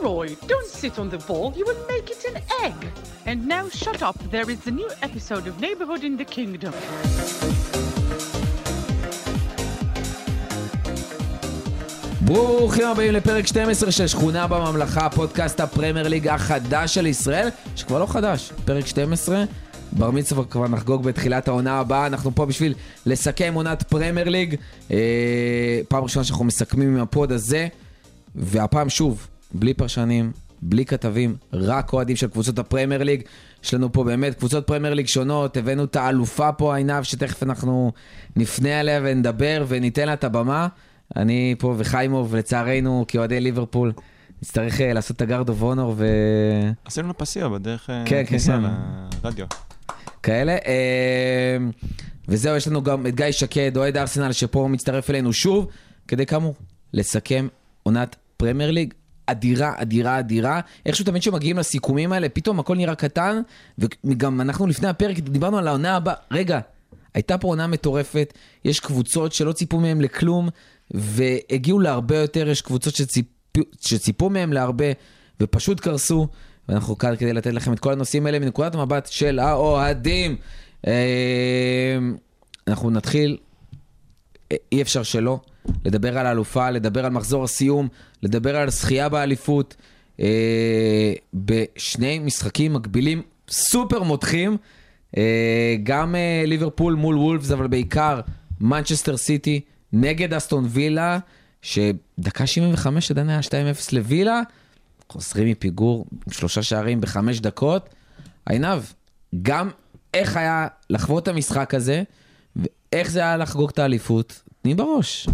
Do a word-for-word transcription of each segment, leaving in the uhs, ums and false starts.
Roy, don't sit on the ball. You will make it an egg. And now shut up. There is a new episode of Neighborhood in the Kingdom. ברוכים הבאים לפרק שתים עשרה של שכונה בממלכה, פודקאסט הפרמייר ליג החדש של ישראל, שכבר לא חדש, פרק שתים עשרה, בר מצווה כבר נחגוג בתחילת העונה הבאה, אנחנו פה בשביל לסכם עונת פרמייר ליג, אה, פעם ראשונה שאנחנו מסכמים עם הפוד הזה, והפעם שוב, בלי פרשנים, בלי כתבים, רק אוהדים של קבוצות הפרמייר ליג, יש לנו פה באמת קבוצות פרמייר ליג שונות, הבאנו את האלופה פה עיניו, שתכף אנחנו נפנה עליה ונדבר וניתן לה את הבמה, אני פה וחיימוב, לצערנו, כאוהדי ליברפול, נצטרך לעשות את הגארד אוף אונור ו... עשינו לפסיע בדרך כניסה לרדיו. כאלה. וזהו, יש לנו גם את גיא שקד, אוהד ארסנל, שפה מצטרף אלינו שוב, כדי כאמור, לסכם עונת פרמייר ליג, אדירה, אדירה, אדירה. איכשהו תמיד שמגיעים לסיכומים האלה, פתאום הכל נראה קטן, וגם אנחנו לפני הפרק דיברנו על העונה הבאה, רגע, הייתה פה עונה מטורפת, יש קבוצות שלא ציפו מהם לכלום, והגיעו להרבה יותר, יש קבוצות שציפו, שציפו מהם להרבה, ופשוט קרסו, ואנחנו כאן כדי לתת לכם את כל הנושאים האלה, מנקודת המבט של האוהדים. אנחנו נתחיל, אי אפשר שלא, לדבר על האלופה, לדבר על מחזור הסיום, לדבר על זכייה באליפות, בשני משחקים מקבילים סופר מותחים, גם ליברפול מול וולפס, אבל בעיקר מנצ'סטר סיטי, נגד אסטון וילה, שדקה שבעים וחמש עדיין היה שתיים אפס לווילה, חוזרים מפיגור עם שלושה שערים בחמש דקות. עינב, גם איך היה לחוות את המשחק הזה, ואיך זה היה לחגוג את האליפות, תני בראש.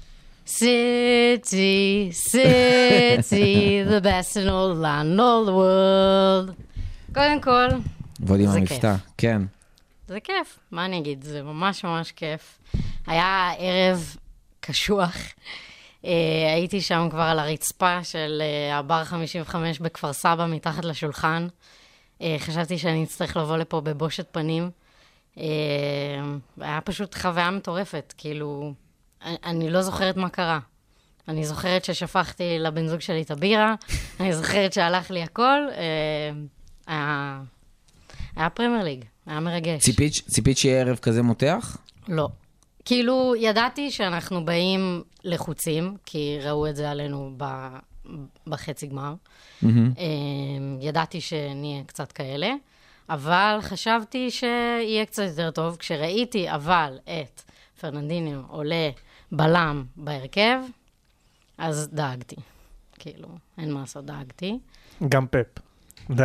City, City, the best in all land, all the world. קודם כל, ועוד עם המבטא, כן. זה כיף, מה אני אגיד? זה ממש ממש כיף. היה ערב קשוח. הייתי שם כבר על הרצפה של הבר חמישים וחמש בכפר סבא, מתחת לשולחן. חשבתי שאני אצטרך לבוא לפה בבושת פנים. היה פשוט חוויה מטורפת, כאילו, אני לא זוכרת מה קרה. אני זוכרת ששפכתי לבן זוג שלי את הבירה, אני זוכרת שהלך לי הכל. היה, היה פרמייר ליג, היה מרגש. ציפית, ציפית שיהיה ערב כזה מותח? לא. כאילו, ידעתי שאנחנו באים לחוצים, כי ראו את זה עלינו ב, בחצי גמר. Mm-hmm. ידעתי שנהיה קצת כאלה, אבל חשבתי שיהיה קצת יותר טוב. כשראיתי אבל את פרננדיניו עולה בלם בהרכב, אז דאגתי. כאילו, אין מה לעשות, דאגתי. גם פפ. די.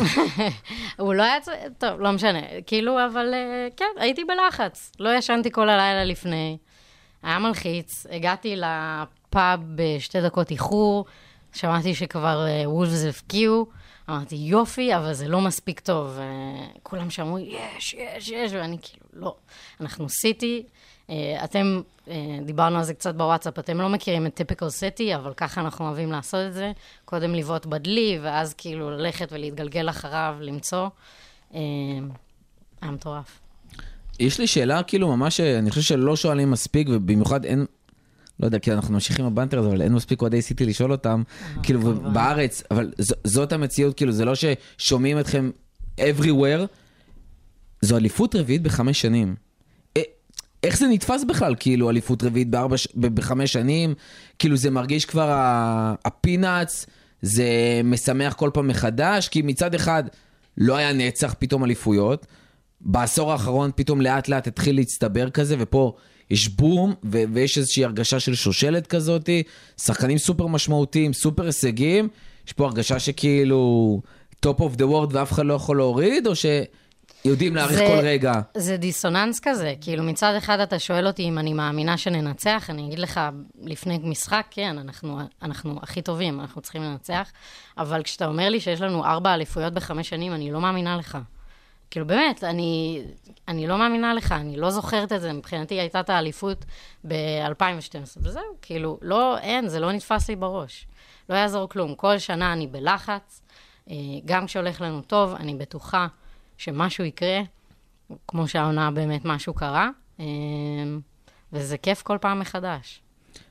הוא לא היה... טוב, לא משנה. כאילו, אבל כן, הייתי בלחץ. לא ישנתי כל הלילה לפני. היה מלחיץ. הגעתי לפאב בשתי דקות איחור. שמעתי שכבר וולפס הפקיעו. אמרתי, יופי, אבל זה לא מספיק טוב. כולם שאמרו, יש, יש, יש. ואני כאילו, לא. אנחנו סיטי. אתם, דיברנו על זה קצת בוואטסאפ, אתם לא מכירים את טיפיקל סיטי, אבל ככה אנחנו אוהבים לעשות את זה. קודם לבעוט בדלי, ואז כאילו ללכת ולהתגלגל אחריו, למצוא. היה מטורף. יש לי שאלה, כאילו ממש, אני חושב שלא שואלים מספיק, ובמיוחד אין, לא יודע, כי אנחנו ממשיכים הבנטר הזה, אבל אין מספיק אוהדי סיטי לשאול אותם, כאילו בארץ, אבל זאת המציאות, כאילו זה לא ששומעים אתכם everywhere, זו אליפות רביעית בחמש שנים. איך זה נתפס בכלל, כאילו, אליפות רביעית בארבע, בחמש שנים? כאילו, זה מרגיש כבר הפינאץ, זה משמח כל פעם מחדש, כי מצד אחד לא היה נצח פתאום אליפויות, בעשור האחרון פתאום לאט לאט התחיל להצטבר כזה, ופה יש בום, ו- ויש איזושהי הרגשה של שושלת כזאת, שחקנים סופר משמעותיים, סופר הישגים, יש פה הרגשה שכאילו, top of the world ואף אחד לא יכול להוריד, או ש... יודעים להעריך זה, כל רגע. זה דיסוננס כזה, כאילו מצד אחד אתה שואל אותי אם אני מאמינה שננצח, אני אגיד לך לפני משחק, כן, אנחנו, אנחנו הכי טובים, אנחנו צריכים לנצח, אבל כשאתה אומר לי שיש לנו ארבע אליפויות בחמש שנים, אני לא מאמינה לך. כאילו באמת, אני, אני לא מאמינה לך, אני לא זוכרת את זה, מבחינתי הייתה את האליפות ב-אלפיים ושתים עשרה, וזהו, כאילו, לא, אין, זה לא נתפס לי בראש. לא יעזור כלום, כל שנה אני בלחץ, גם כשהולך לנו טוב, אני בטוחה, שמשהו יקרה, כמו שהעונה באמת משהו קרה, וזה כיף כל פעם מחדש.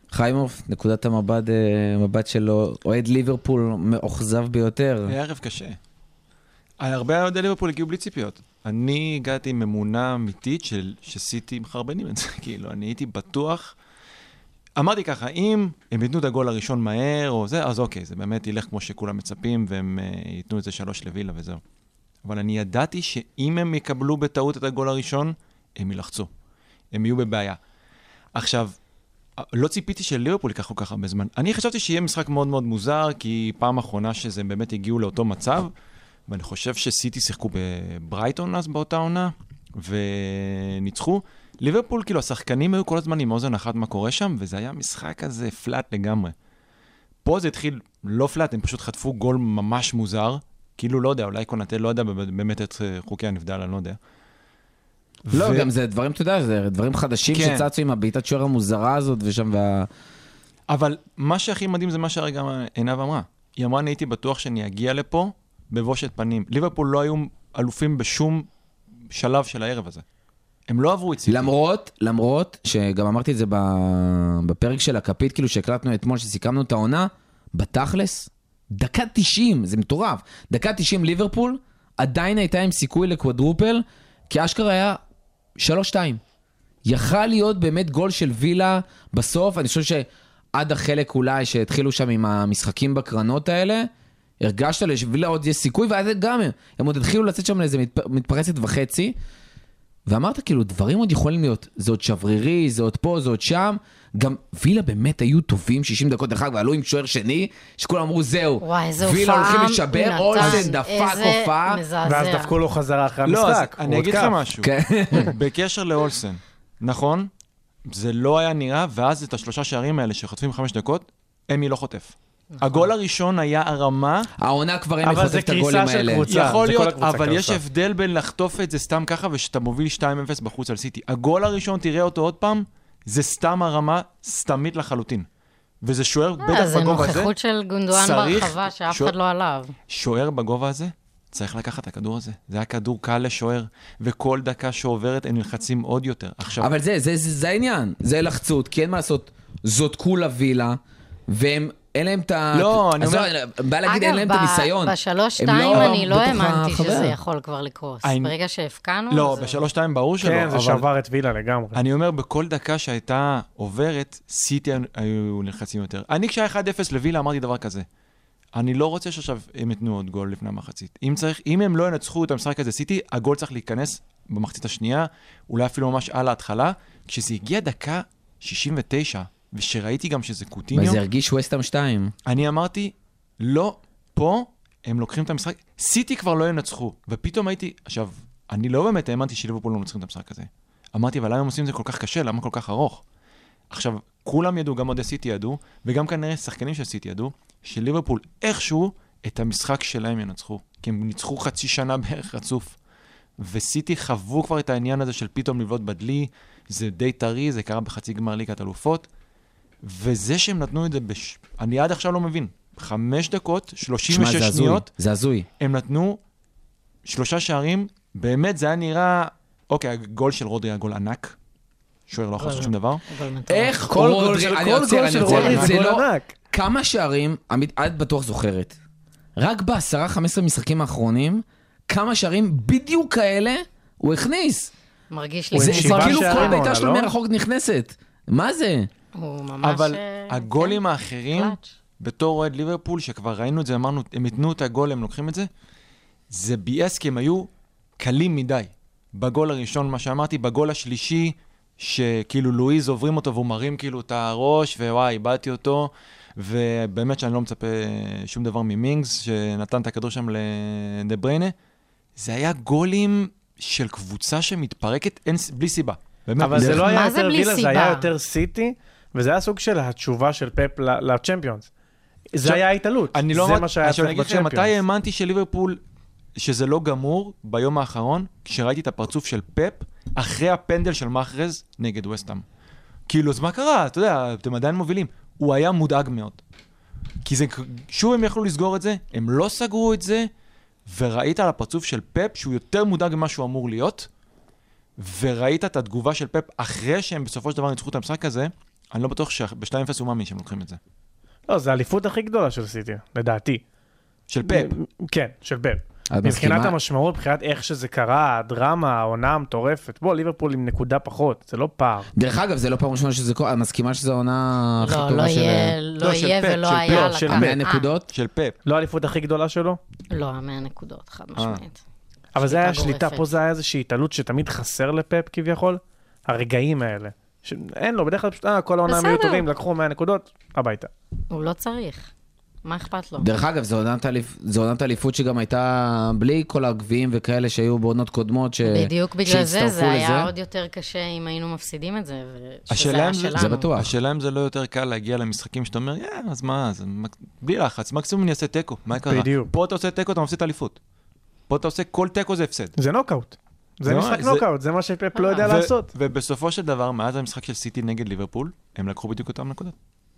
חיימוף, נקודת המבט, המבט שלו, אוהד ליברפול מאוכזב ביותר. היה ערב קשה. הרבה אוהדי ליברפול הגיעו בלי ציפיות. אני הגעתי עם אמונה אמיתית של שסיטי מחרבנים את זה, כאילו, אני הייתי בטוח. אמרתי ככה, אם הם ייתנו את הגול הראשון מהר או זה, אז אוקיי, זה באמת ילך כמו שכולם מצפים, והם uh, ייתנו את זה שלוש לווילה וזהו. אבל אני ידעתי שאם הם יקבלו בטעות את הגול הראשון, הם ילחצו. הם יהיו בבעיה. עכשיו, לא ציפיתי של ליברפול ייקח כל כך הרבה זמן. אני חשבתי שיהיה משחק מאוד מאוד מוזר, כי פעם האחרונה שזה באמת הגיעו לאותו מצב, ואני חושב שסיטי שיחקו בברייטון אז באותה עונה, וניצחו. ליברפול, כאילו, השחקנים היו כל הזמן עם אוזן אחת מה קורה שם, וזה היה משחק כזה פלט לגמרי. פה זה התחיל לא פלט, הם פשוט חטפו גול ממש מוזר, כאילו לא יודע, אולי קונטה לא יודע באמת את חוקי הנבדל, אני לא יודע. לא, ו... גם זה דברים, אתה יודע, זה דברים חדשים כן. שצצו עם הבעיטת שוער המוזרה הזאת ושם וה... אבל מה שהכי מדהים זה מה שהרגע עינב אמרה. היא אמרה, אני הייתי בטוח שאני אגיע לפה בבושת פנים. ליברפול לא היו אלופים בשום שלב של הערב הזה. הם לא עברו את סיטי. למרות, למרות, שגם אמרתי את זה בפרק של הקפית, כאילו שהקלטנו אתמול, שסיכמנו את העונה, בתכלס, דקה תשעים, זה מטורף. דקה תשעים ליברפול, עדיין הייתה עם סיכוי לקוואדרופל, כי אשכרה היה שלוש שתיים. יכל להיות באמת גול של וילה בסוף, אני חושב שעד החלק אולי שהתחילו שם עם המשחקים בקרנות האלה, הרגשת לווילה עוד יש סיכוי, ואז גם הם עוד התחילו לצאת שם לאיזה מתפרצת וחצי, ואמרת כאילו, דברים עוד יכולים להיות, זה עוד שברירי, זה עוד פה, זה עוד שם, גם וילה באמת היו טובים שישים דקות אחר, ועלו עם שוער שני, שכולם אמרו זהו, וילה הולכים לשבר, אולסן דפק הופעה, ואז דפקו לו חזרה אחרי המשחק. לא, אני אגיד לך משהו, בקשר לאולסן, נכון, זה לא היה נראה, ואז את השלושה שערים האלה שחוטפים חמש דקות, אמי לא חוטף. הגול הראשון היה הרמה, העונה כבר הם חוטף את הגולים האלה. יכול להיות, אבל יש הבדל בין לחטוף את זה סתם ככה, ושאתה מוביל שתיים אפס בחוץ על סיטי. הגול הראשון, תראה אותו עוד פעם, זה סתם הרמה סתמית לחלוטין. וזה שוער בטח בגובה הזה. זה נוכחות של גונדואן ברחבה, שאף אחד לא עליו. שוער בגובה הזה, צריך לקחת את הכדור הזה. זה היה כדור קל לשוער, וכל דקה שעוברת הם נלחצים עוד יותר. אבל זה העניין, זה לחצות, כי אין מה לעשות, זאת כולה וילה, והם אין להם את ה... לא, אני אומר... בא להגיד, אין להם את הניסיון. אגב, בשלוש שתיים אני לא האמנתי שזה יכול כבר לקרוס. ברגע שהפקענו... לא, בשלוש שתיים ברור שלא. כן, זה שבר את וילה לגמרי. אני אומר, בכל דקה שהייתה עוברת, סיטי היו נלחצים יותר. אני כשהיה אחד אפס לווילה אמרתי דבר כזה. אני לא רוצה שעכשיו הם יתנו עוד גול לפני המחצית. אם צריך, אם הם לא ינצחו את המשחק הזה סיטי, הגול צריך להיכנס במחצית השנייה, אולי אפילו ממש על ההתחלה. כשזה הגיע דקה שישים ותשע, ושראיתי גם שזה קוטיניו. וזה הרגיש ווסטהאם שתיים. אני אמרתי, לא, פה הם לוקחים את המשחק, סיטי כבר לא ינצחו, ופתאום הייתי, עכשיו, אני לא באמת האמנתי שליברפול לא מנצחים את המשחק הזה. אמרתי, אבל למה הם עושים את זה כל כך קשה, למה כל כך ארוך? עכשיו, כולם ידעו, גם עוד סיטי ידעו, וגם כנראה שחקנים של סיטי ידעו, שליברפול איכשהו את המשחק שלהם ינצחו, כי הם ניצחו חצי שנה בערך רצוף, וסיטי חוו כבר את העניין הזה של פתאום לבלוט בדלי, זה די טרי, זה קרה בחצי גמר ליגת אלופות, וזה שהם נתנו את זה, בש... אני עד עכשיו לא מבין, חמש דקות, שלושים ושש שניות, זה הזוי. הם נתנו שלושה שערים, באמת זה היה נראה, אוקיי, הגול של רודרי היה גול ענק, שוער לא יכול לעשות שום דבר. איך כל גול של רודרי זה גול ענק. כמה שערים, את בטוח זוכרת, רק ב-עשרה חמש עשרה משחקים האחרונים, כמה שערים בדיוק כאלה הוא הכניס. מרגיש לי. זה כאילו כל ביתה שלו מרחוק נכנסת. מה זה? אבל הגולים האחרים, בתור אוהד ליברפול, שכבר ראינו את זה, אמרנו, הם יתנו את הגול, הם לוקחים את זה, זה ביאס, כי הם היו קלים מדי. בגול הראשון, מה שאמרתי, בגול השלישי, שכאילו לואיז עוברים אותו, והוא מרים כאילו את הראש, ווואי, איבדתי אותו, ובאמת שאני לא מצפה שום דבר ממינגס, שנתן את הכדור שם לדה בריינה, זה היה גולים של קבוצה שמתפרקת, אין, בלי סיבה. באמת. אבל זה לא היה יותר וילה, זה היה יותר סיטי, וזה היה סוג של התשובה של פפ לצ'מפיונס. זה היה ההתעלות. אני לא אמרתי, אני אגיד לכם, מתי האמנתי של ליברפול, שזה לא גמור ביום האחרון, כשראיתי את הפרצוף של פפ, אחרי הפנדל של מחרז נגד ווסטהאם. כאילו, אז מה קרה? אתה יודע, אתם עדיין מובילים. הוא היה מודאג מאוד. כי זה, שוב הם יכלו לסגור את זה, הם לא סגרו את זה, וראית על הפרצוף של פפ, שהוא יותר מודאג ממה שהוא אמור להיות, וראית את התגובה של פפ אחרי שהם בסופו של דבר ניצחו את המשחק הזה, אני לא בטוח שב-שתיים אפס הוא מאמין שהם לוקחים את זה. לא, זה האליפות הכי גדולה של סיטי, לדעתי. של פאפ. כן, של פאפ. את מבחינת מסכימה? המשמעות, מבחינת איך שזה קרה, הדרמה, העונה המטורפת. בוא, ליברפול עם נקודה פחות, זה לא פער. דרך אגב, זה לא פעם ראשונה שזה קורה, את מסכימה שזו העונה הכי לא, לא טובה של... יהיה, לא לא, של יהיה פאפ, ולא של היה פאפ, של לקחת. המאה נקודות? של פאפ. לא האליפות הכי גדולה שלו? לא, המאה נקודות, חד משמעית. אבל זה היה שליטה שליטה, גורפת. פה זה היה איזושהי התעלות שתמיד חסר לפאפ כביכול. הרגעים האלה. אין לו, בדרך כלל פשוט, אה, כל העונה בסדר. היו טובים, לקחו מאה נקודות, הביתה. הוא לא צריך. מה אכפת לו? דרך אגב, זו עונת האליפ- זו עונת האליפות שגם הייתה בלי כל הגביעים וכאלה שהיו בעונות קודמות ש... בדיוק בגלל זה, שהצטרפו זה היה לזה. עוד יותר קשה אם היינו מפסידים את זה, ושזה השאלה היה אם זה- שלנו. זה בטוח. השאלה אם זה לא יותר קל להגיע למשחקים שאתה אומר, יא, אז מה, אז מק- בלי לחץ, מקסימום אני אעשה טקו, מה קרה? בדיוק. פה אתה עושה טקו, אתה מפסיד את האליפות. פה אתה עושה כל טקו זה הפסד. זה נוקאוט. זה לא, משחק זה- נוקאוט, זה מה שפאפ לא יודע ו- לעשות. ובסופו של דבר, מאז המשחק של סיטי נגד ליברפול, הם לקחו בדיוק אותם נקודות.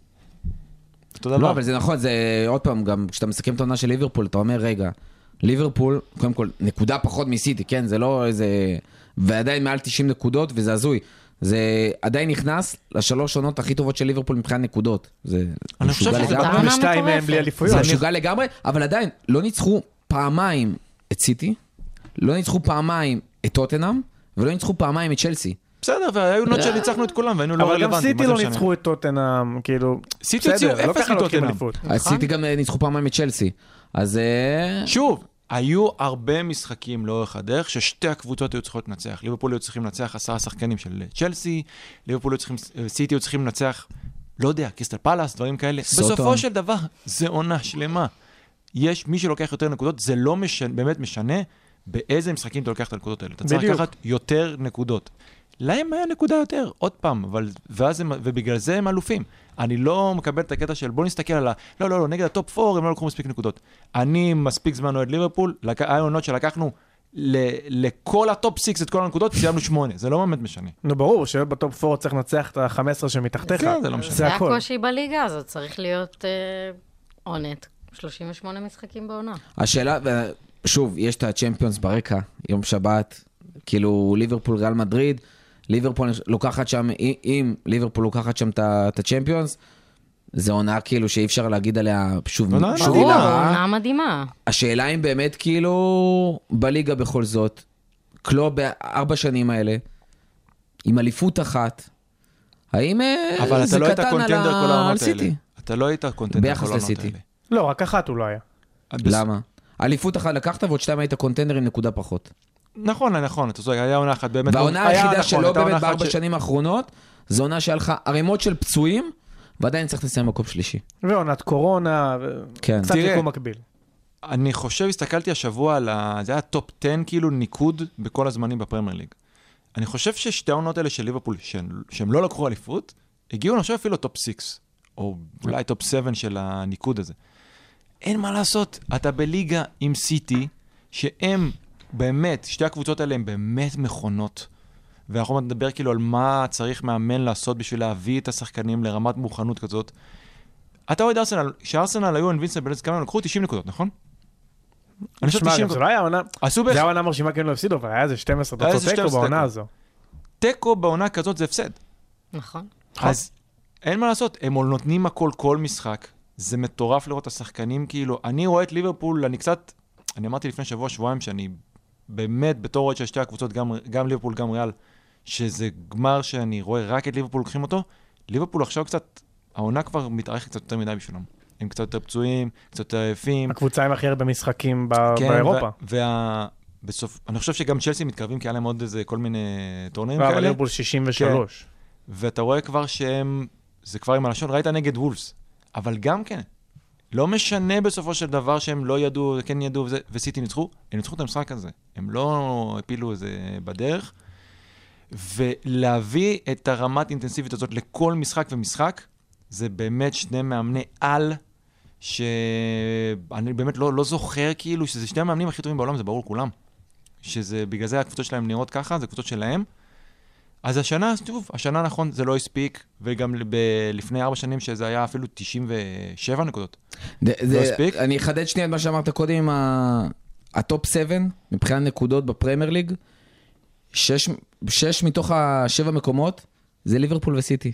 אותו דבר. לא, אבל זה נכון, זה עוד פעם, גם כשאתה מסכם את העונה של ליברפול, אתה אומר, רגע, ליברפול, קודם כל, נקודה פחות מסיטי, כן? זה לא איזה... ועדיין מעל תשעים נקודות, וזה הזוי. זה עדיין נכנס לשלוש עונות הכי טובות של ליברפול מבחינת נקודות. זה אני חושב משוגע שזה לגמרי. עונה ושתיים מהם מטורפת. בלי זה אליפויות. משוגע לגמרי, אבל עדיין, לא ניצחו פעמיים את סיטי, לא ניצחו פעמיים את טוטנהאם, ולא ניצחו פעמיים את צ'לסי. בסדר, והיו עונות שניצחנו את כולם, והיינו לא אבל גם רלוונטיים. סיטי מה לא זה משנה? ניצחו את טוטנהאם, כאילו... סיטי הוציאו בסדר, לא אפס ככה לוקחים מטוטנהאם. אליפות. אז סיטי גם ניצחו פעמיים את צ'לסי. אז... אה, שוב, היו הרבה משחקים לאורך הדרך ששתי הקבוצות היו צריכות לנצח. ליברפול היו צריכים לנצח עשרה שחקנים של צ'לסי, ליברפול היו צריכים, סיטי היו צריכים לנצח, לא יודע, קריסטל פלאס, דברים כאלה. סוטון. בסופו של דבר, זה עונה שלמה. יש מי שלוקח יותר נקודות, זה לא משנה, באמת משנה באיזה משחקים אתה לוקח את הנקודות האלה. אתה צריך בדיוק. לקחת יותר נקודות. להם היה נקודה יותר, עוד פעם, אבל, ואז הם, ובגלל זה הם אלופים. אני לא מקבל את הקטע של בוא נסתכל על ה... לא, לא, לא, נגד הטופ פור הם לא לקחו מספיק נקודות. אני מספיק זמן אוהד ליברפול, לק... היה עונות שלקחנו ל... לכל הטופ סיקס את כל הנקודות, סיימנו שמונה, זה לא באמת משנה. נו, ברור, שלהיות בטופ פור צריך לנצח את ה-חמש עשרה שמתחתיך. כן, זה לא משנה. זה זה הכל. הקושי בליגה הזאת, צריך להיות אה, עונת. שלושים ושמונה משחקים בעונה. השאלה, שוב, יש את הצ'מפיונס ברקע, יום שבת, כאילו ליברפול ריאל מדריד, ליברפול לוקחת שם, אם ליברפול לוקחת שם את הצ'מפיונס, זה עונה כאילו שאי אפשר להגיד עליה, שוב, עונה, שוב ברור, לרעה. עונה מדהימה. השאלה אם באמת כאילו בליגה בכל זאת, קלוב בארבע שנים האלה, עם אליפות אחת, האם אה, אבל אתה זה לא היית קטן על קונטנדר כל ה- על העונות האלה. סיטי? אתה לא היית קונטנדר ביחס כל העונות לסיטי. האלה. לא, רק אחת הוא לא היה. למה? אליפות אחת לקחת ועוד שתיים היית קונטנדר עם נקודה פחות. נכון, נכון, אתה צודק, היה עונה אחת באמת. והעונה היה, היחידה נכון, שלא הייתה עונה באמת אחת בארבע ש- שנים האחרונות, זו עונה שהיה לך ערימות של פצועים, ועדיין צריך לסיים מקום שלישי. ועונת קורונה, ו- כן. קצת תראה. יקום מקביל. אני חושב, הסתכלתי השבוע על ה... זה היה טופ עשר כאילו ניקוד בכל הזמנים בפרמייר ליג. אני חושב ששתי העונות האלה של ליברפול, שהם, שהם לא לקחו אליפות, הגיעו, אני חושב אפילו טופ שש, או אולי טופ שבע של הניקוד הזה. אין מה לעשות, אתה בליגה עם סיטי, שהם באמת, שתי הקבוצות האלה הן באמת מכונות, ואנחנו נדבר כאילו על מה צריך מאמן לעשות בשביל להביא את השחקנים לרמת מוכנות כזאת. אתה רואה את ארסנל, כשארסנל היו אינבינסיבלס, כמה הם לקחו תשעים נקודות, נכון? אני חושב שמע, תשעים גם זה לא היה עונה, עשו זה בערך... היה עונה מרשימה כן לא הפסידו, אבל היה איזה שתים עשרה היה תוצאות איזה תיקו שתים עשרה בעונה תיקו. הזו. תיקו בעונה כזאת זה הפסד. נכון. אז אין מה לעשות, הם נותנים הכל כל משחק. זה מטורף לראות את השחקנים, כאילו, אני רואה את ליברפול, אני קצת, אני אמרתי לפני שבוע, שבועיים, שאני באמת, בתור רואה של שתי הקבוצות, גם, גם ליברפול, גם ריאל, שזה גמר שאני רואה רק את ליברפול לוקחים אותו, ליברפול עכשיו קצת, העונה כבר מתארכת קצת יותר מדי בשבילם. הם קצת יותר פצועים, קצת יותר עייפים. הקבוצה עם הכי הרבה משחקים ב- כן, באירופה. וה... בסוף, אני חושב שגם צ'לסי מתקרבים, כי היה להם עוד איזה כל מיני טורנירים כאלה. אבל ליברפול שישים ושלוש. ואתה רואה כבר שהם, זה כבר עם הלשון, ראית נגד וולפס, אבל גם כן, לא משנה בסופו של דבר שהם לא ידעו, כן ידעו, וזה, וסיטי ניצחו, הם ניצחו את המשחק הזה, הם לא הפילו איזה בדרך, ולהביא את הרמת אינטנסיבית הזאת לכל משחק ומשחק, זה באמת שני מאמני על, שאני באמת לא, לא זוכר כאילו, שזה שני המאמנים הכי טובים בעולם, זה ברור לכולם, שזה, בגלל זה הקבוצות שלהם נראות ככה, זה קבוצות שלהם, אז השנה, שוב, השנה נכון, זה לא הספיק, וגם ב- לפני ארבע שנים שזה היה אפילו תשעים ושבע נקודות. זה- לא זה- הספיק? אני אחדד שנייה את מה שאמרת קודם עם ה- הטופ שבע, מבחינת נקודות בפרמייר ליג, שש, שש מתוך השבע מקומות זה ליברפול וסיטי.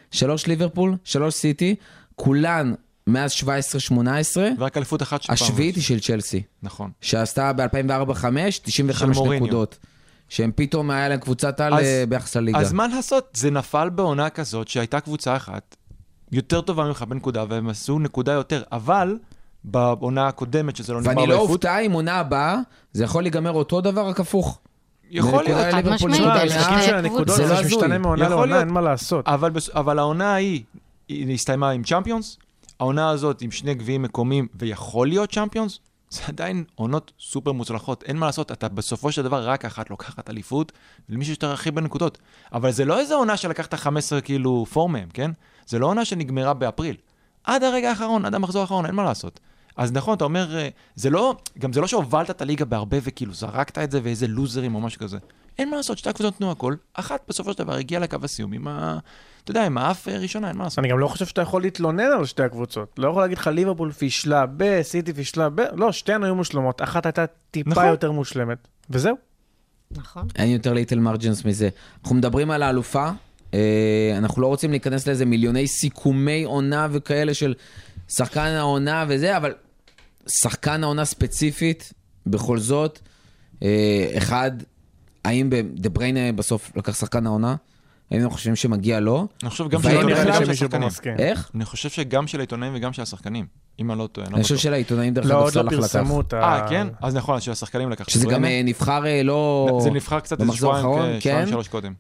שלוש ליברפול, שלוש סיטי, כולן מאז שבע עשרה שמונה עשרה. ורק אליפות אחת שפעם. השביעית היא של צ'לסי. נכון. שעשתה ב-אלפיים וארבע חמש, תשעים וחמש נקודות. שהם פתאום היה להם קבוצת על ביחס לליגה. אז מה לעשות? זה נפל בעונה כזאת שהייתה קבוצה אחת, יותר טובה ממך בנקודה, והם עשו נקודה יותר, אבל בעונה הקודמת שזה לא נגמר באליפות. ואני לא אופתע עם עונה הבאה, זה יכול להיגמר אותו דבר, רק הפוך. יכול להיות. חד משמעית. המשחקים של הנקודות זה משתנה מעונה לעונה, אין מה לעשות. אבל העונה ההיא, היא הסתיימה עם צ'אמפיונס, העונה הזאת עם שני גביעים מקומיים, ויכול להיות צ'אמפיונס, זה עדיין עונות סופר מוצלחות. אין מה לעשות, אתה בסופו של דבר רק אחת לוקחת אליפות, ולמישהו שאתה הכי בנקודות. אבל זה לא איזו עונה שלקחת חמש עשרה כאילו פור מהם, כן? זה לא עונה שנגמרה באפריל. עד הרגע האחרון, עד המחזור האחרון, אין מה לעשות. אז נכון, אתה אומר, זה לא, גם זה לא שהובלת את הליגה בהרבה וכאילו זרקת את זה ואיזה לוזרים או משהו כזה. אין מה לעשות, שתי הקבוצות תנו הכל. אחת בסופו של דבר הגיעה לקו הסיום עם ה... אתה יודע, עם האף ראשונה, אין מה לעשות. אני גם לא חושב שאתה יכול להתלונן על שתי הקבוצות. לא יכול להגיד לך ליברפול פישלה ב, סיטי פישלה ב, לא, שתיהן היו מושלמות. אחת הייתה טיפה נכון. יותר מושלמת. וזהו. נכון. אין יותר ליטל מרג'נס מזה. אנחנו מדברים על האלופה, אנחנו לא רוצים להיכנס לאיזה מיליוני סיכומי עונה וכאלה של שחקן העונה וזה, אבל שחקן העונה ספציפית, בכל זאת, אחד, האם דה בריינה בסוף לקח שחקן העונה? היינו חושבים שמגיע לו. אני חושב גם של העיתונאים וגם של השחקנים. איך? אני חושב שגם של העיתונאים וגם של השחקנים. אם אני לא טועה. אני חושב של העיתונאים דרך אגב סלח לקח. לא, עוד לא פרסמו את ה... אה, כן? אז נכון, של השחקנים לקח. שזה גם נבחר לא... זה נבחר קצת איזה שבועיים, שבועיים שלוש קודם.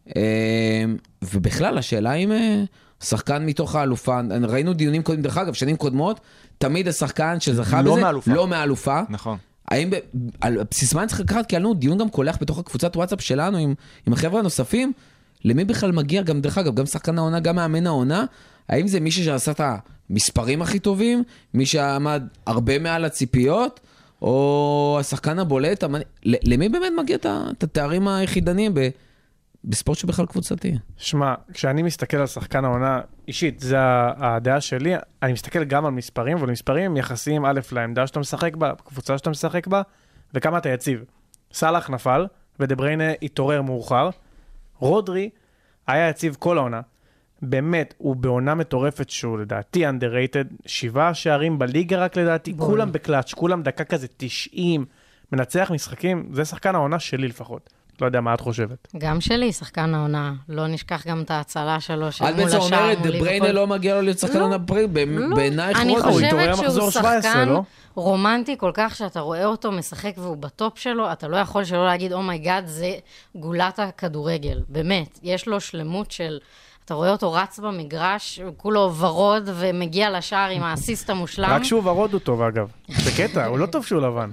ובכלל, השאלה אם שחקן מתוך האלופה, ראינו דיונים קודם, דרך אגב, שנים קודמות, תמיד השחקן שזכה בזה, לא מהאלופה. נכון. האם על בסיס מה צריך לקחת? כי עלינו דיון גם קולח בתוך הקבוצת וואטסאפ שלנו עם, עם החבר'ה הנוספים, למי בכלל מגיע, גם דרך אגב, גם שחקן העונה, גם מאמן העונה, האם זה מישהו שעשה את המספרים הכי טובים, מי שעמד הרבה מעל הציפיות, או השחקן הבולט, המנ... למי באמת מגיע את התארים היחידניים ב... בספורט שבכלל קבוצתי? שמע, כשאני מסתכל על שחקן העונה, אישית, זה הדעה שלי, אני מסתכל גם על מספרים, אבל מספרים הם יחסיים א' לעמדה שאתה משחק בה, בקבוצה שאתה משחק בה, וכמה אתה יציב. סלאח נפל, ודה בריינה התעורר מאוחר, רודרי היה יציב כל העונה, באמת, הוא בעונה מטורפת שהוא לדעתי underrated, שבעה שערים בליגה רק לדעתי, בוא. כולם בקלאץ', כולם דקה כזה תשעים, מנצח משחקים, זה שחקן העונה שלי לפחות. לא יודע מה את חושבת. גם שלי, שחקן העונה. לא נשכח גם את ההצלה שלו, שמול השער. את בעצם אומרת, דה בריינה לא מגיע לו להיות שחקן העונה פרי, בעינייך אני חושבת שהוא שחקן רומנטי כל כך, שאתה רואה אותו משחק והוא בטופ שלו, אתה לא יכול שלא להגיד, אומייגאד, זה גולת הכדורגל. באמת, יש לו שלמות של... אתה רואה אותו רץ במגרש, כולו ורוד ומגיע לשער עם האסיסט המושלם. רק שהוא ורוד הוא טוב, אגב. זה קטע, הוא לא טוב שהוא לבן.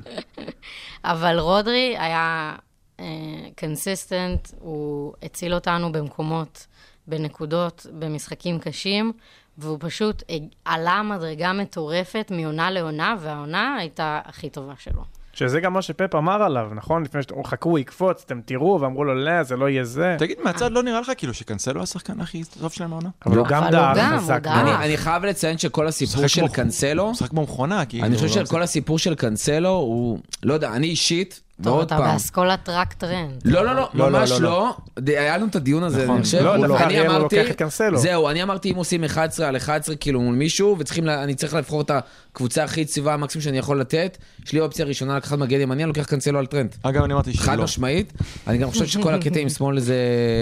אבל רודרי היה... קונסיסטנט, הוא הציל אותנו במקומות, בנקודות, במשחקים קשים, והוא פשוט עלה מדרגה מטורפת מעונה לעונה, והעונה הייתה הכי טובה שלו. שזה גם מה שפפ אמר עליו, נכון? לפני שאתם חכו, יקפוץ, אתם תראו, ואמרו לו, לא, זה לא יהיה זה. תגיד, מהצד לא נראה לך כאילו שקנסלו השחקן הכי טוב שלהם העונה? אבל הוא גם דאח חזק. אני חייב לציין שכל הסיפור של קנסלו, משחק במכונה, אני חושב שכל הסיפור של קנסלו הוא, לא יודע, אני אישית, טוב, אתה באסכולת רק טרנד. לא, לא, לא, ממש לא. היה לנו את הדיון הזה, אני חושב. אני אמרתי, זהו, אני אמרתי, אם עושים אחת עשרה על אחת עשרה, כאילו מול מישהו, ואני צריך לבחור את הקבוצה הכי צבועה, המקסימום שאני יכול לתת. יש לי אופציה ראשונה לקחת מגן ימני, אני לוקח קנסלו על טרנד. אגב, אני אמרתי שלא. חד משמעית. אני גם חושב שכל הקטע עם שמאל זה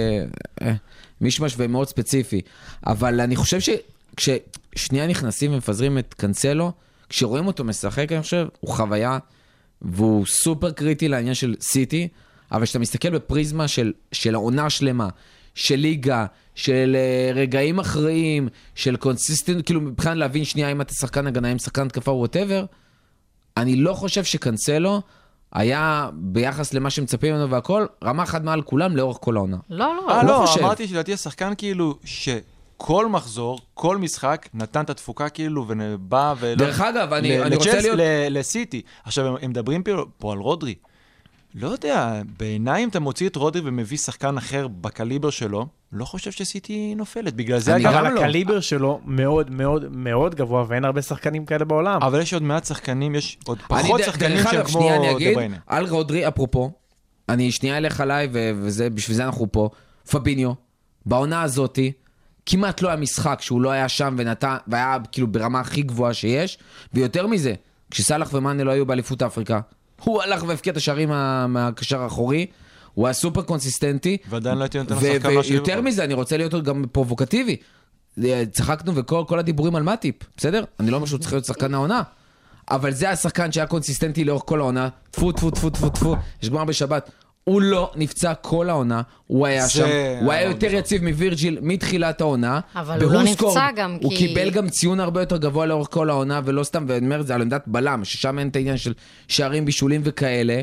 מישמש ומאוד ספציפי. אבל אני חושב שכששנייה נכנסים ומפזרים את קנסלו, כשרואים אותו משחק, אני חושב, הוא חוויה והוא סופר קריטי לעניין של סיטי, אבל כשאתה מסתכל בפריזמה של, של העונה שלמה, של ליגה, של uh, רגעים אחראים, של קונסיסטנט, כאילו מבחינת להבין שנייה אם אתה שחקן הגנה, אם שחקן תקפה או whatever, אני לא חושב שקנסלו היה ביחס למה שמצפים ממנו והכל, רמה אחת מעל כולם לאורך כל העונה. לא, לא. אה, לא, לא אמרתי שלדעתי השחקן כאילו ש... כל מחזור, כל משחק, נתן את התפוקה כאילו, ובא ולא... דרך אגב, אני, אני רוצה להיות... לסיטי. עכשיו, הם מדברים פה על רודרי. לא יודע, בעיניים אתה מוציא את רודרי ומביא שחקן אחר בקליבר שלו, לא חושב שסיטי נופלת. בגלל זה אגב אבל הקליבר שלו מאוד מאוד מאוד גבוה, ואין הרבה שחקנים כאלה בעולם. אבל יש עוד מעט שחקנים, יש עוד פחות שחקנים שהם כמו דה בריינה. על רודרי, אפרופו, אני שנייה אלך עליי, ובשביל זה אנחנו פה, פביניו, בעונה הזאתי, כמעט לא היה משחק שהוא לא היה שם ונתן, והיה כאילו ברמה הכי גבוהה שיש, ויותר מזה, כשסלח ומאנה לא היו באליפות אפריקה, הוא הלך והפקיע את השערים מה, מהקשר האחורי, הוא היה סופר קונסיסטנטי, ועדיין לא הייתי נותן לשחקן משהו. ויותר מזה, אני רוצה להיות גם פרובוקטיבי, צחקנו וכל כל הדיבורים על מטיפ, בסדר? אני לא אומר שהוא צריך להיות שחקן העונה, אבל זה השחקן שהיה קונסיסטנטי לאורך כל העונה, טפו, טפו, טפו, טפו, טפו, יש גמר בשבת, הוא לא נפצע כל העונה, הוא היה שם, הוא היה יותר יציב מווירג'יל מתחילת העונה, אבל הוא לא נפצע גם כי... הוא קיבל גם ציון הרבה יותר גבוה לאורך כל העונה, ולא סתם, ואני אומר את זה על עמדת בלם, ששם אין את העניין של שערים בישולים וכאלה,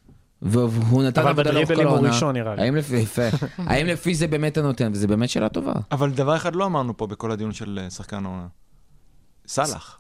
והוא נתן עבודה לאורך כל העונה. האם לפי, יפה, האם לפי זה באמת הנותן, וזה באמת שאלה טובה. אבל דבר אחד לא אמרנו פה בכל הדיון של שחקן העונה. סלח.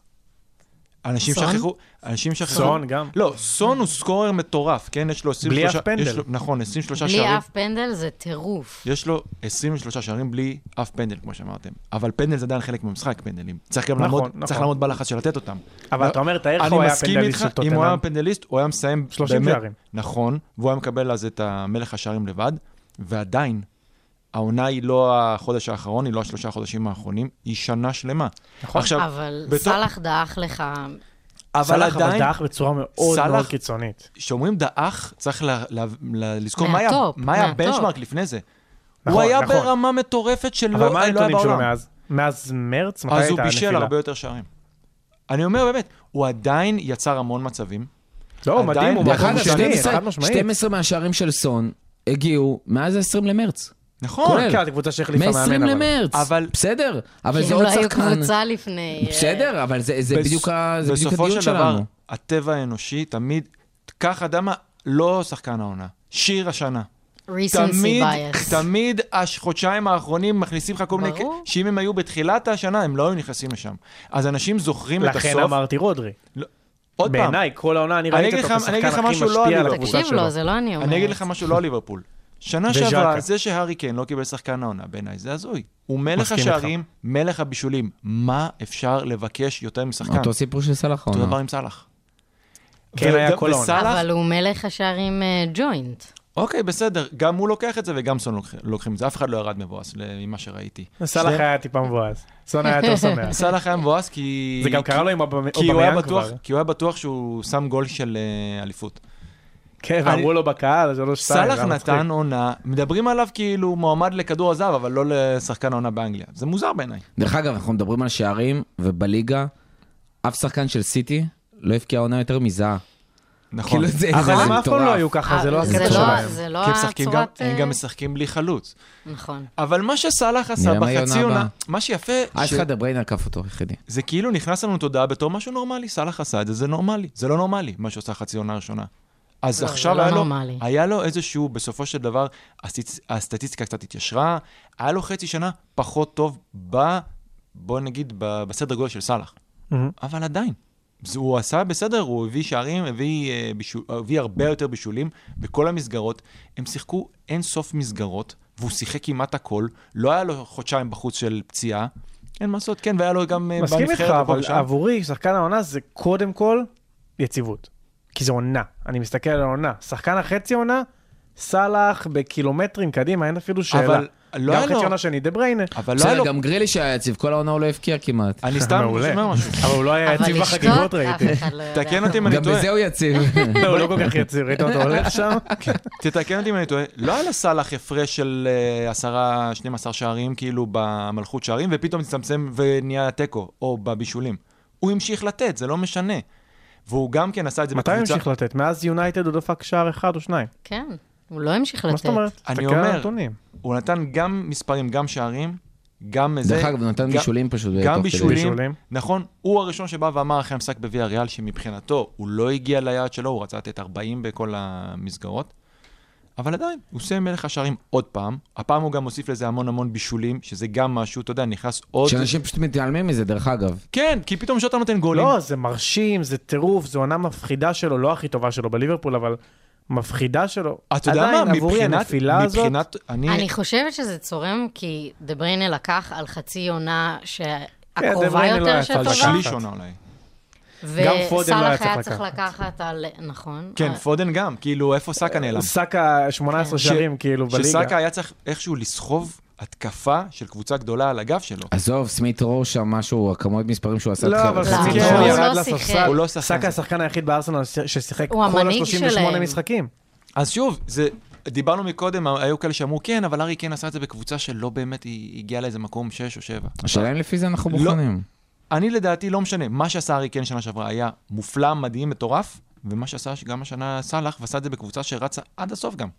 אנשים שכחו, אנשים שכחו. סון גם. לא, סון הוא סקורר מטורף, כן? יש לו עשרים ושלושה... בלי אף פנדל. נכון, עשרים ושלושה שערים. בלי אף פנדל זה טירוף. יש לו עשרים ושלושה שערים בלי אף פנדל, כמו שאמרתם. אבל פנדל זה עדיין חלק מהמשחק, פנדלים. צריך גם לעמוד, צריך לעמוד בלחץ של לתת אותם. אבל אתה אומר, תאר לך הוא היה פנדליסט של טוטנהאם. אם הוא היה פנדליסט, הוא היה מסיים שלושים שערים. נכון, והוא היה מקבל אז את המלך השערים לבד, ועדיין העונה היא לא החודש האחרון, היא לא השלושה החודשים האחרונים, היא שנה שלמה. נכון. עכשיו, אבל בתור... סלח דאח לך... אבל סלח עדיין... אבל דאח בצורה מאוד סלח, מאוד קיצונית. שאומרים דאח, צריך ל... ל... ל... לזכור מה היה, מהטופ, מה היה מהטופ. בנצ'מרק לפני זה. נכון, הוא היה נכון. ברמה מטורפת שלא אבל מה היה הנתונים שלו בעולם. מאז? מאז מרץ? מתי אז הייתה הוא בישל הנפילה? הרבה יותר שערים. אני אומר באמת, הוא עדיין יצר המון מצבים. לא, עדיין- מדהים, הוא דרך מקום אגב, שני, שתים עשרה חד משמעית. שתים עשרה מהשערים של סון הגיעו מאז ה-עשרים למרץ. נכון, כולל. כן, הקבוצה שהחליפה מאמן. מ-עשרים אבל- למרץ. אבל- בסדר, אבל כי זה הם עוד לא היו שחקן. קבוצה לפני... בסדר, אבל זה זה בס- בדיוק ה- זה בדיוק בסופו הדיון של דבר, שלנו. הטבע האנושי תמיד, כך אדם לא שחקן העונה, שיר השנה. recency תמיד, bias. תמיד החודשיים האחרונים מכניסים לך כל מיני, ברור. שאם הם היו בתחילת השנה, הם לא היו נכנסים לשם. אז אנשים זוכרים את הסוף. לכן אמרתי רודרי. עוד פעם, בעיניי, כל העונה אני אני ראיתי אגיד אותו לך- אני אגיד לך כשחקן הכי משהו לא משפיע על על הקבוצה תקשיב שלו. לו, זה לא אני אומרת. אני אגיד לך משהו לא על ליברפול. שנה וז'קה. שעברה, זה שהארי קיין לא קיבל שחקן העונה, בעיניי זה הזוי. הוא מלך מסכים השערים, מלך הבישולים. מה אפשר לבקש יותר משחקן? אותו סיפור של סלח אותו העונה. דבר עם סלח. כן, ו- היה ו- כל העונה. וסלח- אבל הוא מלך השערים אה, ג'וינט. אוקיי, בסדר. גם הוא לוקח את זה וגם סון לוקח- לוקחים את זה. אף אחד לא ירד מבואס ממה שראיתי. סלח שני- היה טיפה מבואס. סון היה יותר שמח. סלח היה מבואס כי... זה גם קרה לו עם כי הוא היה אובמיאנג בטוח, כבר. כי הוא היה בטוח שהוא שם גול של אה, אליפות. כן, ואמרו לו בקהל, שלוש שתיים. סלח נתן עונה, מדברים עליו כאילו מועמד לכדור הזהב, אבל לא לשחקן העונה באנגליה. זה מוזר בעיניי. דרך אגב, אנחנו מדברים על שערים, ובליגה, אף שחקן של סיטי לא הפקיע עונה יותר מזהה. נכון. כאילו זה אבל זה הם אף פעם לא מטורף. היו ככה, זה לא אה, הקטע לא- שלהם. זה לא כי הם משחקים גם- הצורת... הם אה, גם משחקים בלי חלוץ. נכון. אבל מה שסלח עשה נראה מה יהיה בחצי עונה עונה, הבאה. מה שיפה, אה, ש- יש לך דבריין עקף אותו, יחידי. זה כאילו נכנס לנו תודעה בתור משהו נורמלי. סלח עשה את זה, זה נורמלי. זה לא נורמלי, מה שעושה חצי עונה ראשונה. אז לא, זה עכשיו לא היה לו, נורמלי. היה היה לו איזשהו, בסופו של דבר, הסטטיצ- הסטטיסטיקה קצת התיישרה, היה לו חצי שנה פחות טוב ב... בוא נגיד, ב- בסדר גודל של סלח. מהמם. אבל עדיין. זה, הוא עשה בסדר, הוא הביא שערים, הביא, אה, בישול, הביא הרבה יותר בישולים בכל המסגרות. הם שיחקו אין סוף מסגרות, והוא שיחק כמעט הכל. לא היה לו חודשיים בחוץ של פציעה. אין מה לעשות, כן, והיה לו גם אה, מסכים איתך, בנבחרת פה אבל ושם. עבורי, שחקן העונה זה קודם כל יציבות. כי זה עונה. אני מסתכל על העונה. שחקן החצי עונה, סלח בקילומטרים קדימה, אין אפילו שאלה. אבל לא גם היה לו... חצי עונה שני, דה בריינה. אבל לא היה בסדר, לו... גם גרילי שהיה יציב, כל העונה הוא לא הפקיע כמעט. אני סתם מעולה. אומר משהו. אבל הוא לא היה אבל יציב לשתות, בחגיגות, אף ראיתי. אחד לא יודע. תקן אותי אם אני גם טועה. בזה הוא יציב. לא, הוא לא כל כך יציב, ראית אותו הולך שם? תתקן אותי אם אני טועה. לא היה לסלח הפרש של אה, עשרה, שנים עשר שערים, כאילו במלכות שערים, ופתאום הצטמצם ונהיה תיקו, או בבישולים. הוא המשיך לתת, זה לא משנה. והוא גם כן עשה את זה מתי הוא בקבוצה. המשיך לתת? מאז יונייטד הוא דפק שער אחד או שניים. כן, הוא לא המשיך מה לתת. זאת אומרת? אני תסתכל על אומר, הנתונים. הוא נתן גם מספרים, גם שערים, גם זה. דרך אגב, הוא נתן גם- בישולים פשוט. גם תוך כדי. בישולים. בישולים. נכון, הוא הראשון שבא ואמר אחרי המשחק בוויה ריאל, שמבחינתו הוא לא הגיע ליעד שלו, הוא רצה לתת ארבעים בכל המסגרות. אבל עדיין, הוא עושה מלך השערים עוד פעם. הפעם הוא גם מוסיף לזה המון המון בישולים, שזה גם משהו, אתה יודע, נכנס עוד... שאנשים פשוט מתעלמים מזה, דרך אגב. כן, כי פתאום שאתה נותן גולים. לא, זה מרשים, זה טירוף, זו עונה מפחידה שלו, לא הכי טובה שלו בליברפול, אבל מפחידה שלו. אתה יודע מה, עדיין, עבורי מבחינת... הנפילה הזאת, מבחינת... אני... אני חושבת שזה צורם, כי דה בריינה לקח על חצי עונה דה שהקרובה בריינה לא יותר היה שטובה, צריך שליש עונה אולי. גם פודן לא היה וסלח צריך היה צריך לקחת. לקחת על... נכון. כן, אה, פודן גם, כאילו, איפה סאקה נעלם? סאקה שמונה עשרה ש- שערים כאילו בליגה. שסאקה היה צריך איכשהו לסחוב התקפה של קבוצה גדולה על הגב שלו. עזוב, סמית רו שם משהו, הכמות מספרים שהוא עשה... לא, אבל לא, חצי הוא שהוא לא ירד שיחק. לספסל. הוא לא שחקן. סאקה השחקן היחיד בארסנל ששיחק הוא כל המנהיג ה-שלושים ושמונה שלהם. משחקים. אז שוב, זה, דיברנו מקודם, היו כאלה שאמרו כן, אבל ארי כן עשה את זה בקבוצה שלא באמת היא הגיעה לאיזה מקום שש או שבע. השאלה אם לפי זה אנחנו לא. בוחנים. אני לדעתי לא משנה, מה שעשה ארי כן שנה שעברה היה מופלא, מדהים, מטורף, ומה שעשה גם השנה סלח, ועשה את זה בקבוצה שרצה עד הסוף גם.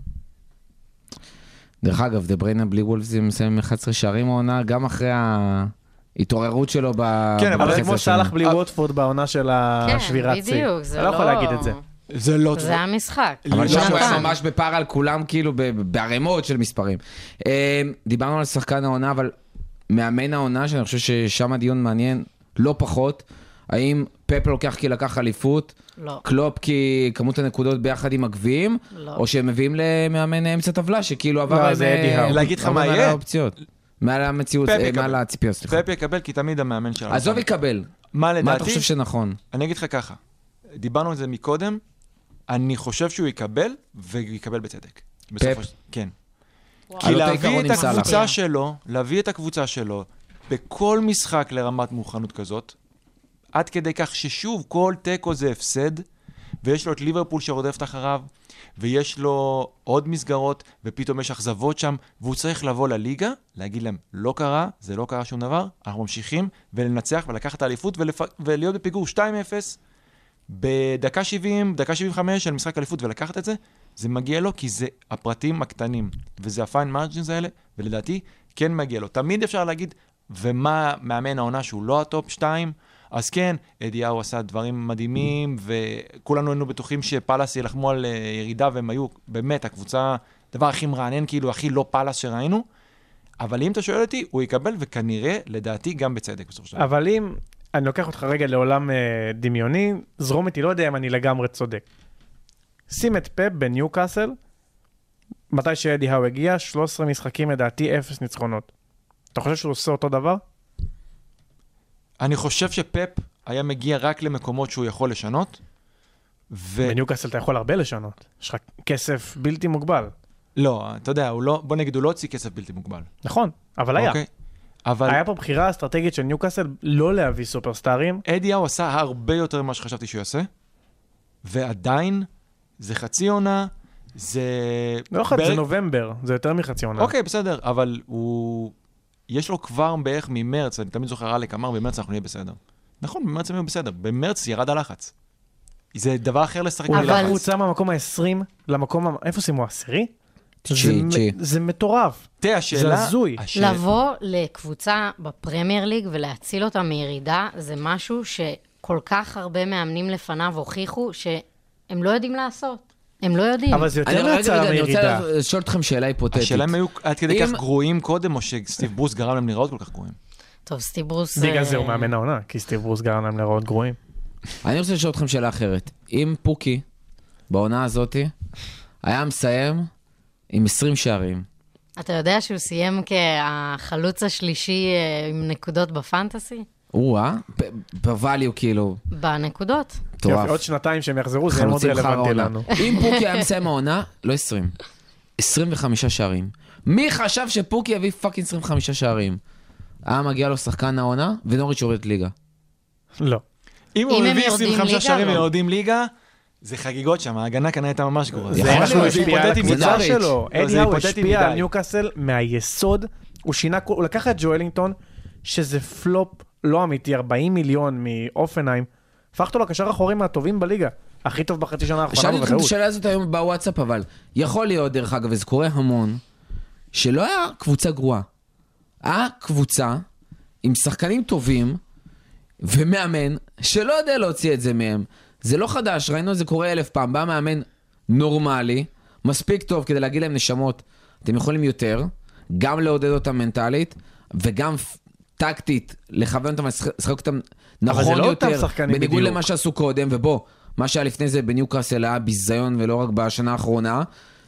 דרך אגב, דה בריינה בלי וולפס מסיים אחד עשר שערים העונה, גם אחרי ההתעוררות שלו ב... כן, אבל אבל זה כמו סלח בלי אבל- ווטפורד בעונה של השבירת צי. כן, בדיוק, זה אתה לא יכול לא- להגיד את זה. זה לא... זה המשחק. אבל שם הוא היה נתן. ממש בפער על כולם, כאילו, ב- בערימות של מספרים. אה, דיברנו על שחקן העונה, אבל מאמן העונה, שאני חושב ששם הדיון מעניין, לא פחות, האם פפ לוקח כי לקח אליפות, לא. קלופ כי כמות הנקודות ביחד עם הגביעים, לא. או שהם מביאים למאמן אמצע טבלה, שכאילו עבר... לא, עם, זה אדי אה, האו. להגיד לך עבר מה מעל יהיה? האופציות. מעל המציאות, פפ אה, יקבל. מעל הציפיות, סליחה. פפ יקבל, כי תמיד המאמן שלנו. עזוב יקבל. מה לדעתי? מה אתה חושב שנכון? אני אגיד לך ככה, דיברנו על זה מקודם, אני חושב שהוא יקבל, ויקבל בצדק. בסופו של- כן. כי על אותו להביא עיקרון את עם סלאח. הקבוצה שלו, להביא את הקבוצה שלו, בכל משחק לרמת מוכנות כזאת, עד כדי כך ששוב, כל טקו זה הפסד, ויש לו את ליברפול שרודפת אחריו, ויש לו עוד מסגרות, ופתאום יש אכזבות שם, והוא צריך לבוא לליגה, להגיד להם, לא קרה, זה לא קרה שום דבר, אנחנו ממשיכים, ולנצח ולקחת את האליפות, ולפ... ולהיות בפיגור שתיים אפס, בדקה שבעים, דקה שבעים וחמש של משחק אליפות, ולקחת את זה, זה מגיע לו, כי זה הפרטים הקטנים, וזה הפיין מרג'ינס האלה, ולדעתי, כן מגיע לו. תמיד אפשר להגיד, ומה מאמן העונה שהוא לא הטופ שתיים, אז כן, אדיהו עשה דברים מדהימים, וכולנו היינו בטוחים שפלס ילחמו על ירידה, והם היו באמת הקבוצה, דבר הכי מרענן, כאילו הכי לא פלס שראינו, אבל אם אתה שואל אותי, הוא יקבל, וכנראה, לדעתי, גם בצדק בסופו של דבר. אבל אם אני לוקח אותך רגע לעולם אה, דמיוני, זרום איתי, לא יודע אם אני לגמרי צודק. שים את פפ בניוקאסל, מתי שאדי האו הגיע, שלושה עשר משחקים לדעתי, אפס ניצחונות. אתה חושב שהוא עושה אותו דבר? אני חושב שפפ היה מגיע רק למקומות שהוא יכול לשנות, ו... בניוקאסל אתה יכול הרבה לשנות. יש לך כסף בלתי מוגבל. לא, אתה יודע, הוא לא, בוא נגיד, הוא לא הוציא כסף בלתי מוגבל. נכון, אבל היה. אוקיי? אבל היה פה בחירה אסטרטגית של ניוקאסל לא להביא סופרסטארים. אדיהו עשה הרבה יותר ממה שחשבתי שהוא יעשה, ועדיין זה חצי עונה, זה... לא יכול, בערך- זה נובמבר, זה יותר מחצי עונה. אוקיי, בסדר, אבל הוא... יש לו כבר בערך ממרץ, אני תמיד זוכר אלק אמר, במרץ אנחנו נהיה בסדר. נכון, במרץ הם יהיו בסדר, במרץ ירד הלחץ. זה דבר אחר לשחק הוא אבל- לקח בלחץ. קבוצה מהמקום ה-עשרים למקום, ה- איפה שימו? עשירי? תשיעי, זה- תשיעי. זה מטורף. תראה, השאלה... זה הזוי. השאלה- לבוא לקבוצה בפרמייר ליג ולהציל אותה מירידה, זה משהו שכל כך הרבה מאמנים לפניו הוכיחו שהם לא יודעים לעשות. הם לא יודעים. אבל זה אני יותר רגע, מהצעה רגע, אני מירידה. רוצה לשאול אתכם שאלה היפותטית. השאלה אם היו עד כדי כך אם- גרועים קודם, או שסטיב ברוס גרם להם לראות כל כך גרועים. טוב, סטיב ברוס... בגלל אה, זה הוא מאמן העונה, כי סטיב ברוס גרם להם להיראות גרועים. אני רוצה לשאול אתכם שאלה אחרת. אם פוקי, בעונה הזאת, היה מסיים עם עשרים שערים, אתה יודע שהוא סיים כהחלוץ השלישי אה, עם נקודות בפנטסי? או-אה, בווליו כאילו, בנקודות. מטורף. יופי, עוד שנתיים שהם יחזרו, זה יהיה מאוד חלוצים חרא רלוונטי עונה. לנו. אם פוקי היה מסיים העונה, לא עשרים. עשרים וחמישה שערים. מי חשב שפוקי יביא פאקינג עשרים וחמישה שערים? היה מגיע לו שחקן העונה, ונוריץ' יורד ליגה. לא. אם הוא אם הם מביא יורדים עשרים וחמישה ליגה, שערים לא. ויורדים ליגה, זה חגיגות שם, ההגנה כנראה הייתה ממש גרועה. זה יכול איך שהוא להיות, זה השפיע על היפותטי הקבוצה מדי. שלו. לא, אדי זה האו היפותטי השפיע על מדי. ניוקאסל מהיסוד. הוא שינה, הוא לקח את ג'ואלינגטון, שזה פלופ לא אמיתי, ארבעים מיליון מאופנהיים, הפך אותו לקשר אחורי מהטובים בליגה. הכי טוב בחצי שנה האחרונה שאלתי אתכם את בוודאות. השאלה הזאת היום בוואטסאפ, אבל יכול להיות, דרך אגב, וזה קורה המון, שלא היה קבוצה גרועה. היה קבוצה עם שחקנים טובים ומאמן שלא יודע להוציא את זה מהם. זה לא חדש, ראינו את זה קורה אלף פעם. בא מאמן נורמלי, מספיק טוב כדי להגיד להם נשמות, אתם יכולים יותר, גם לעודד אותם מנטלית, וגם טקטית, לכוון אותם, לשחק אותם נכון לא אותם יותר, שחקנים בניגוד בדיוק. למה שעשו קודם, ובוא, מה שהיה לפני זה בניוקאסל היה ביזיון, ולא רק בשנה האחרונה,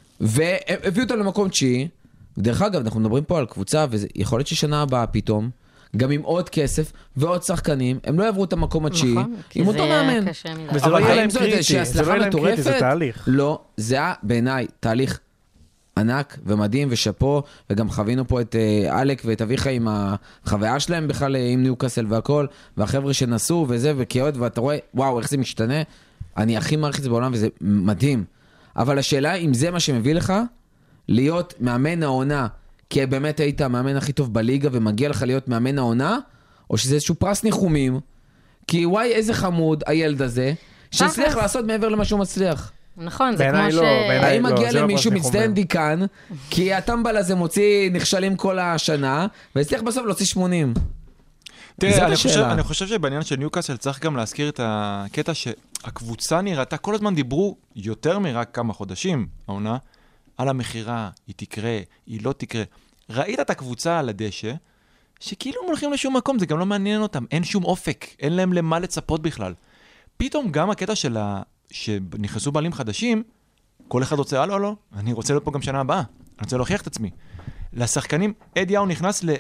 והביאו אותם למקום תשיעי. דרך אגב, אנחנו מדברים פה על קבוצה, ויכול להיות ששנה הבאה פתאום, גם עם עוד כסף ועוד שחקנים, הם לא יעברו את המקום התשיעי, נכון, כי עם זה אותו מאמן. קשה מדי. וזה לא אבל יהיה האם להם זאת קריטי, איזושהי זה לא הצלחה יהיה להם קריטי, זה מטורפת? תהליך. לא, זה היה בעיניי תהליך ענק ומדהים ושפו, וגם חווינו פה את אה, אלק ואת אביך עם החוויה שלהם בכלל עם ניוקאסל והכל, והחבר'ה שנסעו וזה וקיות, ואתה רואה, וואו, איך זה משתנה, אני הכי מעריך את זה בעולם וזה מדהים. אבל השאלה אם זה מה שמביא לך, להיות מאמן העונה, כי באמת היית המאמן הכי טוב בליגה ומגיע לך להיות מאמן העונה, או שזה איזשהו פרס ניחומים, כי וואי איזה חמוד הילד הזה, שהצליח לעשות מעבר למה שהוא מצליח. נכון, זה כמו ש... האם מגיע למישהו מצטיין דיקן, כי הטמבל הזה מוציא נכשלים כל השנה, והצליח בסוף להוציא שמונים. תראה, אני חושב, אני חושב שבעניין של ניוקאסל צריך גם להזכיר את הקטע שהקבוצה נראתה, כל הזמן דיברו יותר מרק כמה חודשים, העונה, על המחירה, היא תקרה, היא לא תקרה. ראית את הקבוצה על הדשא, שכאילו הם הולכים לשום מקום, זה גם לא מעניין אותם, אין שום אופק, אין להם למה לצפות בכלל. פתאום גם הקטע של ה... שנכנסו בעלים חדשים, כל אחד רוצה, לא, לא, אני רוצה להיות פה גם שנה הבאה, אני רוצה להוכיח את עצמי. לשחקנים, אדי האו נכנס ל...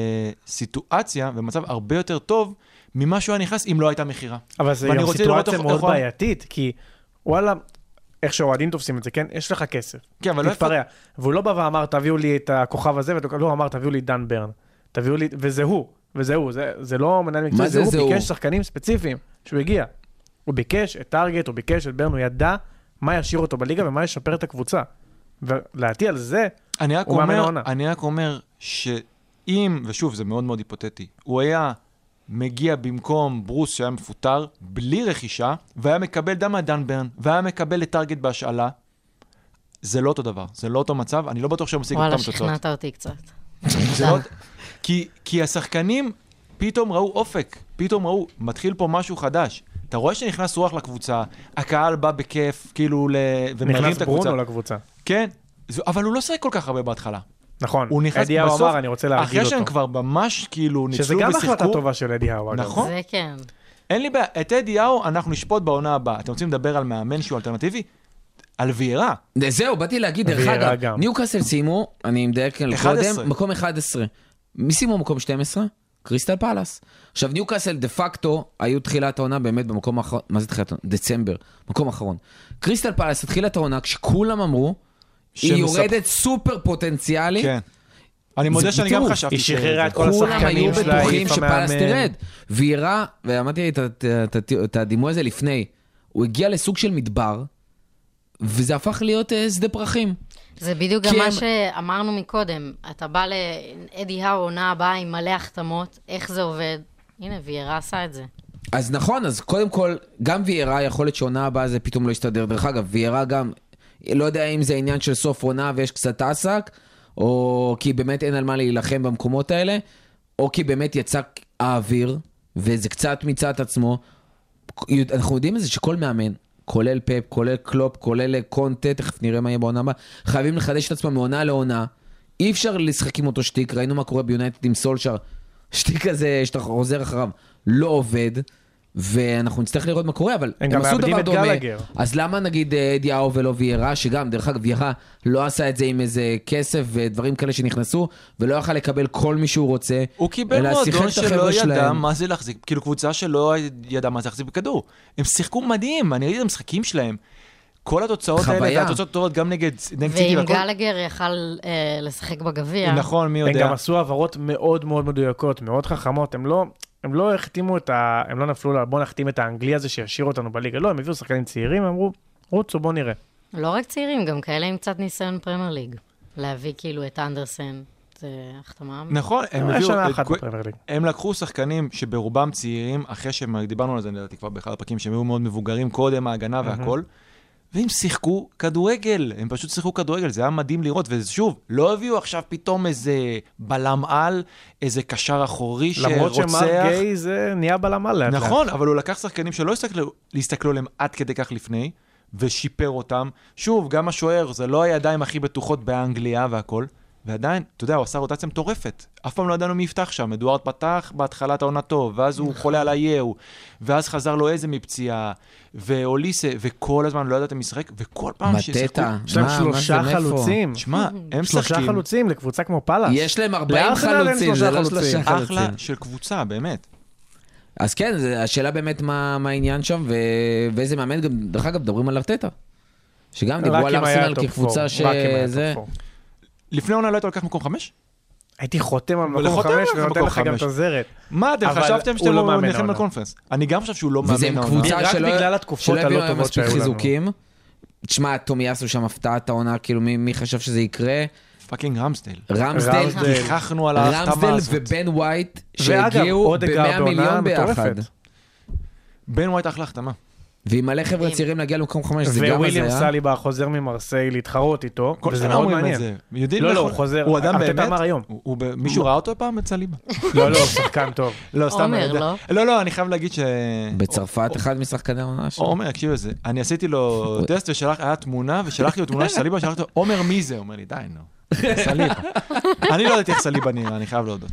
לסיטואציה ומצב הרבה יותר טוב ממה שהוא היה נכנס אם לא הייתה מחירה. אבל זה גם סיטואציה מאוד בעייתית, כי וואלה, איך שהאוהדים תופסים את זה, כן? יש לך כסף. כן, אבל לא תתפרע. והוא לא בא ואמר, תביאו לי את הכוכב הזה, ולא אמר, תביאו לי דן ברן. תביאו לי, וזה הוא, וזה הוא. זה, זה לא מנהל מקצועי, זה, זה הוא. ביקש שחקנים ספציפיים שהוא הגיע. הוא ביקש את טארגט, הוא ביקש את ברן, הוא ידע מה ישאיר אותו בליגה ומה ישפר את הקבוצה. ולהתי על זה, הוא מאמן העונה. אני רק אומר שאם, ושוב, זה מאוד מאוד היפותטי, הוא היה מגיע במקום ברוס שהיה מפוטר, בלי רכישה, והיה מקבל דם דן ברן, והיה מקבל את טארגט בהשאלה, זה לא אותו דבר, זה לא אותו מצב, אני לא בטוח שהם משיג אותם תוצאות. וואלה, שכנעת אותי קצת. לא, כי, כי השחקנים פתאום ראו אופק, פתאום ראו, מתחיל פה משהו חדש. אתה רואה שנכנס רוח לקבוצה, הקהל בא בכיף, כאילו, נכנס ברונו לקבוצה. כן, אבל הוא לא שחק כל כך הרבה בהתחלה. נכון, אדי האו אמר, אני רוצה להרגיל אותו. אחרי שהם כבר ממש כאילו ניצלו ושיחקו. שזה גם החלטה טובה של אדי האו. נכון. זה כן. אין לי בעיה, את אדי האו אנחנו נשפוט בעונה הבאה. אתם רוצים לדבר על מאמן שהוא אלטרנטיבי? על ויירה. זהו, באתי להגיד, דרך אגב, ניוקאסל סיימו, אני מדייק קודם, מקום אחד עשר. מי סיימו מקום שתים עשרה? קריסטל פלאס. עכשיו, ניוקאסל דה פקטו היו תחילת העונה באמת במקום האחרון, מה זה תחילת העונה? דצמבר, מקום האחרון. קריסטל פלאס התחילת העונה כשכולם אמרו, היא יורדת סופר פוטנציאלי. כן. אני מודה שאני גם חשבתי. היא שחררה את כל השחקנים שלה. כולם היו בטוחים שפלאס תרד. ויירה, ואמרתי את הדימוי הזה לפני, הוא הגיע לסוג של מדבר, וזה הפך להיות שדה פרחים. זה בדיוק גם מה שאמרנו מקודם. אתה בא לאדי האו עונה הבאה עם מלא החתמות, איך זה עובד? הנה, ויירה עשה את זה. אז נכון, אז קודם כל, גם ויירה יכול להיות שעונה הבאה זה פתאום לא יסתדר. דרך אגב, ויירה גם, לא יודע אם זה עניין של סוף עונה ויש קצת עסק, או כי באמת אין על מה להילחם במקומות האלה, או כי באמת יצא האוויר, וזה קצת מצד עצמו. אנחנו יודעים את זה שכל מאמן, כולל פפ, כולל קלופ, כולל קונטה, תכף נראה מה יהיה בעונה הבאה, חייבים לחדש את עצמם מעונה לעונה. אי אפשר לשחק עם אותו שטיק, ראינו מה קורה ביונייטד עם סולשר, שטיק הזה שאתה חוזר אחריו, לא עובד, ואנחנו נצטרך לראות מה קורה, אבל הם, הם עשו דבר דומה. גלגר. אז למה נגיד אדי האו ולא ויירה, שגם דרך אגב ויירה לא עשה את זה עם איזה כסף ודברים כאלה שנכנסו, ולא יכל לקבל כל מי שהוא רוצה. הוא קיבל מועדון שלא ידע מה זה להחזיק, כאילו קבוצה שלא ידע מה זה להחזיק בכדור. הם שיחקו מדהים, אני ראיתי את המשחקים שלהם. כל התוצאות האלה, והתוצאות טובות גם נגד סיטי. ועם גלגר יכל לשחק בגביע. נכון, מי יודע. הם גם עשו עברות מאוד מאוד מדויקות, מאוד חכמות, הם לא... הם לא החתימו את ה... הם לא נפלו לה, בוא נחתים את האנגלי הזה שישאיר אותנו בליגה. לא, הם הביאו שחקנים צעירים, הם אמרו, רוצו, בוא נראה. לא רק צעירים, גם כאלה עם קצת ניסיון פרמייר ליג. להביא כאילו את אנדרסן, זה החתמה. נכון, הם הביאו... הם לקחו שחקנים שברובם צעירים, אחרי שדיברנו על זה, נדעתי כבר באחד הפרקים, שהם היו מאוד מבוגרים, קודם ההגנה והכל, והם שיחקו כדורגל, הם פשוט שיחקו כדורגל, זה היה מדהים לראות, ושוב, לא הביאו עכשיו פתאום איזה בלם על, איזה קשר אחורי שרוצח. למרות שמר גיי זה נהיה בלם על. נכון, אבל הוא לקח שחקנים שלא הסתכלו עליהם עד כדי כך לפני, ושיפר אותם. שוב, גם השוער, זה לא הידיים הכי בטוחות באנגליה והכל, ועדיין, אתה יודע, הוא עשה רוטציה מטורפת. אף פעם לא ידענו מי יפתח שם. אדוארד פתח בהתחלת העונה טוב, ואז הוא חולה על היהו, ואז חזר לו איזה מפציעה, ואוליסה, וכל הזמן לא ידעתם משחק, וכל פעם ששיחקו... יש להם שלושה חלוצים. שמע, הם שלושה חלוצים לקבוצה כמו פלאס. יש להם ארבעים חלוצים, זה לא שלושה חלוצים. אחלה של קבוצה, באמת. אז כן, השאלה באמת מה העניין שם, ואיזה מאמן, גם דרך אגב, מדברים על ארטטה. שגם דיברו על ארסנל כקבוצה שזה... לפני עונה לא היית לקח מקום חמש? הייתי חותם על מקום חמש ונותן לך גם את הזרת. מה, אתם חשבתם שאתם לא נלחם על קונפרנס? אני גם חושב שהוא לא מאמן העונה. וזה קבוצה רק בגלל התקופות הלא טובות שהיו לנו. תשמע, תומיאסו שם הפתעת העונה, כאילו מי חשב שזה יקרה? פאקינג רמסדייל. רמסדייל, גיחכנו על ההחתמה הזאת. רמסדייל ובן ווייט שהגיעו ב-מאה מיליון ביחד. בן ווייט אחלה החתמה. ועם מלא חבר'ה צעירים להגיע למקום חמש, זה גם הזיה. וויליאם סליבה חוזר ממרסיי להתחרות איתו, וזה מאוד מעניין. לא, לא, הוא חוזר, הוא אדם באמת. אמר היום. מישהו ראה אותו פעם את סליבה? לא, לא, שחקן טוב. לא, סתם. עומר, לא? לא, לא, אני חייב להגיד ש... בצרפת אחד משחקני העונה שלו. עומר, הקשיב לזה. אני עשיתי לו טסט ושלח, היה תמונה, ושלחתי לו תמונה של סליבה, שלחתי לו, עומר מי זה? הוא אומר לי, די, נו. סליבה. אני לא יודעת איך סליבה נראה, אני חייב להודות.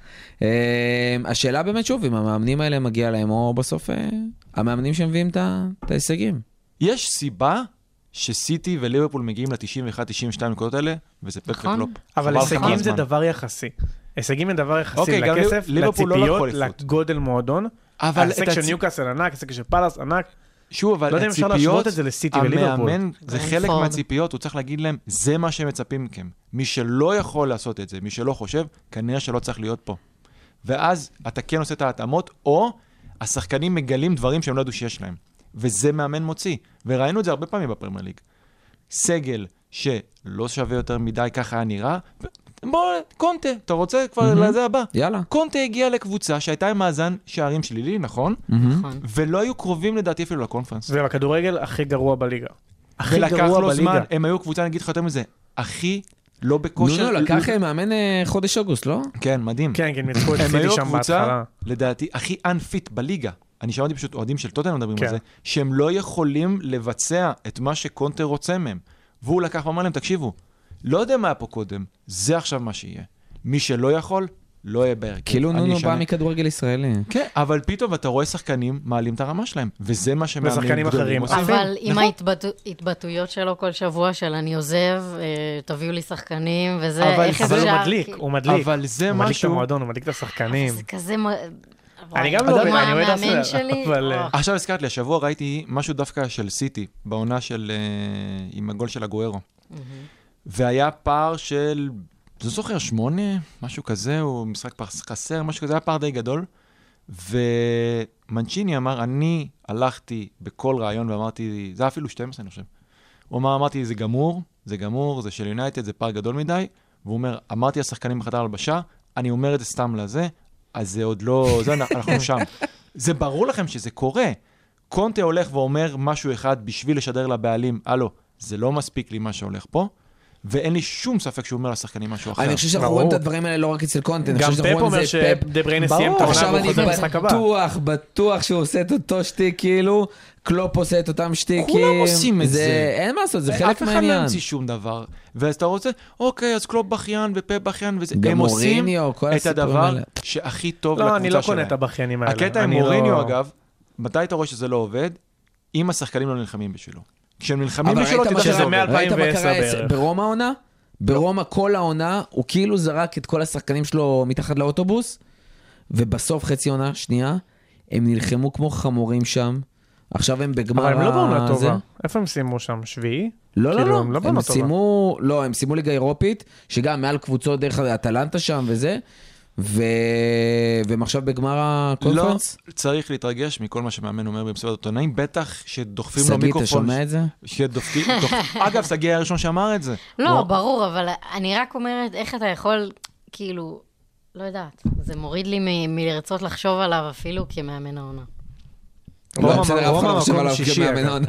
השאלה באמת שוב, אם המאמנים האלה מגיע להם, או בסוף המאמנים שמביאים את ההישגים. יש סיבה שסיטי וליברפול מגיעים ל-תשעים ואחת תשעים ושתיים נקודות האלה, וזה פפ וקלופ. אבל הישגים זה דבר יחסי. הישגים זה דבר יחסי לכסף, לציפיות, לגודל מועדון. ההישג של ניוקאסל ענק, ההישג של פאלאס ענק. שוב, אבל לא יודע אם אפשר להשוות את זה לסיטי וליברפול. המאמן, זה חלק מהציפיות, הוא צריך להגיד להם, זה מה שהם מצפים מכם. מי שלא יכול לעשות את זה, מי שלא חושב, כנראה שלא צריך להיות פה. ואז אתה כן עושה את ההתאמות, או השחקנים מגלים דברים שהם לא ידעו שיש להם. וזה מאמן מוציא. וראינו את זה הרבה פעמים בפרמייר ליג. סגל שלא שווה יותר מדי, ככה היה נראה. בוא, קונטה, אתה רוצה כבר לזה הבא? יאללה. קונטה הגיע לקבוצה שהייתה עם מאזן שערים שלילי, נכון? נכון. ולא היו קרובים לדעתי אפילו לקונפרנס. זה הכדורגל הכי גרוע בליגה. הכי ולקח גרוע לו בליגה. זמן, הם היו קבוצה, נגיד לך יותר מזה, הכי לא בכושר. נו, לא, לקח מאמן חודש אוגוסט, לא? כן, מדהים. כן, כן, ניצחו את הם סיטי היו שם הקבוצה, בהתחלה. לדעתי, הכי unfit בליגה. אני שמעתי פשוט אוהדים של טוטנהאם מדברים כן. על זה, שהם לא יכולים לבצע את מה שקונטה רוצה מהם. והוא לקח ואמר להם, תקשיבו, לא יודע מה היה פה קודם, זה עכשיו מה שיהיה. מי שלא יכול, לא יהיה בהרכב. כאילו נונו בא מכדורגל ישראלי. כן, אבל פתאום אתה רואה שחקנים מעלים את הרמה שלהם, וזה מה שמאמנים ושחקנים אחרים עושים. אבל עם ההתבטאויות שלו כל שבוע של אני עוזב, תביאו לי שחקנים, וזה איך אפשר... אבל הוא מדליק, הוא מדליק. אבל זה הוא מדליק את משהו... המועדון, הוא מדליק את השחקנים. זה כזה... אני גם לא, אני אוהד המאמן ארסנל, שלי... אבל... עכשיו הזכרת לי, השבוע ראיתי משהו דווקא של סיטי, בעונה של... עם הגול של הגוארו. והיה פער של... זה זוכר, שמונה, משהו כזה, הוא משחק חסר, משהו כזה, היה פער די גדול. ומנצ'יני אמר, אני הלכתי בכל רעיון ואמרתי, זה אפילו שתים עשרה, אני חושב. הוא אמר, אמרתי, זה גמור, זה גמור, זה של יונייטד, זה פער גדול מדי. והוא אומר, אמרתי לשחקנים בחדר הלבשה, אני אומר את זה סתם לזה, אז זה עוד לא, זה אנחנו שם. זה ברור לכם שזה קורה. קונטה הולך ואומר משהו אחד בשביל לשדר לבעלים, הלו, זה לא מספיק לי מה שהולך פה. ואין לי שום ספק שהוא אומר לשחקנים משהו אחר. אני חושב שאנחנו רואים את הדברים האלה לא רק אצל קונטה. גם פפ אומר שדבריינה סיים את העונה והוא חוזר למשחק הבא. עכשיו אני בטוח, בטוח שהוא עושה את אותו שטיק, כאילו, קלופ עושה את אותם שטיקים. כולם עושים את זה. אין מה לעשות, זה חלק אף אחד מהעניין. לא המציא שום דבר. ואז אתה רוצה, אוקיי, אז קלופ בכיין ופפ בכיין וזה. גם הם עושים מוריניו, כל את הסיפורים הדבר האלה. שהכי טוב לא, לקבוצה אני שלהם. לא קונה את הבכיינים האלה. הקטע עם מוריניו, אגב, מתי אתה רואה שזה לא עובד? אם השחקנים לא נלחמים בשבילו. כשהם נלחמים בשבילו, תדע שזה עובד. מ-אלפיים ועשר בערך. ברומא העונה? ברומא כל העונה, הוא כאילו זרק את כל השחקנים שלו מתחת לאוטובוס, ובסוף חצי עונה, שנייה, הם נלחמו כמו חמורים שם, עכשיו הם בגמר... אבל הם לא בעונה טובה. איפה הם סיימו שם? שביעי? לא, לא, לא. הם הם סיימו, לא, הם סיימו ליגה אירופית, שגם מעל קבוצות דרך אטלנטה שם וזה, והם עכשיו בגמר הקונפרנס. לא צריך להתרגש מכל מה שמאמן אומר במסיבת עיתונאים, בטח שדוחפים לו מיקרופון. סגי, אתה שומע את זה? שדוחפים, אגב, סגי היה הראשון שאמר את זה. לא, ברור, אבל אני רק אומרת, איך אתה יכול, כאילו, לא יודעת, זה מוריד לי מלרצות לחשוב עליו אפילו כמאמן העונה. רומא מקום שישי.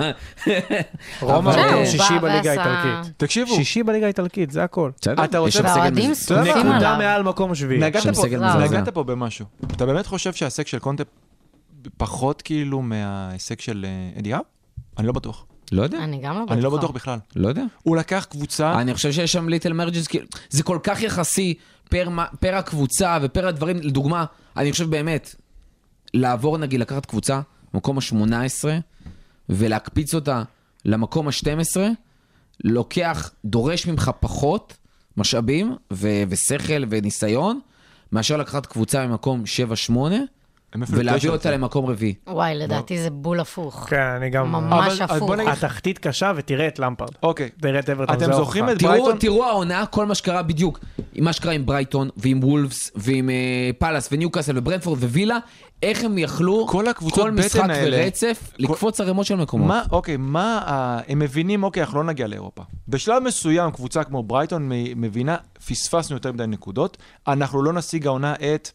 רומא מקום שישי בליגה האיטלקית. תקשיבו. שישי בליגה האיטלקית, זה הכל. אתה רוצה... והאוהדים סומכים עליו. נקודה מעל מקום שביעי. נגעת פה במשהו. אתה באמת חושב שההישג של קונטה פחות כאילו מההישג של אדיאב? אני לא בטוח. לא יודע. אני גם לא בטוח. אני לא בטוח בכלל. לא יודע. הוא לקח קבוצה... אני חושב שיש שם ליטל מרג'ס, זה כל כך יחסי פר הקבוצה ופר הדברים. לדוגמה, אני חושב באמת, לעבור נגיד לקחת קבוצה, מקום ה-שמונה עשרה, ולהקפיץ אותה למקום ה-שתים עשרה, לוקח, דורש ממך פחות משאבים ו- ושכל וניסיון, מאשר לקחת קבוצה ממקום שבע שמונה, ולהביא אותה למקום רביעי. וואי, לדעתי זה בול הפוך. כן, אני גם... ממש הפוך. התחתית קשה ותראה את למפרד. אוקיי. תראה את אברטון. אתם זוכרים את ברייטון? תראו העונה, כל מה שקרה בדיוק, מה שקרה עם ברייטון, ועם וולפס, ועם פלאס, וניוקאסל, וברנפורד, ווילה, איך הם יכלו, כל הקבוצות כל משחק בטן האלה, ורצף, לקפוץ ערימות של מקומות. מה, אוקיי, מה, הם מבינים, אוקיי, אנחנו לא נגיע לאירופה. בשלב מסוים, קבוצה כמו ברייטון מבינה, פספסנו יותר מדי נקודות, אנחנו לא נשיג העונה את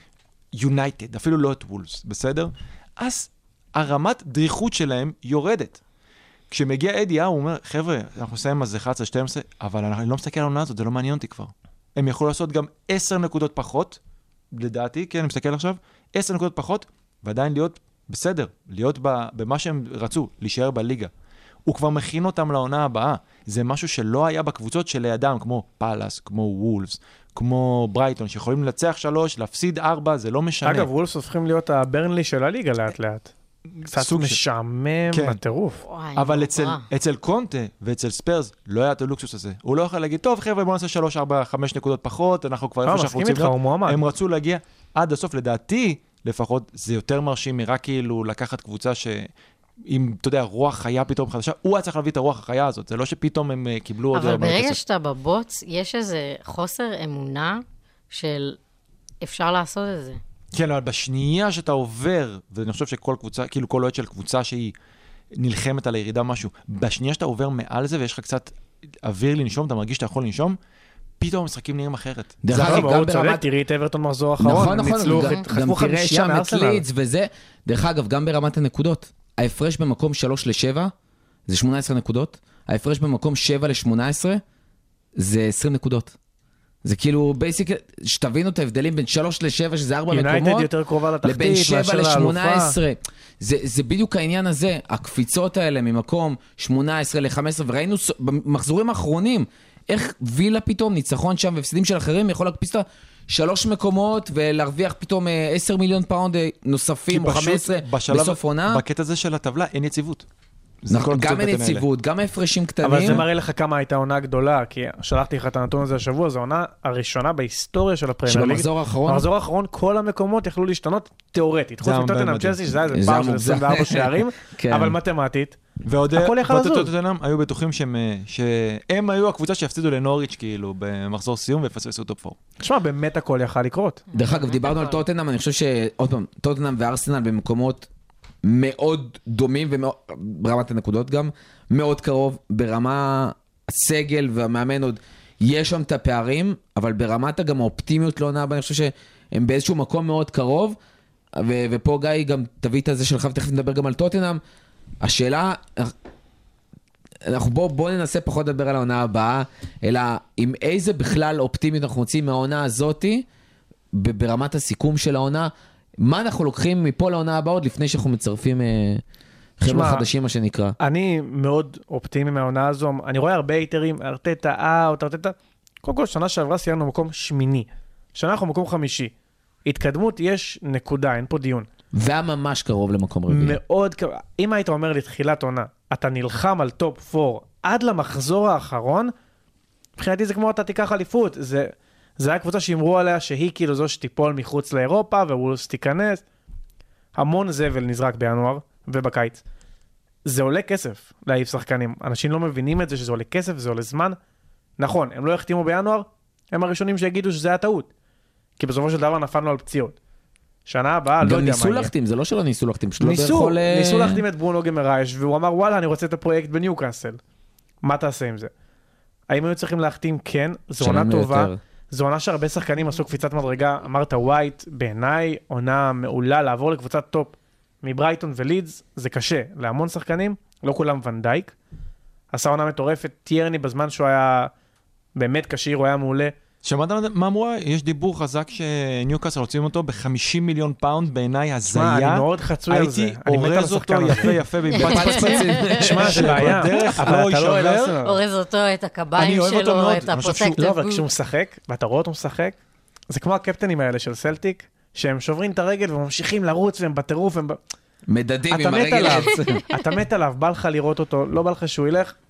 יונייטד, אפילו לא את וולפס, בסדר? אז הרמת דריכות שלהם יורדת. כשמגיע אדי, הוא אומר, חבר'ה, אנחנו נסיים אז אחת עשרה שתים עשרה, אבל אני לא מסתכל על העונה הזאת, זה לא מעניין אותי כבר. הם יכולו לעשות גם עשר נקודות פחות, לדעתי, כן, אני מסתכל עכשיו, עשר נקודות פחות, ועדיין להיות בסדר, להיות במה שהם רצו, להישאר בליגה. הוא כבר מכין אותם לעונה הבאה. זה משהו שלא היה בקבוצות שלידם, כמו פלאס, כמו וולפס, כמו ברייטון, שיכולים לנצח שלוש, להפסיד ארבע, זה לא משנה. אגב, וולפס הופכים להיות הברנלי של הליגה לאט לאט. קצת משעמם בטירוף. אבל אצל קונטה ואצל ספרס לא היה את הלוקסוס הזה. הוא לא יכול להגיד, טוב חבר'ה, בוא נעשה שלוש, ארבע, חמש נקודות פחות, אנחנו כבר איפה שאנחנו רוצים להיות. הם רצו להגיע עד הסוף, לדעתי, לפחות זה יותר מרשים מרק כאילו לקחת קבוצה ש... אם, אתה יודע, רוח חיה פתאום חדשה, הוא היה צריך להביא את הרוח החיה הזאת, זה לא שפתאום הם קיבלו עוד... אבל ברגע שאתה בבוץ, יש איזה חוסר אמונה של אפשר לעשות את זה. כן, אבל בשנייה שאתה עובר, ואני חושב שכל קבוצה, כאילו כל אוהד של קבוצה שהיא נלחמת על הירידה משהו, בשנייה שאתה עובר מעל זה, ויש לך קצת אוויר לנשום, אתה מרגיש שאתה יכול לנשום, פתאום המשחקים נראים אחרת. דרך אגב, גם ברמת... תראי את אברטון מחזור האחרון, ניצלו, גם תראה שם את לידס וזה. דרך אגב, גם ברמת הנקודות, ההפרש במקום שלוש לשבע, זה שמונה עשרה נקודות, ההפרש במקום שבע לשמונה עשרה, זה עשרים נקודות. זה כאילו, בייסיק, שתבינו את ההבדלים בין שלוש לשבע, שזה ארבע מקומות, יונייטד יותר קרובה לתחתית, לבין שבע לשמונה עשרה. זה, זה בדיוק העניין הזה, הקפיצות האלה ממקום שמונה עשרה ל-חמש עשרה, וראינו במחזורים האחרונים, איך וילה פתאום, ניצחון שם והפסדים של אחרים, יכול להקפיץ את שלוש מקומות, ולהרוויח פתאום עשרה מיליון פאונד נוספים, או חמש עשרה בסוף עונה. בקטע הזה של הטבלה אין יציבות. גם אין יציבות, גם הפרשים קטנים. אבל זה מראה לך כמה הייתה עונה גדולה, כי שלחתי לך את הנתון הזה השבוע, זו העונה הראשונה בהיסטוריה של הפרמייר ליג. שבמחזור האחרון? במחזור האחרון כל המקומות יכלו להשתנות תיאורטית. חוץ מטוטנהאם צ'לסי, שזה היה איזה פער של עשרים וארבע שערים, אבל מתמטית, הכל יכול לזוז. וטוטנהאם היו בטוחים שהם היו הקבוצה שהפסידו לנוריץ' כאילו במחזור סיום ופספסו טופ ארבע. תשמע, באמת הכל יכל לקרות. דרך אגב, דיברנו על טוטנהאם, אני חושב שעוד פעם, טוטנהאם וארסנל במקומות מאוד דומים, ברמת הנקודות גם, מאוד קרוב, ברמה הסגל והמאמן עוד, יש שם את הפערים, אבל ברמת גם האופטימיות לא נעה, אני חושב שהם באיזשהו מקום מאוד קרוב, ו- ופה גיא גם תביא את זה שלך, ותכף נדבר גם על טוטנהאם. השאלה, אנחנו בוא, בוא ננסה פחות לדבר על העונה הבאה, אלא עם איזה בכלל אופטימיות אנחנו מוצאים מהעונה הזאת, ברמת הסיכום של העונה, מה אנחנו לוקחים מפה לעונה הבאה עוד לפני שאנחנו מצרפים חבר'ה חדשים, מה שנקרא? אני מאוד אופטימי מהעונה הזו, אני רואה הרבה היתרים, ארטטה, אאוט, ארטטה, קודם כל שנה שעברה סיימנו מקום שמיני, שנה אנחנו מקום חמישי, התקדמות יש נקודה, אין פה דיון. והיה ממש קרוב למקום רביעי. מאוד קרוב, אם היית אומר לי תחילת עונה, אתה נלחם על טופ ארבע עד למחזור האחרון, מבחינתי זה כמו אתה תיקח אליפות, זה... זה היה קבוצה שאמרו עליה שהיא כאילו זו שתיפול מחוץ לאירופה, ווולפס תיכנס. המון זבל נזרק בינואר ובקיץ. זה עולה כסף להעיף שחקנים. אנשים לא מבינים את זה שזה עולה כסף, זה עולה זמן. נכון, הם לא יחתימו בינואר, הם הראשונים שיגידו שזה היה טעות. כי בסופו של דבר נפלנו על פציעות. שנה הבאה, לא יודע מה יהיה. גם ניסו להחתים, זה לא שלא ניסו להחתים. ניסו, ניסו להחתים את ברונו גמרייש, והוא אמר, וואלה, אני רוצה את הפרויקט בניוקאסל. מה תעשה עם זה? האם היו צריכים להחתים? כן, זו עונה טובה. זו עונה שהרבה שחקנים עשו קפיצת מדרגה, אמרת ווייט, בעיניי עונה מעולה לעבור לקבוצת טופ מברייטון ולידס, זה קשה, להמון שחקנים, לא כולם ונדייק, עשה עונה מטורפת, טיירני בזמן שהוא היה באמת קשיר, הוא היה מעולה. שמעת מה אמרו? יש דיבור חזק שניוקאסל רוצים אותו ב-חמישים מיליון פאונד, בעיניי הזיה. אני מאוד חצוי על זה. הייתי אורז אותו יפה יפה בפצפצים. שמע, זה בעיה. בדרך לא יישבר. אורז אותו, את הקביים שלו, את הפרוטקטיב. לא, אבל כשהוא משחק, ואתה רואה אותו משחק, זה כמו הקפטנים האלה של סלטיק, שהם שוברים את הרגל וממשיכים לרוץ, והם בטירוף, הם... מדדים עם הרגל. אתה מת עליו, בא לך לראות אותו, לא בא לך שהוא ילך,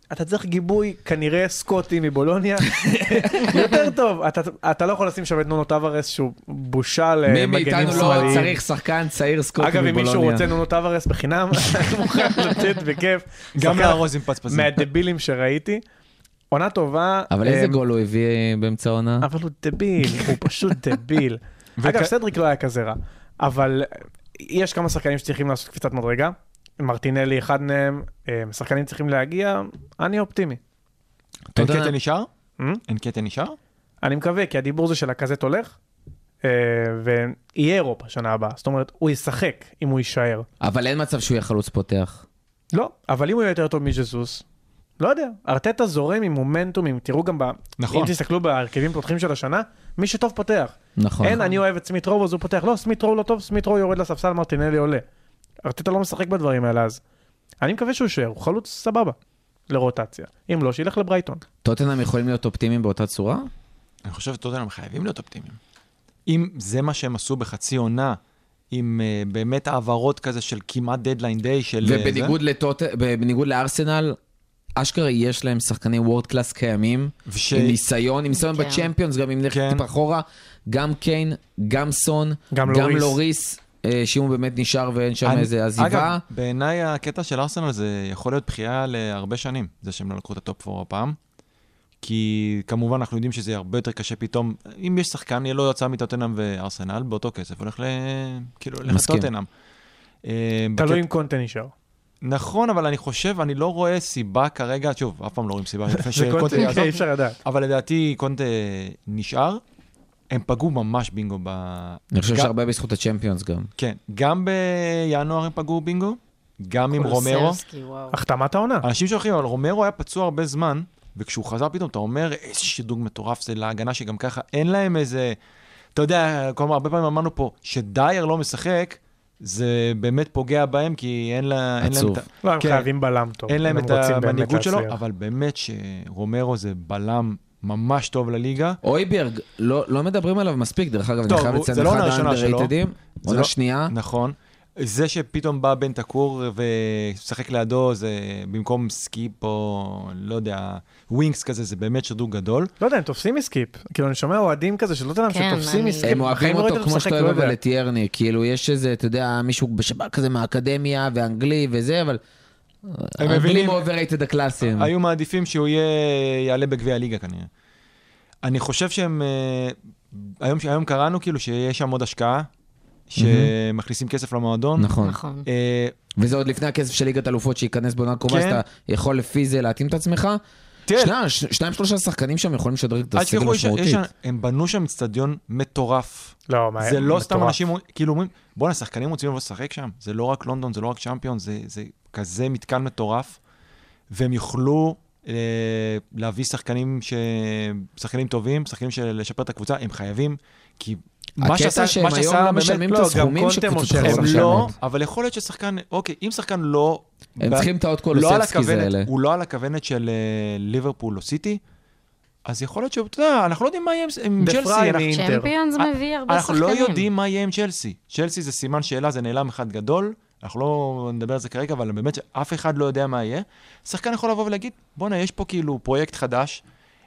אתה צריך גיבוי, כנראה סקוטי מבולוניה, יותר טוב. אתה, אתה לא יכול לשים שם את נונו טווארס, שהוא בושה למגנים שמאליים. מי מאיתנו לא צריך שחקן צעיר סקוטי מבולוניה. אגב, אם מישהו רוצה נונו טווארס בחינם, אני מוכן לתת בכיף. גם להרוז עם פצפזים. מהדבילים שראיתי. עונה טובה. אבל איזה גול הוא הביא באמצע העונה? אבל הוא דביל, הוא פשוט דביל. אגב, סדריק לא היה כזה רע. אבל יש כמה שחקנים שצריכים לעשות קפיצת מדרגה. מרטינלי אחד מהם, שחקנים צריכים להגיע, אני אופטימי. אין קטן נשאר? אין קטן נשאר? אני מקווה, כי הדיבור זה של הקזט הולך, ויהיה אירופה שנה הבאה. זאת אומרת, הוא ישחק אם הוא יישאר. אבל אין מצב שהוא יהיה חלוץ פותח. לא, אבל אם הוא יהיה יותר טוב מז'סוס, לא יודע. ארטטה זורם עם מומנטום, אם תראו גם ב... אם תסתכלו בהרכבים פותחים של השנה, מי שטוב פותח. נכון. אין, אני אוהב את סמית רו, אז הוא פותח. לא, סמית רו לא טוב, סמית רו יורד לספסל, מרטינלי עולה. ארטטה לא משחק בדברים האלה, אז אני מקווה שהוא יישאר, הוא חלוץ סבבה לרוטציה. אם לא, שילך לברייטון. טוטנהאם יכולים להיות אופטימיים באותה צורה? אני חושב שטוטנהאם חייבים להיות אופטימיים. אם זה מה שהם עשו בחצי עונה, עם uh, באמת העברות כזה של כמעט דדליין דיי של... ובניגוד לטוט... בניגוד לארסנל, אשכרה יש להם שחקנים וורד קלאס קיימים, וש... עם ניסיון, עם ניסיון כן. בצ'מפיונס, גם עם נלכת טיפה אחורה, גם קיין, גם סון, גם, גם לוריס. לוריס. שאם הוא באמת נשאר ואין שם אני, איזה עזיבה. אגב, בעיניי הקטע של ארסנל זה יכול להיות בחייה להרבה שנים, זה שהם לא לקחו את הטופ פור הפעם, כי כמובן אנחנו יודעים שזה הרבה יותר קשה פתאום, אם יש שחקן, יהיה לו יוצא מטוטנהאם וארסנל, באותו כסף הולך ל... כאילו, לטוטנהאם. תלוי אם קונטה נשאר. נכון, אבל אני חושב, אני לא רואה סיבה כרגע, שוב, אף פעם לא רואים סיבה, זה קונטה, אי אפשר לדעת. אבל לדעתי קונטה נשאר, הם פגעו ממש בינגו ב... אני חושב שהרבה בזכות הצ'מפיונס גם. כן, גם בינואר הם פגעו בינגו, גם עם רומרו. החתמת העונה. אנשים שהולכים, אבל רומרו היה פצוע הרבה זמן, וכשהוא חזר פתאום, אתה אומר, איזה שידוג מטורף זה להגנה שגם ככה, אין להם איזה... אתה יודע, כל הרבה פעמים אמרנו פה, שדייר לא משחק, זה באמת פוגע בהם, כי אין לה... עצוב. לא, הם חייבים בלם טוב. אין להם את המנהיגות שלו, אבל באמת שרומרו זה בלם ממש טוב לליגה. אויברג, לא, לא מדברים עליו מספיק, דרך אגב, אני חייב לציין אחד האנדררייטדים. עונה שנייה. נכון. זה שפתאום בא בן תקור ושחק לידו, זה במקום סקיפ או, לא יודע, ווינקס כזה, זה באמת שדרוג גדול. לא יודע, הם תופסים מסקיפ. כאילו, אני שומע אוהדים כזה שלא תנם שתופסים מסקיפ. הם אוהבים אותו כמו שאתה אוהב אבל את ירני. כאילו, יש איזה, אתה יודע, מישהו בשבא כזה מהאקדמיה ואנגלי וזה, אבל... האנגלים אוברייטד הקלאסיים. היו מעדיפים שהוא יעלה בגביע הליגה כנראה. אני חושב שהם... היום קראנו כאילו שיש שם עוד השקעה, שמכניסים כסף למועדון. נכון. וזה עוד לפני הכסף של ליגת אלופות שייכנס בעונה הקרובה, שאתה יכול לפי זה להתאים את עצמך. שניים שלושה שחקנים שם יכולים לשדרג את הסגל משמעותית. הם בנו שם אצטדיון מטורף. לא, מה, זה לא סתם אנשים, כאילו אומרים, בואו, השחקנים רוצים לבוא לשחק שם. זה לא רק לונדון, זה לא רק צ'אמפיון, זה כזה מתקן מטורף. והם יוכלו להביא שחקנים שחקנים טובים, שחקנים לשפר את הקבוצה, הם חייבים, כי הקטע שהם היום לא משלמים את הסכומים שקבוצות חייבים לשלמות. אבל יכול להיות ששחקן, אוקיי, אם שחקן לא... הם צריכים את העוד קולוספסקיז האלה. הוא לא על הכוונת של ליברפול או סיטי, אז יכול להיות שאתה יודע, אנחנו לא יודעים מה יהיה עם צ'לסי. צ'מפיונס מביא הרבה אנחנו לא יודעים מה יהיה עם צ'לסי. צ'לסי זה סימן שאלה, זה נעלם אחד גדול. אנחנו לא נדבר על זה כרגע, אבל באמת שאף אחד לא יודע מה יהיה. שחקן יכול לבוא ולהגיד, בוא'נה, יש פה כאילו פרויקט חדש.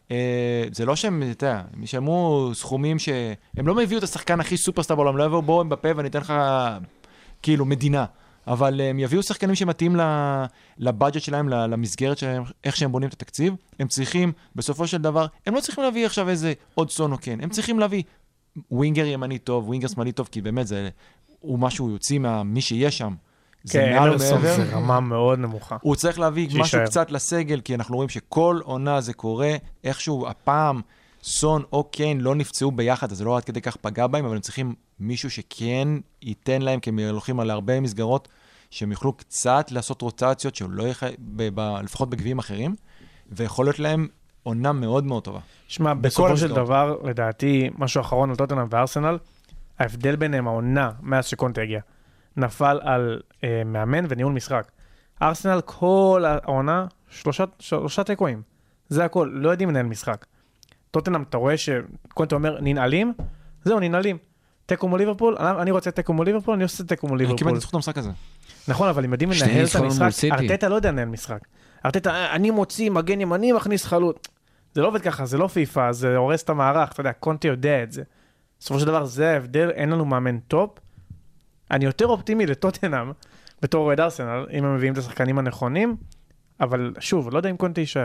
זה לא שהם, אתה יודע, הם ישלמו סכומים שהם לא מביאו את השחקן הכי סופרסטאר בעולם, לא יבואו בו בפה ואני אתן לך כאילו מדינה. אבל הם יביאו שחקנים שמתאים לבאג'ט שלהם, למסגרת שלהם, איך שהם בונים את התקציב. הם צריכים, בסופו של דבר, הם לא צריכים להביא עכשיו איזה עוד סון או כן. הם צריכים להביא ווינגר ימני טוב, ווינגר שמאלי טוב, כי באמת זה... הוא משהו יוציא ממי שיש שם. כן, אלרסון זה רמה מאוד נמוכה. הוא צריך להביא משהו קצת לסגל, כי אנחנו רואים שכל עונה זה קורה, איכשהו הפעם סון או קיין לא נפצעו ביחד, אז זה לא עד כדי כך פגע בהם, אבל הם צריכים מישהו שכן ייתן להם, כי הם הולכים על הרבה מסגרות, שהם יוכלו קצת לעשות רוטציות, שלא יח... לפחות בגביעים אחרים, ויכול להיות להם עונה מאוד מאוד טובה. שמע, בסופו של דבר, לדעתי, משהו אחרון על טוטנהאם וארסנל, ההבדל ביניהם העונה, מאז שקונטה הגיע, נפל על אה, מאמן וניהול משחק. ארסנל כל העונה, שלושה, שלושה תיקואים. זה הכל, לא יודעים לנהל משחק. טוטנהאם, אתה רואה שקונטה אומר, ננעלים? זהו, ננעלים. תיקו מול ליברפול, אני רוצה תיקו מול ליברפול, אני עושה תיקו מול אני ליברפול. קיבלתי זכות המשחק הזה. נכון, אבל אם יודעים שני לנהל את ניצחונות מול המשחק, סיטי. ארטטה לא יודע לנהל משחק. ארטטה, אני מוציא מגן ימני, מכניס חלוץ. זה לא עובד ככה, זה לא פיפה, זה הורס את המערך, אתה יודע, קונטי יודע את זה. בסופו של דבר זה ההבדל, אין לנו מאמן טופ. אני יותר אופטימי לטוטנהאם, בתור אוהד ארסנל, אם הם מביאים את השחקנים הנכונים, אבל שוב, לא יודע אם קונטי יישאר.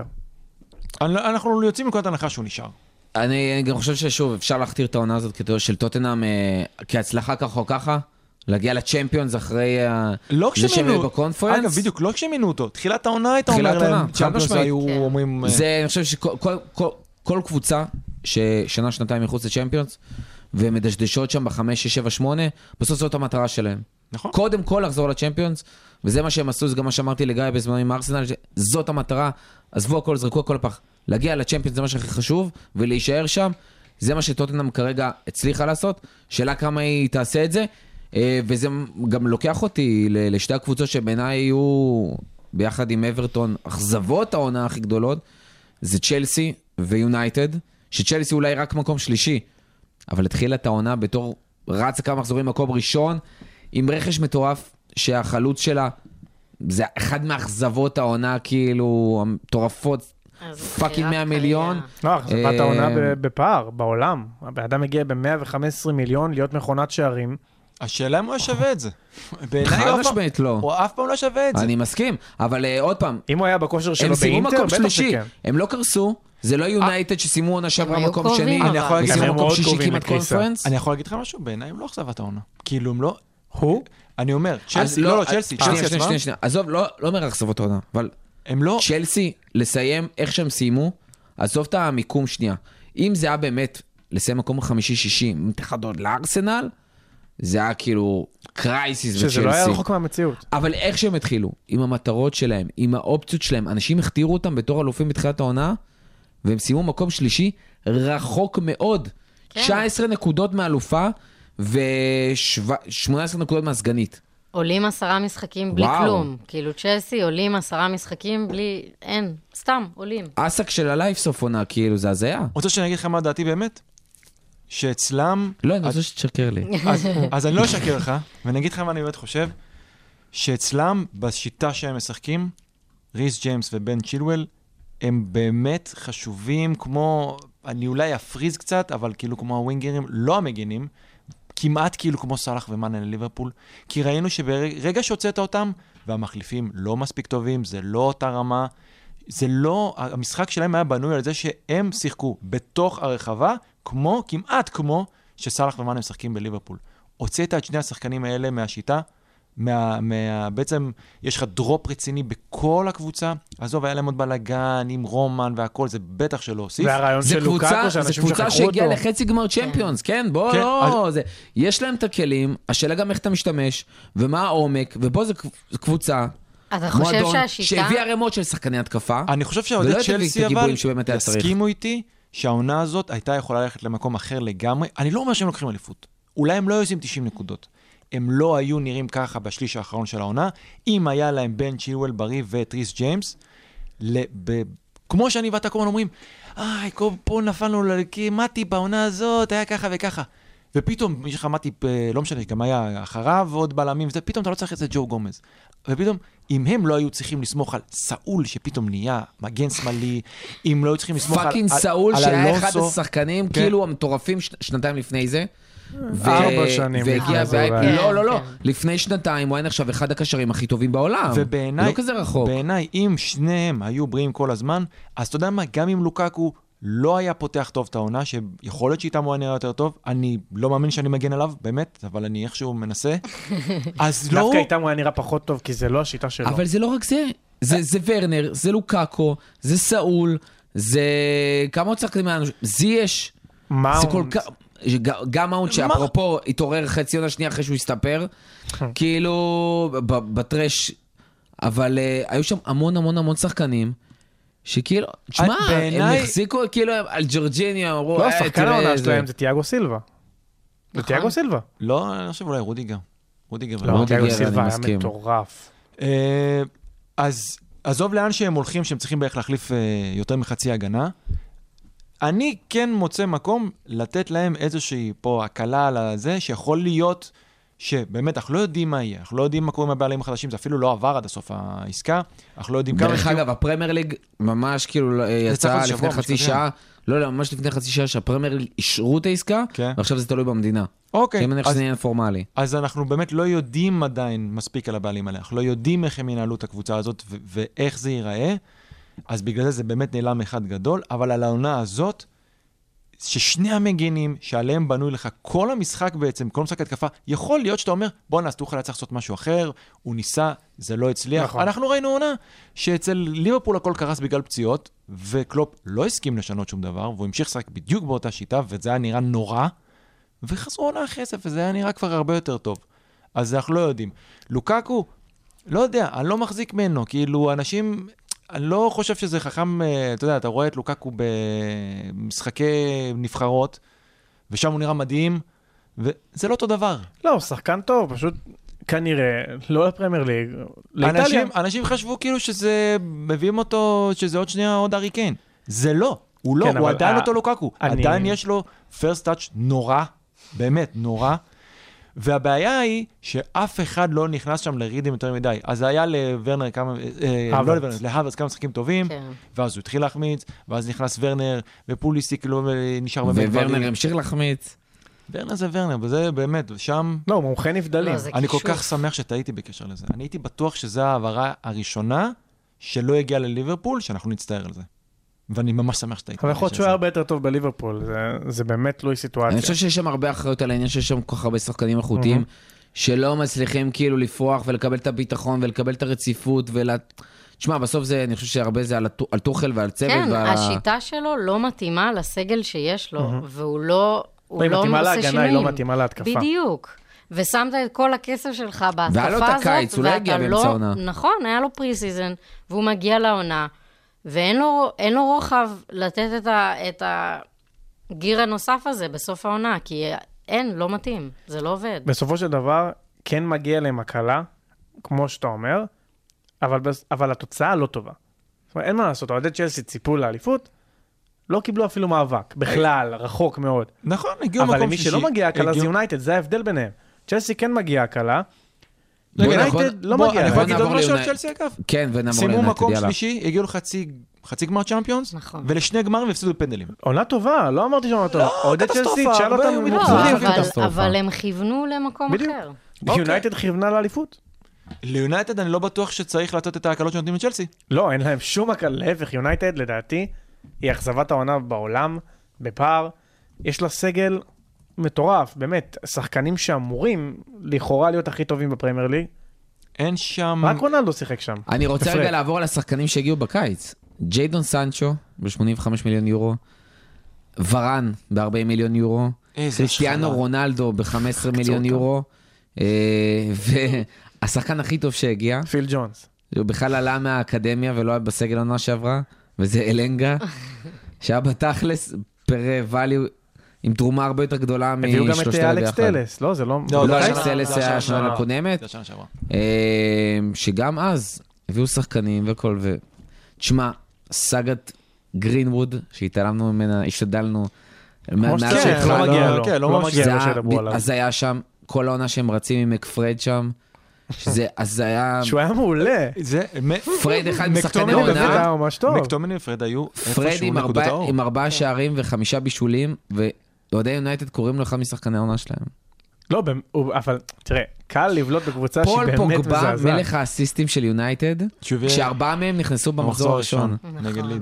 אנחנו יוצאים מנקודת הנחה שהוא נשאר. אני גם חושב ששוב, אפשר להכתיר את העונה הזאת כתוב של טוטנהאם כהצלחה ככה או ככה, להגיע לצ'מפיונס אחרי לא זה שהם כשמינו, בקונפרנס. אגב, בדיוק, לא כשמינו אותו. תחילת העונה הייתה תחילת אומר העונה, להם, חד צ'מפיונס משמעית. היו כן. אומרים... זה, אני חושב שכל כל, כל, כל קבוצה ששנה, שנתיים מחוץ לצ'מפיונס, ומדשדשות שם בחמש, שש, שבע, שמונה, בסוף זאת המטרה שלהם. נכון. קודם כל לחזור לצ'מפיונס, וזה מה שהם עשו, זה גם מה שאמרתי לגיא בזמן עם ארסנל, זאת המטרה, עזבו הכל, זרקו הכל לפח. להגיע לצ'מפיונס זה מה שהכי חשוב, ולהישאר שם, זה מה שטוטנהאם כרגע הצליחה לעשות, שאלה כמה היא תעשה את זה, וזה גם לוקח אותי לשתי הקבוצות שבעיניי יהיו ביחד עם אברטון, אכזבות העונה הכי גדולות, זה צ'לסי ויונייטד, שצ'לסי אולי רק מקום שלישי, אבל התחילה את העונה בתור רצה כמה מחזורים מקום ראשון, עם רכש מטורף שהחלוץ שלה, זה אחד מאכזבות העונה כאילו המטורפות, פאקינג מאה מיליון. לא, אכזבת העונה בפער, בעולם. הבן מגיע ב-מאה וחמש עשרה מיליון להיות מכונת שערים. השאלה אם הוא שווה את זה. חד משמעית לא. הוא אף פעם לא שווה את זה. אני מסכים, אבל עוד פעם, אם הוא היה בכושר שלו הם סיימו באינטר, מקום בטח שלישי, שכן. הם לא קרסו, זה לא יונייטד שסיימו עונה שעברה היו מקום קרובים, שני, אבל. אני יכול להגיד סיימו הם מקום מאוד שישי קרובים כמעט לקריסה. קונפרנס. אני יכול להגיד לך משהו? בעיניי הם לא אכזבת העונה. כאילו הם לא... הוא? אני אומר, צ'לסי, אז לא, לא, צ'לסי, שנייה, צ'לסי שנייה, עצמם, שנייה, שנייה. עזוב, לא לא אומר אכזבות העונה, אבל הם לא... צ'לסי, לסיים איך שהם סיימו, עזוב את המיקום שנייה. אם זה היה באמת לסיים מקום חמישי-שישי, מתחדות לארסנל, זה היה כאילו קרייסיס בצ'לסי. שזה לא היה רחוק מהמציאות. אבל איך שהם התחילו, עם המטרות שלהם, עם האופציות שלהם, אנשים הכתירו אותם בתור אלופים בתחילת העונה, והם סיימו מקום שלישי, רחוק מאוד. כן. תשע עשרה נקודות מאלופה, ו-שמונה עשרה נקודות מהסגנית. עולים עשרה משחקים בלי וואו. כלום. כאילו צ'לסי עולים עשרה משחקים בלי... אין, סתם, עולים. אסק של הלייף סוף עונה, כאילו, זה הזיה. רוצה שאני אגיד לך מה דעתי באמת? שאצלם... לא, אני רוצה שתשקר לי. אז, אז אני לא אשקר לך, ואני אגיד לך מה אני באמת חושב, שאצלם, בשיטה שהם משחקים, ריס ג'יימס ובן צ'ילואל, הם באמת חשובים כמו, אני אולי אפריז קצת, אבל כאילו כמו הווינגרים, לא המגינים, כמעט כאילו כמו סלאח ומאנה לליברפול, כי ראינו שברגע שהוצאת אותם, והמחליפים לא מספיק טובים, זה לא אותה רמה, זה לא, המשחק שלהם היה בנוי על זה שהם שיחקו בתוך הרחבה, כמו, כמעט כמו, שסלאח ומאנה משחקים בליברפול. הוצאת את שני השחקנים האלה מהשיטה, מה, מה, בעצם יש לך דרופ רציני בכל הקבוצה, עזוב, היה להם עוד בלגן עם רומן והכל, זה בטח שלא הוסיף. והרעיון של לוקאקו, זה שאנשים קבוצה שכחו שהגיעה אותו. לחצי גמר צ'מפיונס, כן, בוא, כן, לא, זה, יש להם את הכלים, השאלה גם איך אתה משתמש, ומה העומק, ובוא זה קבוצה, אתה חושב מועדון, שהשיטה... שהביאה רמות של שחקני התקפה, אני חושב ולא שהעודד תביא את צ'לסי אבל, הגיבויים שבאמת היה צריך. יסכימו איתי שהעונה הזאת הייתה יכולה ללכת למקום אחר לגמרי. אני לא אומר שהם לוקחים אליפות. אולי הם לא יוצאים תשעים נקודות. הם לא היו נראים ככה בשליש האחרון של העונה. אם היה להם בן צ'ילואל בריא ואת ריס ג'יימס, לב... כמו שאני ואתה כל הזמן אומרים, איי, פה נפלנו, כי מטיפ בעונה הזאת היה ככה וככה. ופתאום, יש לך מטיפ, לא משנה, גם היה אחריו עוד בלמים, וזה, פתאום אתה לא צריך את זה ג'ו גומז. ופתאום, אם הם לא היו צריכים לסמוך על סאול, שפתאום נהיה מגן שמאלי, אם לא היו צריכים לסמוך על פאקינג סאול, על שהיה אחד אלונסו, השחקנים, כן. כאילו המטורפים ש- שנתיים לפני זה. ו- ארבע שנים והגיע, לפני זה וה- אולי. לא, לא, לא. כן. לפני שנתיים הוא היה נחשב אחד הקשרים הכי טובים בעולם. ובעיניי, לא כזה רחוק. בעיניי, אם שניהם היו בריאים כל הזמן, אז אתה יודע מה, גם אם לוקאקו לא היה פותח טוב את העונה, שיכול להיות שאיתם הוא היה נראה יותר טוב, אני לא מאמין שאני מגן עליו, באמת, אבל אני איכשהו מנסה. אז לא... דווקא איתם הוא היה נראה פחות טוב, כי זה לא השיטה שלו. אבל זה לא רק זה. זה, זה ורנר, זה לוקאקו, זה סאול, זה... כמה עוד שחקנים היה לנו? זייש. מאונט. זה כל כך... גם מאונט שאפרופו התעורר חצי עונה שנייה אחרי שהוא הסתפר, כאילו ב- בטרש, אבל uh, היו שם המון המון המון שחקנים, שכאילו, תשמע, בעיניי- הם החזיקו כאילו על ג'ורג'יניה, אמרו, לא, "אה, שחקן תראה העונה איזה-" שלהם זה תיאגו סילבה. זה נכון. תיאגו סילבה. לא, אני חושב אולי רודיגר. רודיגר. לא, רודיגר, תיאגו אני סילבה היה מסכים. מטורף. אה, אז עזוב לאן שהם הולכים, שהם צריכים בערך להחליף אה, יותר מחצי הגנה. אני כן מוצא מקום לתת להם איזושהי פה הקלה על זה, שיכול להיות שבאמת אנחנו לא יודעים מה יהיה, אנחנו לא יודעים מה קורה עם הבעלים החדשים, זה אפילו לא עבר עד הסוף העסקה, אנחנו לא יודעים כמה... דרך אגב, הפרמייר ליג ממש כאילו יצא לפני חצי שעה, לא, לא, ממש לפני חצי שעה שהפרמייר ליג אישרו את העסקה, ועכשיו זה תלוי במדינה. אוקיי. אני מניח שזה עניין פורמלי. אז אנחנו באמת לא יודעים עדיין מספיק על הבעלים עליה, אנחנו לא יודעים איך הם ינהלו את הקבוצה הזאת ואיך זה ייראה, אז בגלל זה זה באמת נעלם אחד גדול, אבל על העונה הזאת, ששני המגינים שעליהם בנוי לך כל המשחק בעצם, כל משחק התקפה, יכול להיות שאתה אומר, בוא נעש, תוכל להצליח לעשות משהו אחר, הוא ניסה, זה לא הצליח. נכון. אנחנו ראינו עונה שאצל ליברפול הכל קרס בגלל פציעות, וקלופ לא הסכים לשנות שום דבר, והוא המשיך לשחק בדיוק באותה שיטה, וזה היה נראה נורא, וחזרו עונה אחרי זה, וזה היה נראה כבר הרבה יותר טוב. אז אנחנו לא יודעים. לוקאקו, לא יודע, אני לא מחזיק ממנו, כאילו אנשים... אני לא חושב שזה חכם, אתה יודע, אתה רואה את לוקאקו במשחקי נבחרות, ושם הוא נראה מדהים, וזה לא אותו דבר. לא, הוא שחקן טוב, פשוט כנראה, לא לפרמייר ליג, לאיטליה. אנשים, אנשים חשבו כאילו שזה, מביאים אותו, שזה עוד שנייה עוד ארי קיין. זה לא, הוא לא, כן, הוא עדיין ה... אותו לוקאקו. אני... עדיין יש לו first touch נורא, באמת נורא, והבעיה היא שאף אחד לא נכנס שם לרידים יותר מדי. אז זה היה לוורנר כמה, לא לוורנר, להוורץ כמה משחקים טובים, ואז הוא התחיל להחמיץ, ואז נכנס ורנר, ופוליסיק לא נשאר באמת. וורנר המשיך להחמיץ. ורנר זה ורנר, וזה באמת, שם... לא, מומחה נבדלים. אני כל כך שמח שטעיתי בקשר לזה. אני הייתי בטוח שזו העברה הראשונה שלא הגיעה לליברפול, שאנחנו נצטער על זה. ואני ממש שמח שאתה איתי. אבל יכול להיות שהוא היה הרבה יותר טוב בליברפול, זה באמת לא סיטואציה. אני חושב שיש שם הרבה אחריות על העניין, שיש שם כל כך הרבה שחקנים איכותיים, שלא מצליחים כאילו לפרוח ולקבל את הביטחון ולקבל את הרציפות ול... תשמע, בסוף זה, אני חושב שהרבה זה על טוחל ועל צוות. כן, השיטה שלו לא מתאימה לסגל שיש לו, והוא לא היא מתאימה להגנה, היא לא מתאימה להתקפה. בדיוק. ושמת את כל הכסף שלך בהתקפה הזאת. והיה לו את הקיץ, הוא לא הגיע באמצע העונה. נכון, היה לו פרי-סיזן, והוא מגיע לעונה. ואין לו, אין לו רוחב לתת את, ה, את הגיר הנוסף הזה בסוף העונה, כי אין, לא מתאים, זה לא עובד. בסופו של דבר, כן מגיע להם הקלה, כמו שאתה אומר, אבל, אבל התוצאה לא טובה. זאת אומרת, אין מה לעשות, אוהדי צ'לסי ציפו לאליפות, לא קיבלו אפילו מאבק, בכלל, רחוק מאוד. נכון, הגיעו מקום שלישי. אבל למי שלא מגיע הקלה זה יונייטד, זה ההבדל ביניהם. צ'לסי כן מגיע הקלה, יונייטד לא מגיע. אני יכול להגיד עוד משהו על צ'לסי אגב? כן, ונעבור ליונייטד, יאללה. שימו מקום שלישי, הגיעו לחצי חצי גמר צ'אמפיונס, ולשני גמרים והפסידו בפנדלים. עונה טובה, לא אמרתי שעונה טובה. לא, קטסטרופה. אבל הם כיוונו למקום אחר. יונייטד כיוונה לאליפות. ליונייטד אני לא בטוח שצריך לתת את ההקלות שנותנים לצ'לסי. לא, אין להם שום הקל. להפך, יונייטד לדעתי היא אכזבת העונה בעולם, בפער. יש לה סגל מטורף, באמת, שחקנים שאמורים לכאורה להיות הכי טובים בפרמייר ליג. אין שם... רק רונלדו שיחק שם. אני רוצה רגע לעבור על השחקנים שהגיעו בקיץ. ג'יידון סנצ'ו ב-שמונים וחמישה מיליון יורו, ורן ב-ארבעים מיליון יורו, קריסטיאנו רונלדו ב-חמישה עשר מיליון יורו, והשחקן הכי טוב שהגיע, פיל ג'ונס. הוא בכלל עלה מהאקדמיה ולא היה בסגל עונה שעברה, וזה אלנגה, שהיה בתכלס פר ואליו, עם תרומה הרבה יותר גדולה משלושת הביאו גם את אלכס טלס, לא? זה לא... לא, אלכס טלס היה השנה הקודמת, שגם אז הביאו שחקנים וכל ו... תשמע, סאגת גרינווד, שהתעלמנו ממנה, השתדלנו, כמו שצריך, לא מגיע לו, לא מגיע לו שדברו עליו. אז היה שם, כל העונה שהם רצים עם מקפרד שם, אז זה היה... שהוא היה מעולה. פרד אחד משחקני העונה. מקטומני ופרד היו פרד עם ארבעה שערים וחמישה בישולים, ואוהדי יונייטד קוראים לו אחד משחקני העונה שלהם. לא, אבל תראה, קל לבלוט בקבוצה שבאמת מזעזע. פול פוגבה, מלך האסיסטים של יונייטד, שארבעה מהם נכנסו במחזור הראשון. נגד ליד.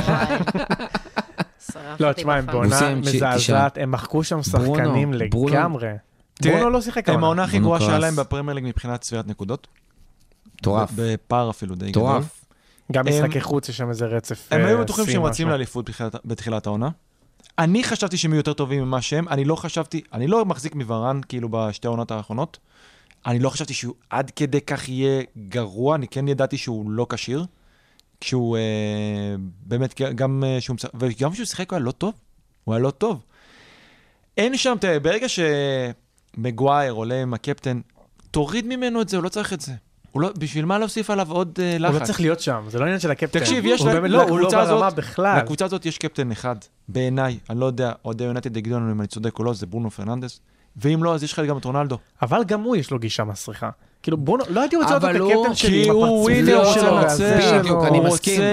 לא, תשמע, הם בעונה מזעזעת, הם מחקו שם שחקנים לגמרי. ברונו לא שיחק העונה. הם העונה הכי גרועה שהיה להם בפרמייר ליג מבחינת צבירת נקודות. טורף. בפער אפילו די גדול. טורף. גם משחקי חוץ, יש שם איזה רצף. הם היו בטוחים שהם רצים לאליפות בתחילת העונה. אני חשבתי שהם יותר טובים ממה שהם, אני לא חשבתי, אני לא מחזיק מוורן כאילו בשתי העונות האחרונות, אני לא חשבתי שהוא עד כדי כך יהיה גרוע, אני כן ידעתי שהוא לא קשיר, כשהוא אה, באמת גם, שהוא, וגם כשהוא שיחק הוא היה לא טוב, הוא היה לא טוב. אין שם, תראה, ברגע שמגווייר עולה עם הקפטן, תוריד ממנו את זה, הוא לא צריך את זה. הוא לא, בשביל מה להוסיף עליו עוד uh, לחץ? הוא לא צריך להיות שם, זה לא עניין של הקפטן. תקשיב, יש הוא לה, באמת לא, הוא לא ברמה בכלל. לקבוצה הזאת יש קפטן אחד, בעיניי, אני לא יודע, אוהדי יונייטד יגידו לנו אם אני צודק או לא, זה ברונו פרננדס, ואם לא, אז יש לך גם את רונלדו. אבל גם הוא יש לו גישה מסריחה. כאילו, ברונו, לא הייתי רוצה אותו כקפטן שלי, כי הוא ווינר, הוא רוצה לנצח, הוא רוצה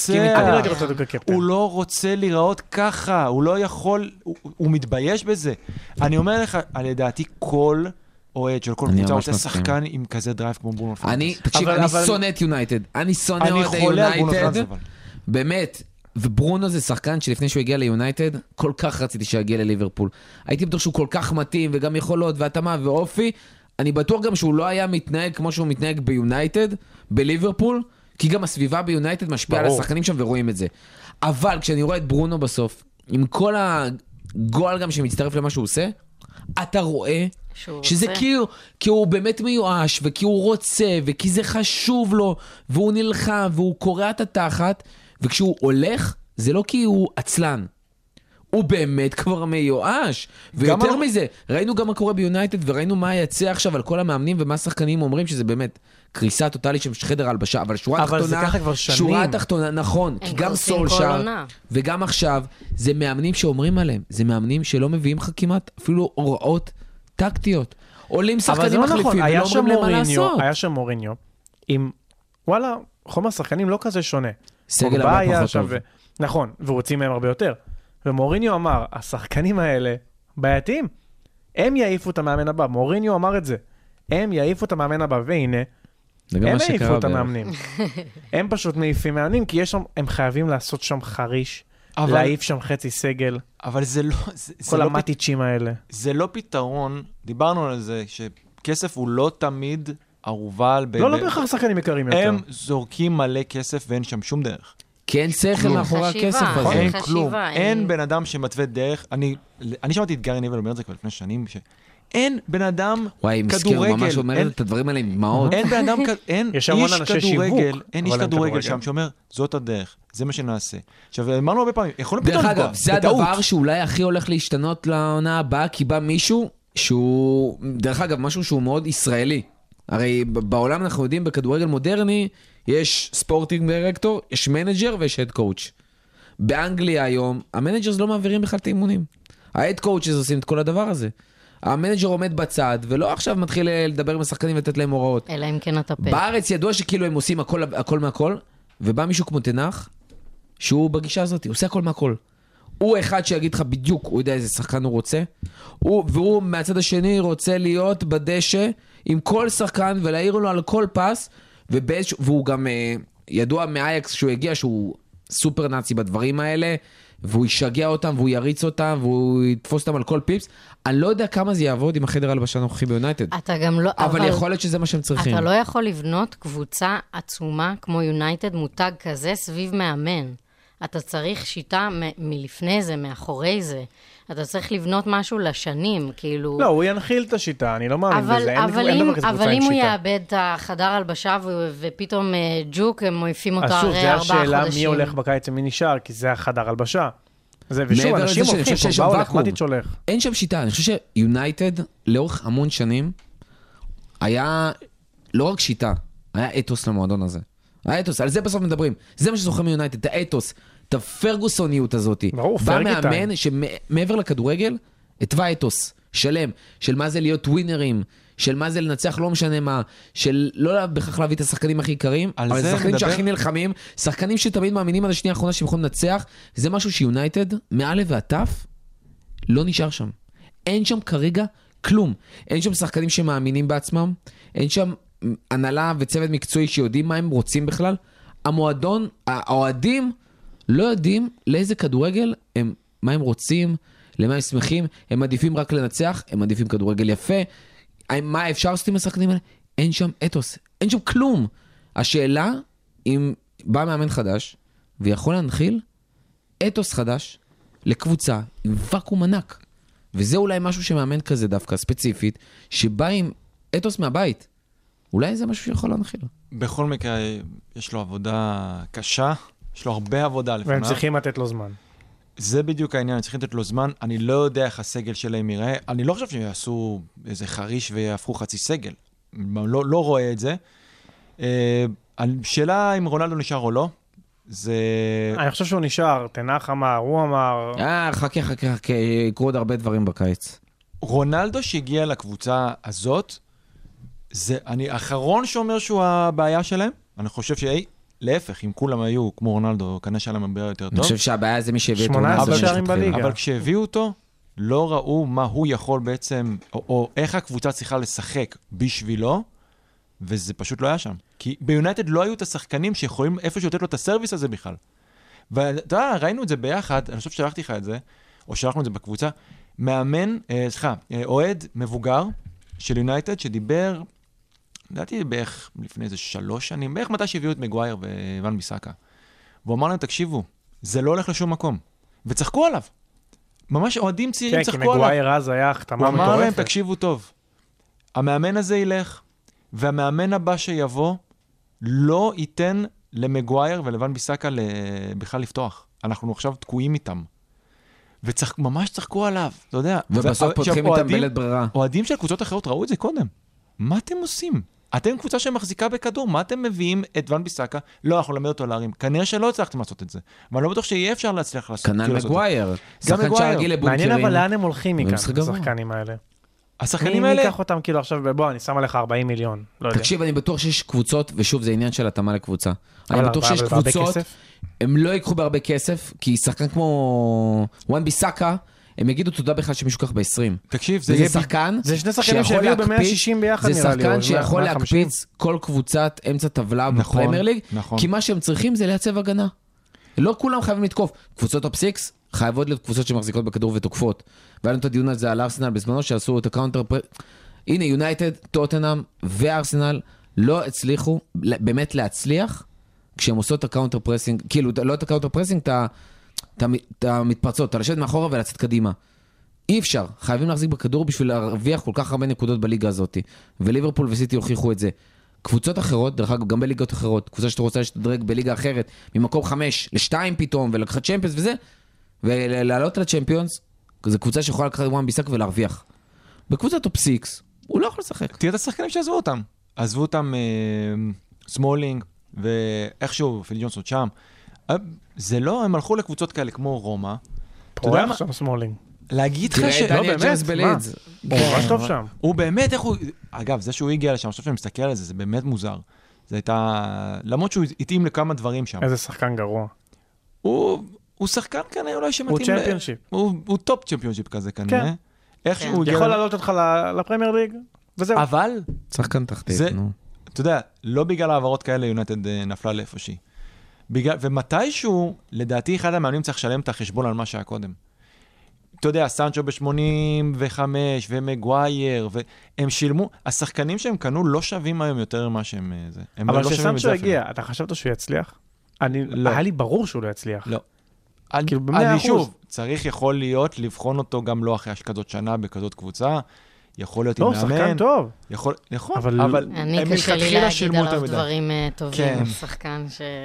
לנצח, הוא לא רוצה להיראות ככה, הוא לא יכול, הוא מתבייש בזה. אני אומר לך, על ידעתי כל אוהד של כל קבוצה רוצה שחקן עם כזה דרייב כמו ברונו פרננדס. תקשיב, אני שונא את יונייטד, אני שונא אוהדי יונייטד, באמת. וברונו זה שחקן שלפני שהוא הגיע ליונייטד, כל כך רציתי שיגיע לליברפול. הייתי בטוח שהוא כל כך מתאים, וגם יכולות, והתאמה ואופי. אני בטוח גם שהוא לא היה מתנהג כמו שהוא מתנהג ביונייטד, בליברפול, כי גם הסביבה ביונייטד משפיעה על השחקנים שם ורואים את זה. אבל כשאני רואה את ברונו בסוף, עם כל הגול גם שמצטרף למה שהוא עושה, אתה רואה שזה כאילו, כי הוא באמת מיואש, וכי הוא רוצה, וכי זה חשוב לו, והוא נלחם, והוא קורא את התחת, וכשהוא הולך, זה לא כי הוא עצלן. הוא באמת כבר מיואש. ויותר מזה, ראינו גם מה קורה ביונייטד, וראינו מה יצא עכשיו על כל המאמנים, ומה השחקנים אומרים שזה באמת קריסה טוטלית של חדר הלבשה, אבל שורה תחתונה, שורה תחתונה, נכון, כי גם סולשר, וגם עכשיו, זה מאמנים שאומרים עליהם, זה מאמנים שלא מביאים לך כמעט, אפילו הוראות טקטיות. עולים שחקנים מחליפים, ולא אומרים להם מה לעשות. היה שם מוריניו, עם, וואלה, חומר שחקנים לא כזה שונה. סגל הרבה פחות טוב. נכון, ורוצים מהם הרבה יותר. ומוריניו אמר, השחקנים האלה בעייתיים, הם יעיפו את המאמן הבא. מוריניו אמר את זה. הם יעיפו את המאמן הבא, והנה, הם יעיפו את המאמנים. הם פשוט מעיפים מאמנים, כי יש שם, הם חייבים לעשות שם חריש, להעיף שם חצי סגל. אבל זה לא... כל המטיצ'ים האלה. זה לא פתרון, דיברנו על זה, שכסף הוא לא תמיד ערובה... לא, לא בהכרח שחקנים יקרים יותר. הם זורקים מלא כסף ואין שם שום דרך. כי אין שכל מאחורי הכסף הזה. אין כלום. אין בן אדם שמתווה דרך. אני שמעתי את גארי ניבל אומר את זה כבר לפני שנים, שאין בן אדם כדורגל. וואי, מסכיר, הוא ממש אומר את הדברים האלה עם מעות. אין בן אדם, אין איש כדורגל, אין איש כדורגל שם שאומר, זאת הדרך, זה מה שנעשה. עכשיו, אמרנו הרבה פעמים, יכולים פתאום דרך אגב, זה הדבר שאולי הכי הולך להשתנות לעונה הבאה, כי בא מישהו שהוא, דרך אגב, משהו שהוא מאוד ישראלי. הרי בעולם אנחנו יודעים, בכדורגל מודרני, יש ספורטינג דירקטור, יש מנג'ר ויש הד קואוץ'. באנגליה היום, המנג'רס לא מעבירים בכלל את האימונים. ההד קואוץ' עושים את כל הדבר הזה. המנג'ר עומד בצד, ולא עכשיו מתחיל לדבר עם השחקנים ולתת להם הוראות. אלא אם כן אתה פה. בארץ ידוע שכאילו הם עושים הכל, הכל מהכל, ובא מישהו כמו תנח, שהוא בגישה הזאת, הוא עושה הכל מהכל. הוא אחד שיגיד לך בדיוק, הוא יודע איזה שחקן הוא רוצה, הוא, והוא מהצד השני רוצה להיות בדשא עם כל שחקן, ולהעיר לו על כל פס, ובאיזשהו, והוא גם uh, ידוע מאייקס שהוא הגיע, שהוא סופר נאצי בדברים האלה, והוא ישגע אותם, והוא יריץ אותם, והוא יתפוס אותם על כל פיפס. אני לא יודע כמה זה יעבוד עם החדר הלבשה הנוכחי ביונייטד. אתה גם לא... אבל, אבל יכול להיות שזה מה שהם צריכים. אתה לא יכול לבנות קבוצה עצומה כמו יונייטד, מותג כזה, סביב מאמן. אתה צריך שיטה מ- מלפני זה, מאחורי זה. אתה צריך לבנות משהו לשנים, כאילו... לא, הוא ינחיל את השיטה, אני לא מאמין אבל, בזה. אין, אבל, אין אם, דבר כזה אבל אם הוא יאבד את החדר הלבשה ו- ופתאום uh, ג'וק, הם מויפים אותו הרי ארבעה חודשים. אז שוב, זה השאלה מי הולך בקיץ ומי נשאר, כי זה החדר הלבשה. זה, ושוב, אנשים הולכים, פה בא הולך, מטיץ' הולך. אין שם שיטה, אני חושב שיונייטד לאורך המון שנים היה לא רק שיטה, היה אתוס למועדון הזה. היה אתוס, על זה בסוף מדברים. זה מה שזוכר מיונייטד, את האתוס. את הפרגוסוניות הזאת. ברור, בא מאמן שמעבר לכדורגל, התווה אתוס שלם, של מה זה להיות ווינרים, של מה זה לנצח לא משנה מה, של לא בכך להביא את השחקנים הכי יקרים, אבל שחקנים מדבר... שהכי נלחמים, שחקנים שתמיד מאמינים עד השנייה האחרונה שהם יכולים לנצח, זה משהו שיונייטד, מעלה והטף, לא נשאר שם. אין שם כרגע כלום. אין שם שחקנים שמאמינים בעצמם, אין שם הנהלה וצוות מקצועי שיודעים מה הם רוצים בכלל. המועדון, האוהדים, לא יודעים לאיזה כדורגל הם, מה הם רוצים, למה הם שמחים, הם עדיפים רק לנצח, הם עדיפים כדורגל יפה, מה אפשר לעשות עם השחקנים האלה? אין שם אתוס, אין שם כלום. השאלה, אם בא מאמן חדש, ויכול להנחיל אתוס חדש לקבוצה עם וקום ענק, וזה אולי משהו שמאמן כזה דווקא, ספציפית, שבא עם אתוס מהבית, אולי זה משהו שיכול להנחיל. בכל מקרה, יש לו עבודה קשה, יש לו הרבה עבודה לפניו. והם צריכים לתת לו זמן. זה בדיוק העניין, הם צריכים לתת לו זמן. אני לא יודע איך הסגל שלהם יראה. אני לא חושב שהם יעשו איזה חריש ויהפכו חצי סגל. לא, לא רואה את זה. השאלה אם רונלדו נשאר או לא, זה... אני חושב שהוא נשאר, תנח אמר, הוא אמר... אה, חכה, חכה, חכה, יקרו עוד הרבה דברים בקיץ. רונלדו שהגיע לקבוצה הזאת, זה אני האחרון שאומר שהוא הבעיה שלהם. אני חושב שאי, להפך, אם כולם היו כמו רונלדו, כנראה שהיה להם הרבה יותר טוב. אני חושב שהבעיה זה מי שהביא את שמונה עשרה רונלדו. שערים בליגה. אבל כשהביאו אותו, לא ראו מה הוא יכול בעצם, או, או איך הקבוצה צריכה לשחק בשבילו, וזה פשוט לא היה שם. כי ביונייטד לא היו את השחקנים שיכולים איפשהו לתת לו את הסרוויס הזה בכלל. ואתה יודע, ראינו את זה ביחד, אני חושב ששלחתי לך את זה, או שלחנו את זה בקבוצה, מאמן, אה, סליחה, אה, אוהד מבוגר של יונייטד, שדיבר, לדעתי בערך לפני איזה שלוש שנים, בערך מתי שהביאו את מגווייר וואן ביסאקה. והוא אמר להם, תקשיבו, זה לא הולך לשום מקום. וצחקו עליו. ממש אוהדים צעירים כן, צחקו כי עליו. מגווייר אז היה החתמה הוא מטורפת. אמר להם, תקשיבו טוב, המאמן הזה ילך, והמאמן הבא שיבוא, לא ייתן למגווייר ולוואן ביסאקה בכלל לפתוח. אנחנו עכשיו תקועים איתם. וממש צחקו עליו, אתה יודע. ובסוף פותחים איתם בלית ברירה. אוהדים של קבוצות אחרות ראו את זה קודם. מה אתם עושים? אתם קבוצה שמחזיקה בכדור, מה אתם מביאים את ואן ביסאקה? לא, אנחנו למד אותו להרים. כנראה שלא הצלחתם לעשות את זה. אבל לא בטוח שיהיה אפשר להצליח לעשות. כנ"ל מגווייר. שחקן מגווייר. שהגיל לבונקרים. מעניין אבל לאן הם הולכים מכאן, במשחק גבוה. השחקנים האלה. השחקנים מי האלה... ייקח אותם כאילו עכשיו, בוא, אני שם עליך ארבעים מיליון. לא יודע. תקשיב, אני בטוח שיש קבוצות, ושוב, זה עניין של התאמה לקבוצה. אני אבל בטוח הרבה- שיש אבל בהרבה קבוצות, כסף? הם לא ייקחו בהרבה כסף, כי שחקן כמו וואן ביסאקה, הם יגידו תודה בכלל שמישהו כך ב-עשרים. תקשיב, זה וזה יהיה... שחקן זה שני שחקנים שיכול שהביאו ב-מאה להקפיץ- שישים ביחד זה נראה לי. שחקן או שיכול מאה וחמישים. להקפיץ כל קבוצת אמצע טבלה נכון, בפרמייר ליג, נכון. כי מה שהם צריכים זה לייצב הגנה. לא כולם חייבים לתקוף. קבוצות טופ-סיקס חייבות להיות קבוצות שמחזיקות בכדור ותוקפות. והיה לנו את הדיון הזה על ארסנל בזמנו שעשו את הקאונטר... הנה, יונייטד, טוטנהאם וארסנל לא הצליחו באמת להצליח כשהם עושות את הקאונטר פרסינג, כאילו, לא את הקאונטר פרסינג, את ה- את ה- את המתפרצות, אתה לשבת מאחורה ולצאת קדימה. אי אפשר, חייבים להחזיק בכדור בשביל להרוויח כל כך הרבה נקודות בליגה הזאת. וליברפול וסיטי הוכיחו את זה. קבוצות אחרות, דרך אגב, גם בליגות אחרות, קבוצה שאתה רוצה להשתדרג בליגה אחרת, ממקום חמש לשתיים פתאום, ולקחת צ'מפיונס וזה, ולעלות לצ'מפיונס, זו קבוצה שיכולה לקחת וואן ביסאק ולהרוויח. בקבוצה טופ סיקס, הוא לא יכול לשחק. תראה את השחקנים שעזבו אותם. עזבו אותם אה, סמולינג, ואיכשהו פיל ג'ונסון שם. אה, זה לא, הם הלכו לקבוצות כאלה כמו רומא. אתה יודע מה? פורח שם סמולינג. להגיד לך תראה ש... את לא, דניאל באמת, ג'יימס מה? בלידס. הוא ממש טוב שם. הוא באמת, איך הוא... אגב, זה שהוא הגיע לשם, עכשיו שאני מסתכל על זה, זה באמת מוזר. זה הייתה... למרות שהוא התאים לכמה דברים שם. איזה שחקן גרוע. הוא, הוא שחקן כנראה אולי שמתאים... הוא צ'מפיונשיפ. הוא, הוא טופ צ'מפיונשיפ כזה כנראה. כן. איכשהו כן. הוא הגיע... יכול לעלות אותך ל- לפרמייר ליג, וזהו. אבל, שחקן תחתית, זה- נו. אתה יודע, לא בגלל העברות כאלה יונייטד אה, נפלה לאיפושהי. בגלל... ומתישהו, לדעתי, אחד המאמנים צריך לשלם את החשבון על מה שהיה קודם. אתה יודע, סנצ'ו ב-שמונים וחמש, ומגווייר, והם שילמו, השחקנים שהם קנו לא שווים היום יותר ממה שהם... אה, זה. הם אבל לא שווים את כשסנצ'ו זה אפילו. הגיע, אתה חשבת שהוא יצליח? אני, לא. היה לי ברור שהוא לא יצליח. לא. אני, כאילו, במאה אני אחוז. שוב, צריך יכול להיות לבחון אותו גם לא אחרי כזאת שנה בכזאת קבוצה, יכול להיות עם לא, מאמן. שחקן טוב. יכול, נכון, אבל- אבל, אבל אני הם קשה לי מלכתחילה להגיד שילמו יותר עליו מדי. דברים אה, טובים, כן. שחקן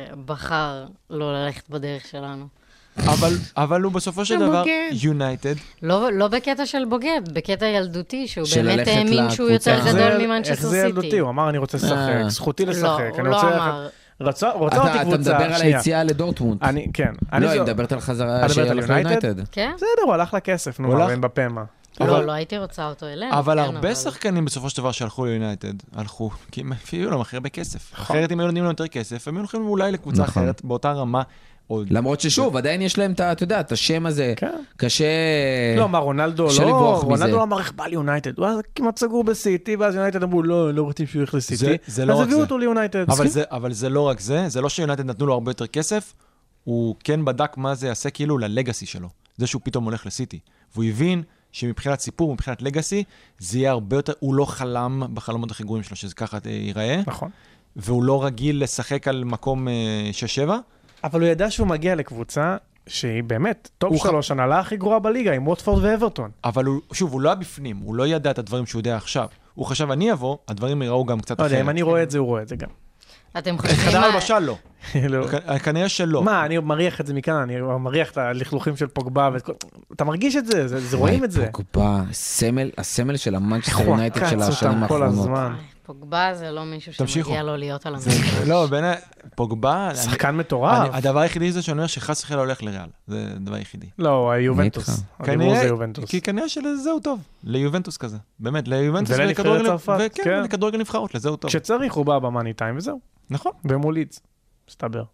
שבחר לא ללכת בדרך שלנו. אבל, אבל הוא בסופו של דבר, יונייטד, לא, לא בקטע של בוגד, בקטע ילדותי, שהוא של באמת ללכת האמין שהוא יותר לקבוצה. גדול איך זה ממנצ'סטר ילדותי? סיטי. הוא אמר, אני רוצה לשחק, אה. זכותי לא, לשחק. הוא אני לא רוצה אמר. רצה רוצה אתה אותי אתה קבוצה. מדבר על שנייה. היציאה לדורטמונד. אני, כן. אני לא, היא זו- מדברת על חזרה מדברת על שהלך יונייטד? ליונייטד. כן? בסדר, הוא הלך לכסף, נו, הוא מה, הלך- אין בפמה. אבל- לא, לא הייתי רוצה אותו אלינו. אבל כן, הרבה שחקנים בסופו של דבר שהלכו ליונייטד, הלכו, כי הם הביאו להם הכי הרבה כסף. אחרת אם היו נותנים להם יותר כסף, הם היו הולכים אולי לקבוצה נכון. אחרת, באותה רמה, או... למרות ששוב, עדיין יש להם את ה- אתה יודע, את השם הזה. כן. קשה... לא, מה, רונלדו קשה לא, לברוח מזה. רונלדו לא אמר איך בא ליונייטד, הוא היה כמעט סגור בסיטי, ואז יונייטד אמרו, לא, לא רוצים שהוא ילך לסיטי. זה- זה לא אז רק הביאו זה. אותו ליונייטד. אבל זה, אבל זה לא רק זה, זה לא שיונייטד נתנו לו הרבה יותר כסף, הוא כן בדק מה זה יעשה כאילו ללגאסי שלו. זה שהוא פתאום הולך לסיטי. והוא הבין שמבחינת סיפור, מבחינת לגאסי, זה יהיה הרבה יותר, הוא לא חלם בחלומות הכי גרועים שלו, שזה ככה ייראה, נכון. והוא לא רגיל לשחק על מקום שש שבע. אבל הוא ידע שהוא מגיע לקבוצה שהיא באמת טופ הוא ח- שלוש, הנהלה הכי גרועה בליגה, עם ווטפורד ואברטון. אבל הוא, שוב, הוא לא היה בפנים, הוא לא ידע את הדברים שהוא יודע עכשיו. הוא חשב, אני אבוא, הדברים יראו גם קצת לא יודע, אחרת. אם אני רואה את זה, הוא רואה את זה גם. אתם חושבים... חדר מה- הלבשה לא. לא. כ- כנראה שלא. מה, אני מריח את זה מכאן, אני מריח את הלכלוכים של פוגבה, ואת כל- אתה מרגיש את זה, זה- זה רואים את זה. פוגבה, סמל, הסמל של איך המנצ'סטר הוא יונייטד עקץ של השנים אותם כל האחרונות. הזמן. פוגבה זה לא מישהו תמשיכו. שמגיע לו להיות על המגרש. לא, בין פוגבה... אני- שחקן מטורף. אני- הדבר היחידי זה שאני אומר שחס וחלילה הולך לריאל. זה הדבר היחידי. לא, היובנטוס. איתך. הדיבור זה כנראה, יובנטוס. כי כנראה שלזהו טוב. ליובנטוס כזה. באמת, ליובנטוס ולנבחרת וכדורגל- צרפת, וכן, כן. לכדורגל נבחרות, לזהו טוב. כשצריך הוא בא במאני טיים וזהו. נכון. ומול לידס. מסתבר.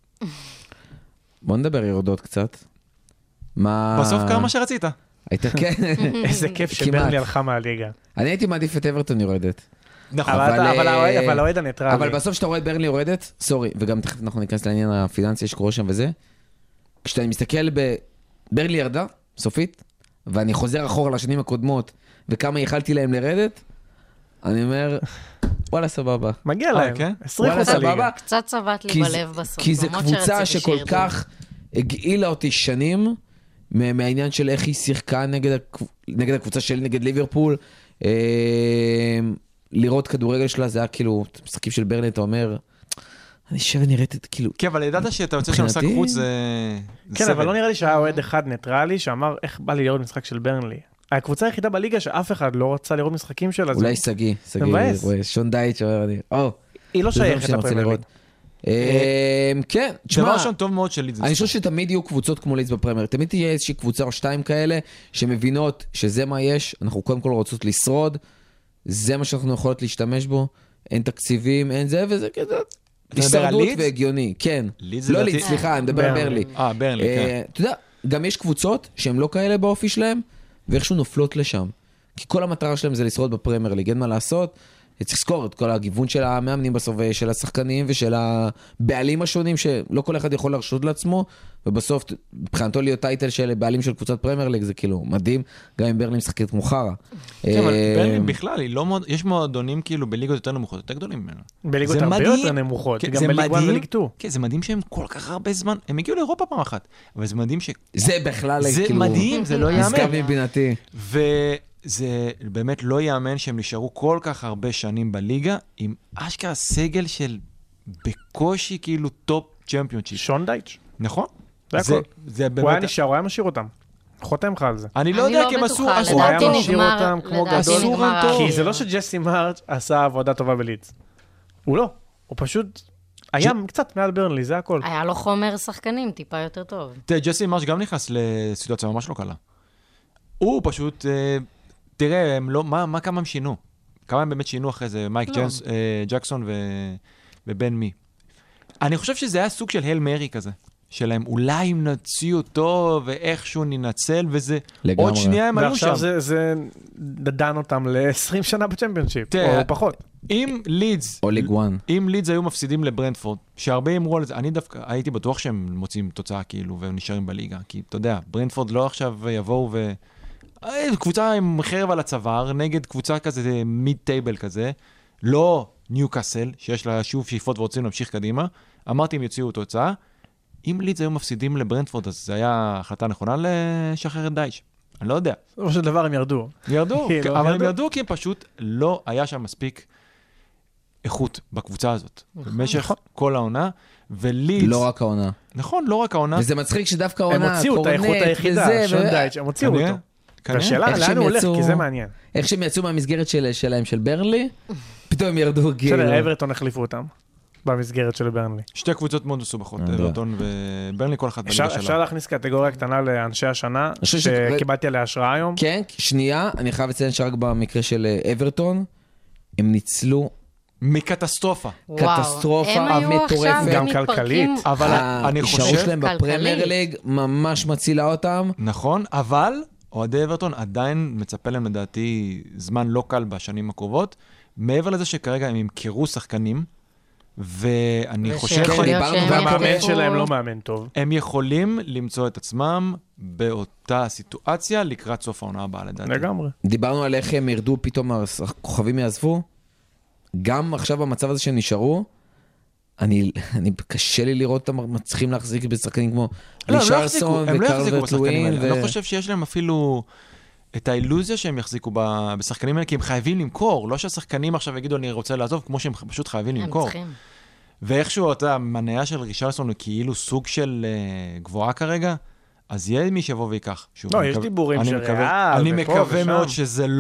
בוא נדבר יורדות קצת. מה... בסוף קרה מה שרצית. היית כן. איזה כיף כמעט. שברנלי הלכה מהליגה. אני הייתי מעדיף את אברטון יורדת. נכון. אבל אבל, אתה- אבל אה, האוהד- אבל האוהד הניטרלי. אבל בסוף שאתה רואה את ברנלי יורדת, סורי, וגם תכף אנחנו ניכנס לעניין הפיננסי שקורה שם וזה, כשאני מסתכל ב... ברנלי ירדה, סופית, ואני חוזר אחורה לשנים הקודמות, וכמה יכלתי להם לרדת, אני אומר, וואלה סבבה. מגיע אה, להם. כן? עשרים וואלה, אחוז הליגה. סבבה. קצת צבט לי כי זה- בלב בסוף. כי זו למרות קבוצה שרציתי שכל שירדו. כך הגעילה אותי שנים, מה- מהעניין של איך היא שיחקה נגד, הקב... נגד הקבוצה של נגד ליברפול. אה... לראות כדורגל שלה, זה היה כאילו, משחקים של ברנלי, אתה אומר, אני חושב נראית את כאילו... כן, אבל ידעת שאתה יוצא שם משחק מבחינתי- חוץ, זה... זה כן, סבל. אבל לא נראה לי שהיה אוהד אחד ניטרלי שאמר איך בא לי לראות משחק של ברנלי. הקבוצה היחידה בליגה שאף אחד לא רצה לראות משחקים שלה. זה- אולי סגי, סגי, מבאס. רואה, שון דייץ' אומר, אני, או, היא לא זה דברים שייכת שאני רוצה לפרמייר לראות. ליג. אה, כן, תשמע, דבר ראשון טוב מאוד של לידס. אני חושב שתמיד יהיו קבוצות כמו לידס בפרמייר, תמיד תהיה איזושהי קבוצה או שתיים כאלה, שמבינות שזה מה יש, אנחנו קודם כל רוצות לשרוד, זה מה שאנחנו יכולות להשתמש בו, אין תקציבים, אין זה, וזה כזה, אתה מדבר על הישרדות לידס? והגיוני, כן. לידס לא לדעתי- לידס, סליחה, אני מדבר על ברנלי. ברלי. אה, ברנלי, כן. אה, אתה יודע, גם יש קבוצות שהן לא כאלה באופי שלהם, ואיכשהו נופלות לשם. כי כל המטרה שלהם זה לשרוד בפרמייר ליג, אין מה לעשות. צריך לזכור את כל הגיוון של המאמנים בסוף, של השחקנים ושל הבעלים השונים, שלא כל אחד יכול להרשות לעצמו, ובסוף, מבחינתו להיות טייטל של בעלים של קבוצת פרמייר ליג, זה כאילו מדהים, גם אם ברלי משחקת כמו חרא. כן, אבל אה, ברנלי בכלל, היא לא מאוד- יש מועדונים כאילו בליגות יותר נמוכות, יותר גדולים ממנו. בליגות זה הרבה מדהים. יותר נמוכות. כן, גם זה בליג אחת מדהים. וליג שתיים. כן, זה מדהים שהם כל כך הרבה זמן, הם הגיעו לאירופה פעם אחת, אבל זה מדהים ש... זה בכלל, זה כאילו, מדהים, זה לא נשגב יאמן. מבינתי. וזה באמת לא יאמן שהם נשארו כל כך הרבה שנים בליגה, עם אשכרה סגל של בקושי כאילו טופ צ'מפיונשיפ. שון דייץ'. נכון? זה הכל. זה הוא היה באמת... נשאר, הוא היה משאיר אותם. חותם לך על זה. אני לא אני יודע, לא כי הם עשו... בטוחה, עשו הוא היה לדעתי רן טוב. משאיר נגמר- אותם כמו לדעתי גדול. עשו נגמר רן טוב. כי האוויר. זה לא שג'סי מרץ' עשה עבודה טובה בלידס. הוא לא. הוא פשוט היה קצת מעל ברנלי, זה הכל. היה לו חומר שחקנים טיפה יותר טוב. תראה, ג'סי מרש גם נכנס לסיטואציה ממש לא קלה. הוא פשוט... אה, תראה, הם לא... מה מה כמה הם שינו? כמה הם באמת שינו אחרי זה? מייק לא. ג'נס- אה, ג'קסון ו- ובן מי. אני חושב שזה היה סוג של הל מרי כזה. שלהם, אולי אם נוציא אותו ואיכשהו ננצל, וזה... לגמרי. עוד שנייה הם עלו שם. ועכשיו זה- זה דן אותם ל-עשרים שנה בצ'מפיונשיפ, תראה, או פחות. אם לידס... או ליג וואן. אם לידס היו מפסידים לברנדפורד, שהרבה אמרו על זה, אני דווקא הייתי בטוח שהם מוצאים תוצאה כאילו, והם נשארים בליגה. כי אתה יודע, ברנדפורד לא עכשיו יבואו ו... אה, קבוצה עם חרב על הצוואר, נגד קבוצה כזה מיד טייבל כזה, לא ניוקאסל, שיש לה שוב שאיפות ורוצים להמשיך קדימה. אמרתי אם יוציאו תוצאה. אם לידס היו מפסידים לברנדפורד, אז זו הייתה החלטה נכונה לשחרר את דייש. אני לא יודע. בסופו של דבר הם ירדו. ירדו, כאילו, אבל הם ירדו. ירדו כי הם פשוט לא היה שם מספיק איכות בקבוצה הזאת. במשך כל העונה, ולידס... לא רק העונה. נכון, לא רק העונה. וזה מצחיק שדווקא הם העונה, הוציאו את האיכות קורנט היחידה, וזה, שון ו- דייץ', הם הוציאו כנראה, אותו. כנראה. והשאלה, איך לאן שהם הוא הולך? יצאו- כי זה מעניין. איך שהם יצאו מהמסגרת של- שלהם, של ברנלי, פתאום הם ירדו כאילו. בסדר, אברטון החליפו אותם. במסגרת של ברנלי. שתי קבוצות מאוד מסובכות, אני יודע. אברטון וברנלי, כל אחת אפשר בליגה אפשר שלה. להכניס קטגוריה קטנה לאנשי השנה, חושב ש- שקיבלתי עליה השראה היום. כן, שנייה, אני חייב לציין שרק במקרה של אה, אברטון, הם ניצלו מקטסטרופה. וואו. קטסטרופה הם היו מטורפת. עכשיו גם מתפרקים. כלכלית. אבל אני ההישארות חושב... שלהם כלכלית. בפרמייר ליג ממש מצילה אותם. נכון, אבל אוהדי אברטון עדיין מצפה להם לדעתי זמן לא קל בשנים הקרובות, מעבר לזה שכרגע הם ימכרו שחקנים, ואני ושיכול חושב כן, להיות דיברנו שהם גם- והמאמן יחטפו- שלהם לא מאמן טוב. הם יכולים למצוא את עצמם באותה סיטואציה לקראת סוף העונה הבאה לדעתי. לגמרי. דיברנו על איך הם ירדו, פתאום הכוכבים יעזבו. גם עכשיו במצב הזה שהם נשארו, אני, אני קשה לי לראות אותם מצליחים להחזיק בשחקנים כמו לא, הם לא יחזיקו, לישרסון הם לא יחזיקו וקרלברט בשחקנים לואין. האלה. אני לא חושב שיש להם אפילו את האילוזיה שהם יחזיקו ב- בשחקנים האלה, כי הם חייבים למכור. לא שהשחקנים עכשיו יגידו אני רוצה לעזוב, כמו שהם פשוט חייבים הם למכור. צריכים. ואיכשהו, אתה יודע, המניה של רישרסון הוא כאילו סוג של uh, גבוהה כרגע, אז יהיה מי שיבוא ויקח. שוב, לא, אני יש מקווה- דיבורים אני של מקווה- ריאל אני ופה מקווה ושם. מאוד שזה לא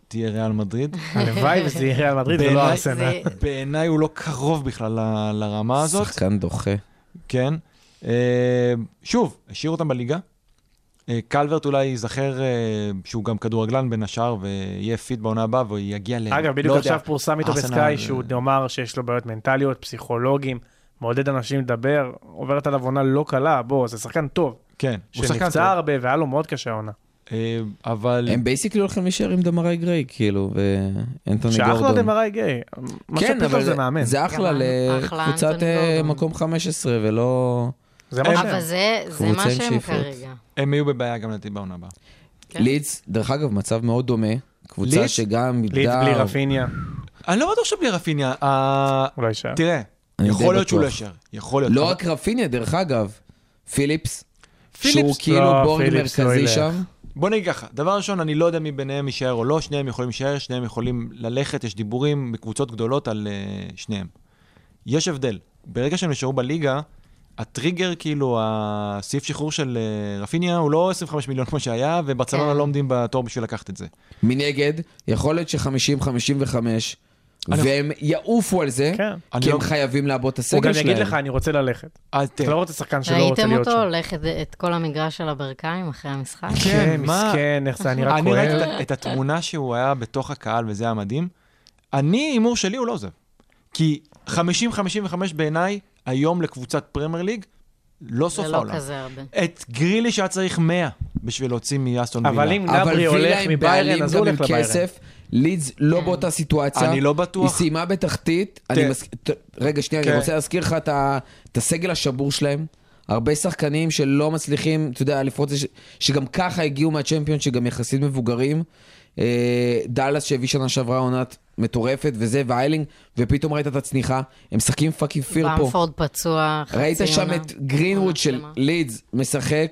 תהיה ריאל מדריד. הלוואי וזה יהיה ריאל מדריד ולא ארסנל. בעיניי הוא לא קרוב בכלל ל- לרמה הזאת. שחקן דוחה. כן. אה, שוב, השאיר אותם בליגה. אה, קלברט אולי ייזכר אה, שהוא גם כדורגלן בין השאר, ויהיה פיט בעונה הבאה, והוא יגיע ל... אגב, בדיוק עכשיו פורסם איתו ארסנל, בסקאי, שהוא אומר שיש לו בעיות מנטליות, פסיכולוגים, מעודד אנשים לדבר, עוברת עליו עונה לא קלה, בוא, זה שחקן טוב. כן, הוא שחקן טוב. שנפצע הרבה, והיה לו מאוד קשה העונה. אה, אבל... הם בייסיקלי הולכים להישאר עם דמרי גריי, כאילו, ואנטוני גורדון. שאחלה דמרי גיי. כן, אבל זה מאמן. זה אחלה לקבוצת מקום חמש עשרה, ולא... זה מה אבל זה מה שהם כרגע. הם יהיו בבעיה גם לדעתי בעונה הבאה. לידס, דרך אגב, מצב מאוד דומה. קבוצה שגם... לידס בלי רפיניה. אני לא בטוח שבלי רפיניה. אולי יישאר. תראה, יכול להיות שהוא לא יישאר. יכול להיות. לא רק רפיניה, דרך אגב. פיליפס. פיליפס. שהוא כאילו בורג מרכזי שם. בוא נגיד ככה, דבר ראשון, אני לא יודע מי ביניהם יישאר או לא, שניהם יכולים להישאר, שניהם יכולים ללכת, יש דיבורים בקבוצות גדולות על uh, שניהם. יש הבדל. ברגע שהם נשארו בליגה, הטריגר, כאילו, הסעיף שחרור של uh, רפיניה, הוא לא עשרים וחמישה מיליון כמו שהיה, וברצלונה לא עומדים בתור בשביל לקחת את זה. מנגד, יכול להיות ש-חמישים חמישים וחמש, והם יעופו על זה, כי הם חייבים לעבוד את הסגל שלהם. הוא גם יגיד לך, אני רוצה ללכת. אתה לא רוצה שחקן שלא רוצה להיות שם. ראיתם אותו הולך את כל המגרש של הברכיים אחרי המשחק? כן, מסכן, איך זה, אני רק אני כואב. ראיתי את התמונה שהוא היה בתוך הקהל, וזה היה מדהים. אני, הימור שלי, הוא לא עוזב. כי חמישים חמישים וחמש בעיניי, היום לקבוצת פרמייר ליג, לא סוף העולם. זה לא כזה הרבה. את גרילי שהיה צריך מאה בשביל להוציא מאסטון וילה. אבל אם נברי הולך מביירן, אז הוא הולך לביירן. לידס לא באותה סיטואציה. אני לא בטוח. היא סיימה בתחתית. רגע, שנייה, אני רוצה להזכיר לך את הסגל השבור שלהם. הרבה שחקנים שלא מצליחים, אתה יודע, לפרוץ, שגם ככה הגיעו מהצ'מפיון, שגם יחסית מבוגרים. דלס שהביא שנה שעברה עונת מטורפת, וזה, ואיילינג, ופתאום ראית את הצניחה. הם משחקים פאקינג פיר פה. במפורד פצוע, חצי עונה. ראית שם את גרינווד של לידס משחק,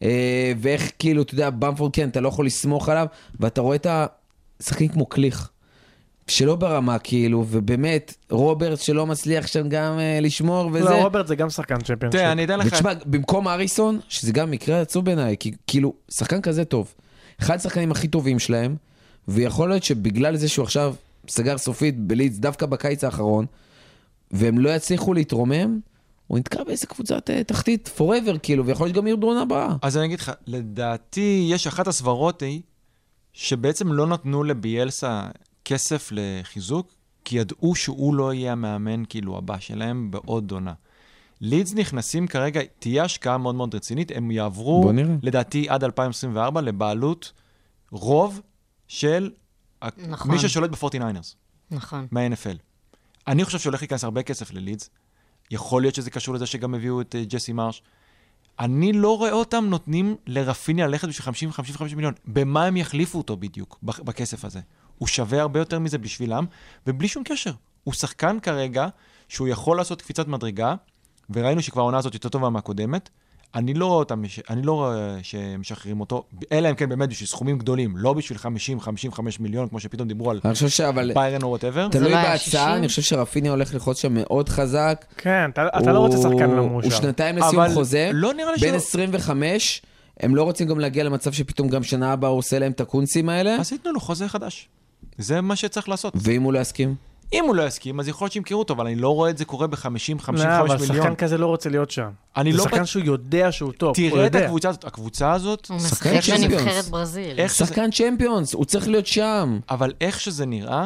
ואיך כאילו, אתה יודע, במפורד כן, אתה לא יכול לסמוך עליו, ואתה רואה את השחקים כמו קליך, שלא ברמה כאילו, ובאמת, רוברט שלא מצליח שם גם לשמור וזה. לא, רוברט זה גם שחקן צ'מפיון. תראה, אני אתן לך... ותשמע, במקום אריסון, שזה גם מקרה עצוב בעיניי, כי כאילו, שחקן כזה טוב, אחד השחקנים הכי טובים שלהם, ויכול להיות שבגלל זה שהוא עכשיו סגר סופית בלידס, דווקא בקיץ האחרון, והם לא יצליחו להתרומם, הוא נתקע באיזה קבוצת תחתית forever, כאילו, ויכול להיות גם ירדון הבאה. אז אני אגיד לך, לדעתי, יש אחת הסברות היא, שבעצם לא נתנו לביאלסה כסף לחיזוק, כי ידעו שהוא לא יהיה המאמן, כאילו, הבא שלהם בעוד עונה. לידס נכנסים כרגע, תהיה השקעה מאוד מאוד רצינית, הם יעברו, לדעתי, עד אלפיים עשרים וארבע, לבעלות רוב של נכון. מי ששולט ב-פורטי ניינרס. נכון. מה-אן אף אל. אני חושב שהולך להיכנס הרבה כסף ללידס. יכול להיות שזה קשור לזה שגם הביאו את uh, ג'סי מרש. אני לא רואה אותם נותנים לרפיניה ללכת בשביל חמישים חמישים וחמש מיליון. במה הם יחליפו אותו בדיוק, בכסף הזה? הוא שווה הרבה יותר מזה בשבילם, ובלי שום קשר. הוא שחקן כרגע שהוא יכול לעשות קפיצת מדרגה, וראינו שכבר העונה הזאת יותר טובה מהקודמת. אני לא רואה אותם, אני לא רואה שמשחררים אותו, אלא אם כן באמת בשביל סכומים גדולים, לא בשביל חמישים חמישים וחמש מיליון, כמו שפתאום דיברו על ביירן או whatever. תלוי בהצעה, אני חושב שרפיניה הולך לחוץ שם מאוד חזק. כן, אתה לא רוצה שחקן לא מאושר. הוא שנתיים לסיום חוזה, בין עשרים וחמש, הם לא רוצים גם להגיע למצב שפתאום גם שנה הבאה הוא עושה להם את הקונסים האלה. אז ייתנו לו חוזה חדש. זה מה שצריך לעשות. ואם הוא לא יסכים? אם הוא לא יסכים, אז יכול להיות שימכרו אותו, אבל אני לא רואה את זה קורה ב-חמישים חמישים וחמש מיליון. אבל שחקן כזה לא רוצה להיות שם. זה שחקן שהוא יודע שהוא טוב. תראה את הקבוצה הזאת. הקבוצה הזאת... הוא משחק בנבחרת ברזיל. שחקן צ'מפיונס, הוא צריך להיות שם. אבל איך שזה נראה,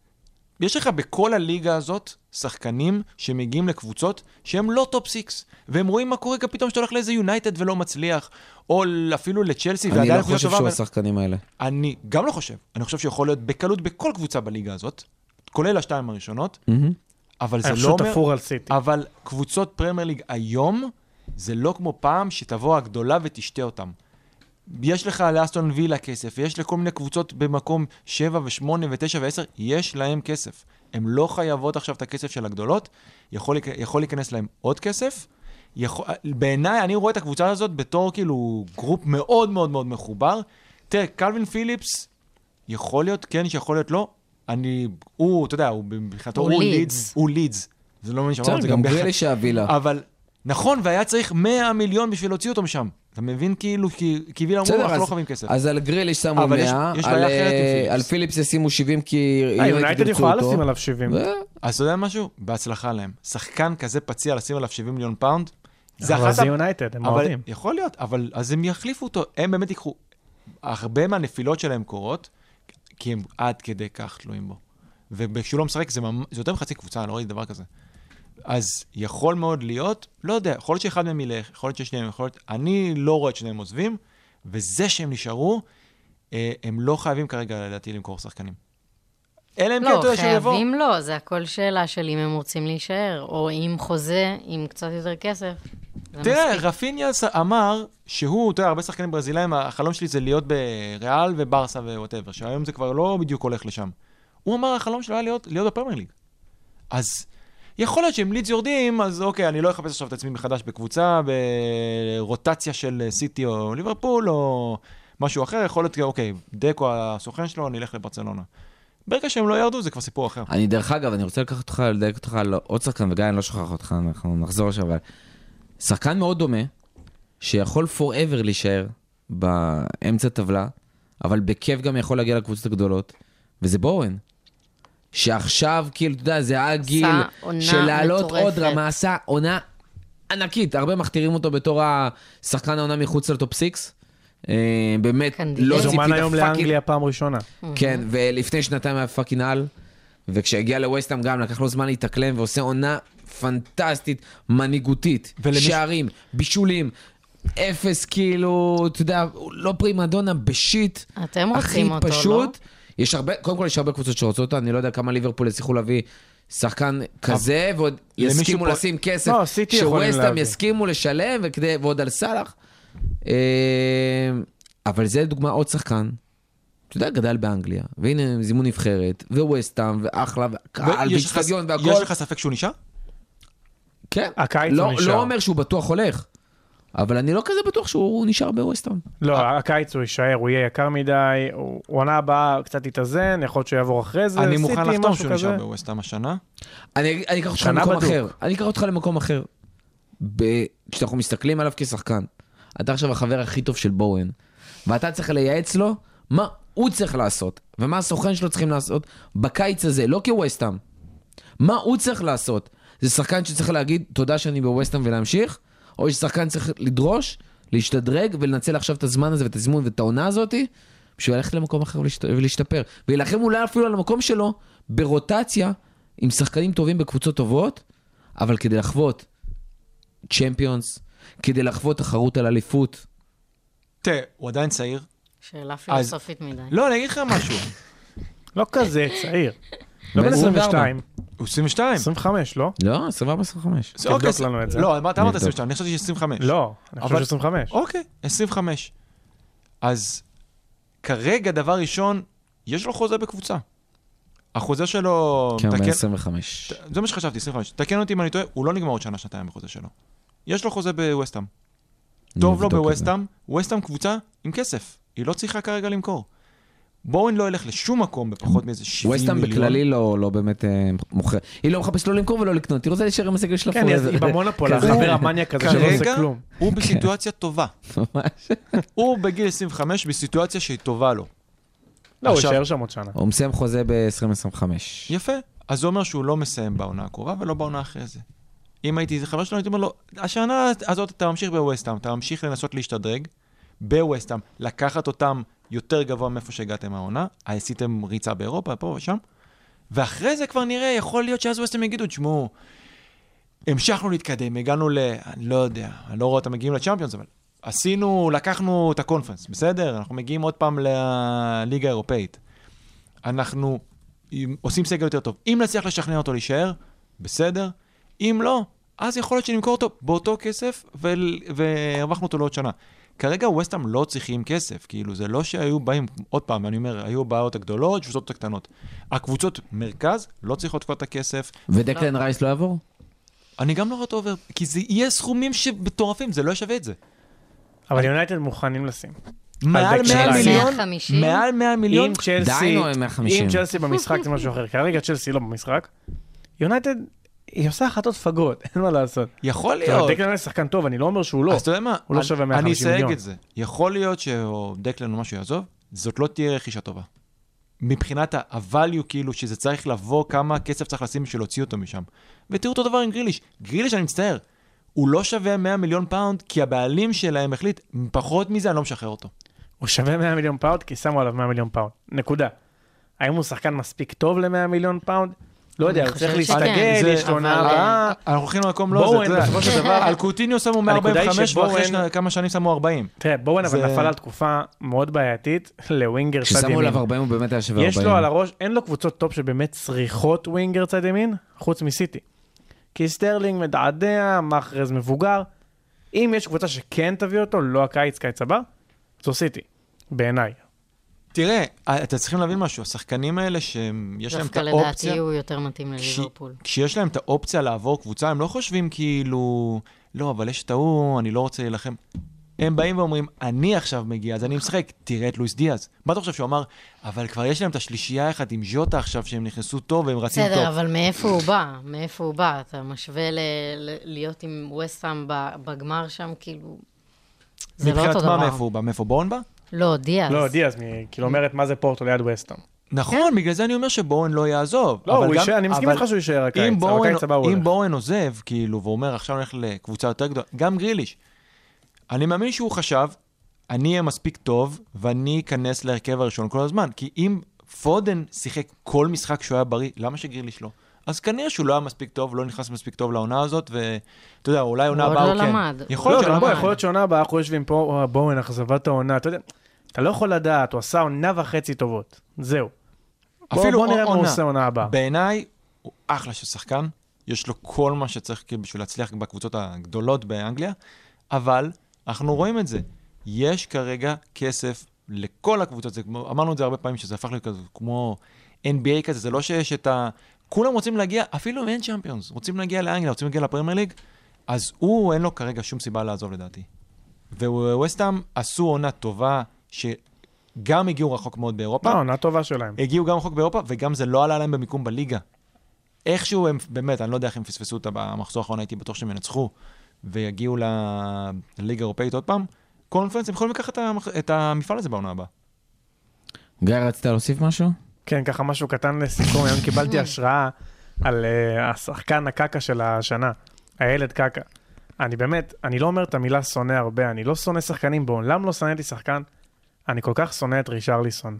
יש לך בכל הליגה הזאת שחקנים שמגיעים לקבוצות שהם לא טופ סיקס, והם רואים מה קורה פתאום שאתה הולך לאיזה יונייטד ולא מצליח, או אפילו לצ'לסי. אני לא חושב שהוא השחקנים האלה. אני גם לא חושב. אני חושב שיכול להיות בקלות בכל קבוצה בליגה הזאת, כולל השתיים הראשונות, אבל זה לא אומר... אבל קבוצות פרמייר ליג היום, זה לא כמו פעם שתבוא הגדולה ותשתה אותם. יש לך לאסטון וילה כסף, יש לכל מיני קבוצות במקום שבע ושמונה ותשע ועשר, יש להם כסף. הן לא חייבות עכשיו את הכסף של הגדולות, יכול, יכול להיכנס להם עוד כסף. יכול, בעיניי, אני רואה את הקבוצה הזאת בתור כאילו גרופ מאוד מאוד מאוד מחובר. תראה, קלווין פיליפס, יכול להיות כן, שיכול להיות לא. אני, הוא, אתה יודע, הוא, הוא לידס, הוא לידס. זה לא מבין שאמרנו את זה גם ביחד. אבל נכון, והיה צריך מאה מיליון בשביל להוציא אותו משם. אתה מבין כאילו, כי וילה אמרו, אנחנו לא חייבים כסף. אז על גריליש שמו מאה, על פיליפס ישימו שבעים כי... יונייטד יכולה לשים עליו שבעים. אז אתה יודע משהו? בהצלחה להם. שחקן כזה פציע לשים עליו שבעים מיליון פאונד, אבל זה יונייטד, הם מרדים. יכול להיות, אבל אז הם יחליפו אותו. הם באמת יקחו, הרבה מהנפילות שלהם קורות, כי הם עד כדי כך תלויים בו. וכשהוא לא משחק, זה יותר מחצי קבוצה, לא ראיתי דבר כזה. אז יכול מאוד להיות, לא יודע, יכול להיות שאחד מהם ילך, יכול להיות ששניהם, יכול להיות, אני לא רואה את שניהם עוזבים, וזה שהם נשארו, הם לא חייבים כרגע לדעתי למכור שחקנים. אלא הם כן, אתה יודע שהוא יבוא. לא, חייבים לא, זה הכל שאלה של אם הם רוצים להישאר, או אם חוזה, עם קצת יותר כסף. תראה, רפיניה אמר שהוא, אתה יודע, הרבה שחקנים ברזילאים, החלום שלי זה להיות בריאל וברסה ווואטאבר, שהיום זה כבר לא בדיוק הולך לשם. הוא אמר, החלום שלו היה להיות, להיות בפרמייר ליג. אז יכול להיות שאם לידס יורדים, אז אוקיי, אני לא אחפש עכשיו את עצמי מחדש בקבוצה, ברוטציה של סיטי או ליברפול, או משהו אחר, יכול להיות, אוקיי, דקו הסוכן שלו, אני אלך לברצלונה. ברגע שהם לא ירדו, זה כבר סיפור אחר. אני דרך אגב, אני רוצה לקחת אותך, לדייק אותך על עוד שחקן, וגם אני לא שוכח אותך, אנחנו נחזור עכשיו, אבל שחקן מאוד דומה, שיכול forever להישאר באמצע טבלה, אבל בכיף גם יכול להגיע לקבוצות הגדולות, וזה בורן. שעכשיו, כאילו, אתה יודע, זה היה גיל של לעלות עוד רמה, עשה עונה ענקית. הרבה מכתירים אותו בתור השחקן העונה מחוץ לטופ סיקס. באמת, לא ציפית זומן היום לאנגליה פעם ראשונה. כן, ולפני שנתיים היה פאקינג על, וכשהגיע לווסטהאם גם לקח לו זמן להתאקלם, ועושה עונה פנטסטית, מנהיגותית, שערים, בישולים, אפס כאילו, אתה יודע, לא פרימדונה, בשיט, אתם רוצים אותו, לא? יש הרבה, קודם כל יש הרבה קבוצות שרוצות אותה, אני לא יודע כמה ליברפול יצליחו להביא שחקן כזה, ועוד יסכימו לשים כסף, שווסטהאם יסכימו לשלם, ועוד על סלח. אבל זה דוגמה עוד שחקן, אתה יודע, גדל באנגליה, והנה זימון נבחרת, וווסטהאם, ואחלה, וקהל, ואצטדיון, והכל. יש לך ספק שהוא נשאר? כן. הקיץ הוא נשאר. לא אומר שהוא בטוח הולך. אבל אני לא כזה בטוח שהוא נשאר בווסטהאם. לא, הקיץ הוא יישאר, הוא יהיה יקר מדי, הוא עונה הבאה קצת יתאזן, יכול להיות שהוא יעבור אחרי זה. אני מוכן לחתום שהוא נשאר בווסטהאם השנה. אני אקח אותך למקום אחר. אני אקח אותך למקום אחר. כשאנחנו מסתכלים עליו כשחקן, אתה עכשיו החבר הכי טוב של בואן, ואתה צריך לייעץ לו מה הוא צריך לעשות, ומה הסוכן שלו צריכים לעשות בקיץ הזה, לא כווסטהאם. מה הוא צריך לעשות? זה שחקן שצריך להגיד תודה שאני בווסטהאם ולהמשיך, או ששחקן צריך לדרוש, להשתדרג ולנצל עכשיו את הזמן הזה ואת הזימון ואת העונה הזאת, בשביל ללכת למקום אחר ולהשתפר. וילחם אולי אפילו על המקום שלו ברוטציה עם שחקנים טובים בקבוצות טובות, אבל כדי לחוות צ'מפיונס, כדי לחוות תחרות על אליפות. תראה, הוא עדיין צעיר. שאלה פילוסופית מדי. לא, אני אגיד לך משהו. לא כזה צעיר. לא בן עשרים ושתיים. הוא עשרים ושתיים. עשרים וחמש, לא? לא, עשרים וארבע עשרים וחמש. תבדוק לנו את זה. לא, אתה אמרת עשרים ושתיים, אני חושבת ש-עשרים וחמש. לא, אני חושב ש-עשרים וחמש. אוקיי, עשרים וחמש. אז כרגע, דבר ראשון, יש לו חוזה בקבוצה. החוזה שלו... כן, עשרים וחמש. זה מה שחשבתי, עשרים וחמש. תקן אותי אם אני טועה, הוא לא נגמר עוד שנה, שנתיים בחוזה שלו. יש לו חוזה בווסטהאם. טוב לו בווסטהאם, ווסטהאם קבוצה עם כסף. היא לא צריכה כרגע למכור. בואן לא ילך לשום מקום בפחות מאיזה שבעים מיליון. ווסטהאם בכללי לא באמת מוכר. היא לא מחפש לא למכור ולא לקנות. היא רוצה להישאר עם הסגל של הפור. כן, היא במונופול, החבר המניה כזה שלא עושה כלום. הוא בסיטואציה טובה. הוא בגיל עשרים וחמש בסיטואציה שהיא טובה לו. לא, הוא יישאר שם עוד שנה. הוא מסיים חוזה ב-עשרים עשרים וחמש. יפה. אז זה אומר שהוא לא מסיים בעונה הקרובה ולא בעונה אחרי זה. אם הייתי איזה חבר שלו, הייתי אומר לו, השנה הזאת אתה ממשיך בווסטהאם, אתה ממשיך לנסות להשתדרג בווסטהאם, לקחת אותם יותר גבוה מאיפה שהגעתם מהעונה, עשיתם ריצה באירופה, פה ושם, ואחרי זה כבר נראה, יכול להיות שאז ווסטהאם יגידו, תשמעו, המשכנו להתקדם, הגענו ל... אני לא יודע, אני לא רואה אותם מגיעים לצ'אמפיונס, אבל עשינו, לקחנו את הקונפרנס, בסדר? אנחנו מגיעים עוד פעם לליגה האירופאית. אנחנו עושים סגל יותר טוב. אם נצליח לשכנע אותו להישאר, בסדר. אם לא, אז יכול להיות שנמכור אותו באותו כסף, והרווחנו אותו לעוד שנה. כרגע ווסטהאם לא צריכים כסף, כאילו זה לא שהיו באים, עוד פעם, אני אומר, היו בעיות הגדולות, קבוצות הקטנות. הקבוצות מרכז לא צריכות כבר את הכסף. ודקלן רייס לא יעבור? אני גם לא רואה אותו עובר, כי זה יהיה סכומים שבטורפים, זה לא שווה את זה. אבל יונייטד מוכנים לשים. מעל מאה מיליון? מעל מאה מיליון? אם צ'לסי במשחק זה משהו אחר, כרגע צ'לסי לא במשחק, יונייטד היא עושה החלטות פגות, אין מה לעשות. יכול זאת אומרת, להיות. דקלן הוא שחקן טוב, אני לא אומר שהוא לא. אז אתה יודע מה? הוא לא שווה מאה אני וחמישים מיליון. אסייג את זה. יכול להיות שדקלן או משהו יעזוב, זאת לא תהיה רכישה טובה. מבחינת ה-value, כאילו, שזה צריך לבוא, כמה כסף צריך לשים בשביל להוציא אותו משם. ותראו אותו דבר עם גריליש. גריליש, אני מצטער, הוא לא שווה מאה מיליון פאונד, כי הבעלים שלהם החליט, פחות מזה אני לא משחרר אותו. הוא שווה מאה מיליון פאונד, כי שמו עליו מאה מיליון פאונד. נקודה. האם הוא שחקן מספיק טוב ל-מאה מיליון פאונד? לא יודע, הוא צריך חושבת להסתגל, שכן, יש לו אבל, נערה. אנחנו הולכים למקום לא בואוין, זה, אתה יודע, בסופו של דבר, על קוטיניו שמו מאה ארבעים וחמש, הנקודה היא ואחרי שבואוין- שני- כמה שנים שמו ארבעים. תראה, בואוין אבל זה- נפל על תקופה מאוד בעייתית לווינגר צד כששמו ימין. עליו ארבעים הוא באמת היה שווה יש ארבעים. לו על הראש, אין לו קבוצות טופ שבאמת צריכות ווינגר צד ימין, חוץ מסיטי. כי סטרלינג מדעדע, מחרז מבוגר. אם יש קבוצה שכן תביא אותו, לא הקיץ, קיץ הבא, זו סיטי, בעיניי. תראה, אתם צריכים להבין משהו, השחקנים האלה שיש להם את דווקא לדעתי האופציה, הוא יותר מתאים כש- לליברפול. כשיש להם את האופציה לעבור קבוצה, הם לא חושבים כאילו, לא, אבל יש את ההוא, אני לא רוצה להילחם. הם באים ואומרים, אני עכשיו מגיע, אז אני משחק, תראה את לואיס דיאז. מה אתה חושב שהוא אמר, אבל כבר יש להם את השלישייה אחת עם ז'וטה עכשיו, שהם נכנסו טוב והם רצים טוב. בסדר, אבל מאיפה הוא בא? מאיפה הוא בא? אתה משווה ל- ל- להיות עם ווסטהאם ב- בגמר שם, כאילו... זה לא מבחינת אותו מה, דבר. מאיפה הוא בא? מאיפה בורן בא? לא, דיאז. לא, דיאז, מ- כאילו אומרת מה זה פורטו ליד וסטהאם. נכון, בגלל זה אני אומר שבורן לא יעזוב. לא, אבל הוא גם- יישאר, אני מסכים אבל איתך שהוא יישאר הקיץ, אם אבל בורן- הקיץ הבא הוא אם הולך. בורן עוזב, כאילו, ואומר, עכשיו אני הולך לקבוצה יותר גדולה, גם גריליש. אני מאמין שהוא חשב, אני אהיה מספיק טוב, ואני אכנס להרכב הראשון כל הזמן. כי אם פודן שיחק כל משחק שהוא היה בריא, למה שגריליש לא? אז כנראה שהוא לא היה מספיק טוב, לא נכנס מספיק טוב לעונה הזאת, ואתה יודע, אולי עונה הוא הבאה עוד הוא לא כן. למד. יכול לא, להיות גם שלא בוא, למד. יכול להיות שעונה הבאה, אנחנו יושבים פה, "אה, בואו, אכזבת העונה, אתה יודע, אתה לא יכול לדעת, הוא עשה עונה וחצי טובות, זהו. בוא- אפילו בוא נראה מה הוא עונה. עושה עונה הבאה. בעיניי, הוא אחלה של שחקן, יש לו כל מה שצריך כאילו בשביל להצליח בקבוצות הגדולות באנגליה, אבל אנחנו רואים את זה. יש כרגע כסף לכל הקבוצות, זה כמו, אמרנו את זה הרבה פעמים, שזה הפך להיות כזה, כמו אן בי איי כזה, זה לא שיש את ה... כולם רוצים להגיע, אפילו אם אין צ'אמפיונס, רוצים להגיע לאנגליה, רוצים להגיע לפרמייר ליג, אז הוא, אין לו כרגע שום סיבה לעזוב לדעתי. וווסטהאם עשו עונה טובה, שגם הגיעו רחוק מאוד באירופה, לא, עונה טובה שלהם. הגיעו גם רחוק באירופה, וגם זה לא עלה להם במיקום בליגה. איכשהו הם, באמת, אני לא יודע איך הם פספסו אותה במחזור האחרון, הייתי בטוח שהם ינצחו, ויגיעו ל- לליגה האירופאית עוד פעם. קונפרנס, הם יכולים לקחת את המח- את המפעל הזה בעונה הבאה. גיא, רצית להוסיף משהו? כן, ככה משהו קטן לסיכום, היום קיבלתי השראה על אה, השחקן הקקה של השנה, הילד קקה. אני באמת, אני לא אומר את המילה שונא הרבה, אני לא שונא שחקנים בעולם, לא שנאתי שחקן, אני כל כך שונא את רישרליסון.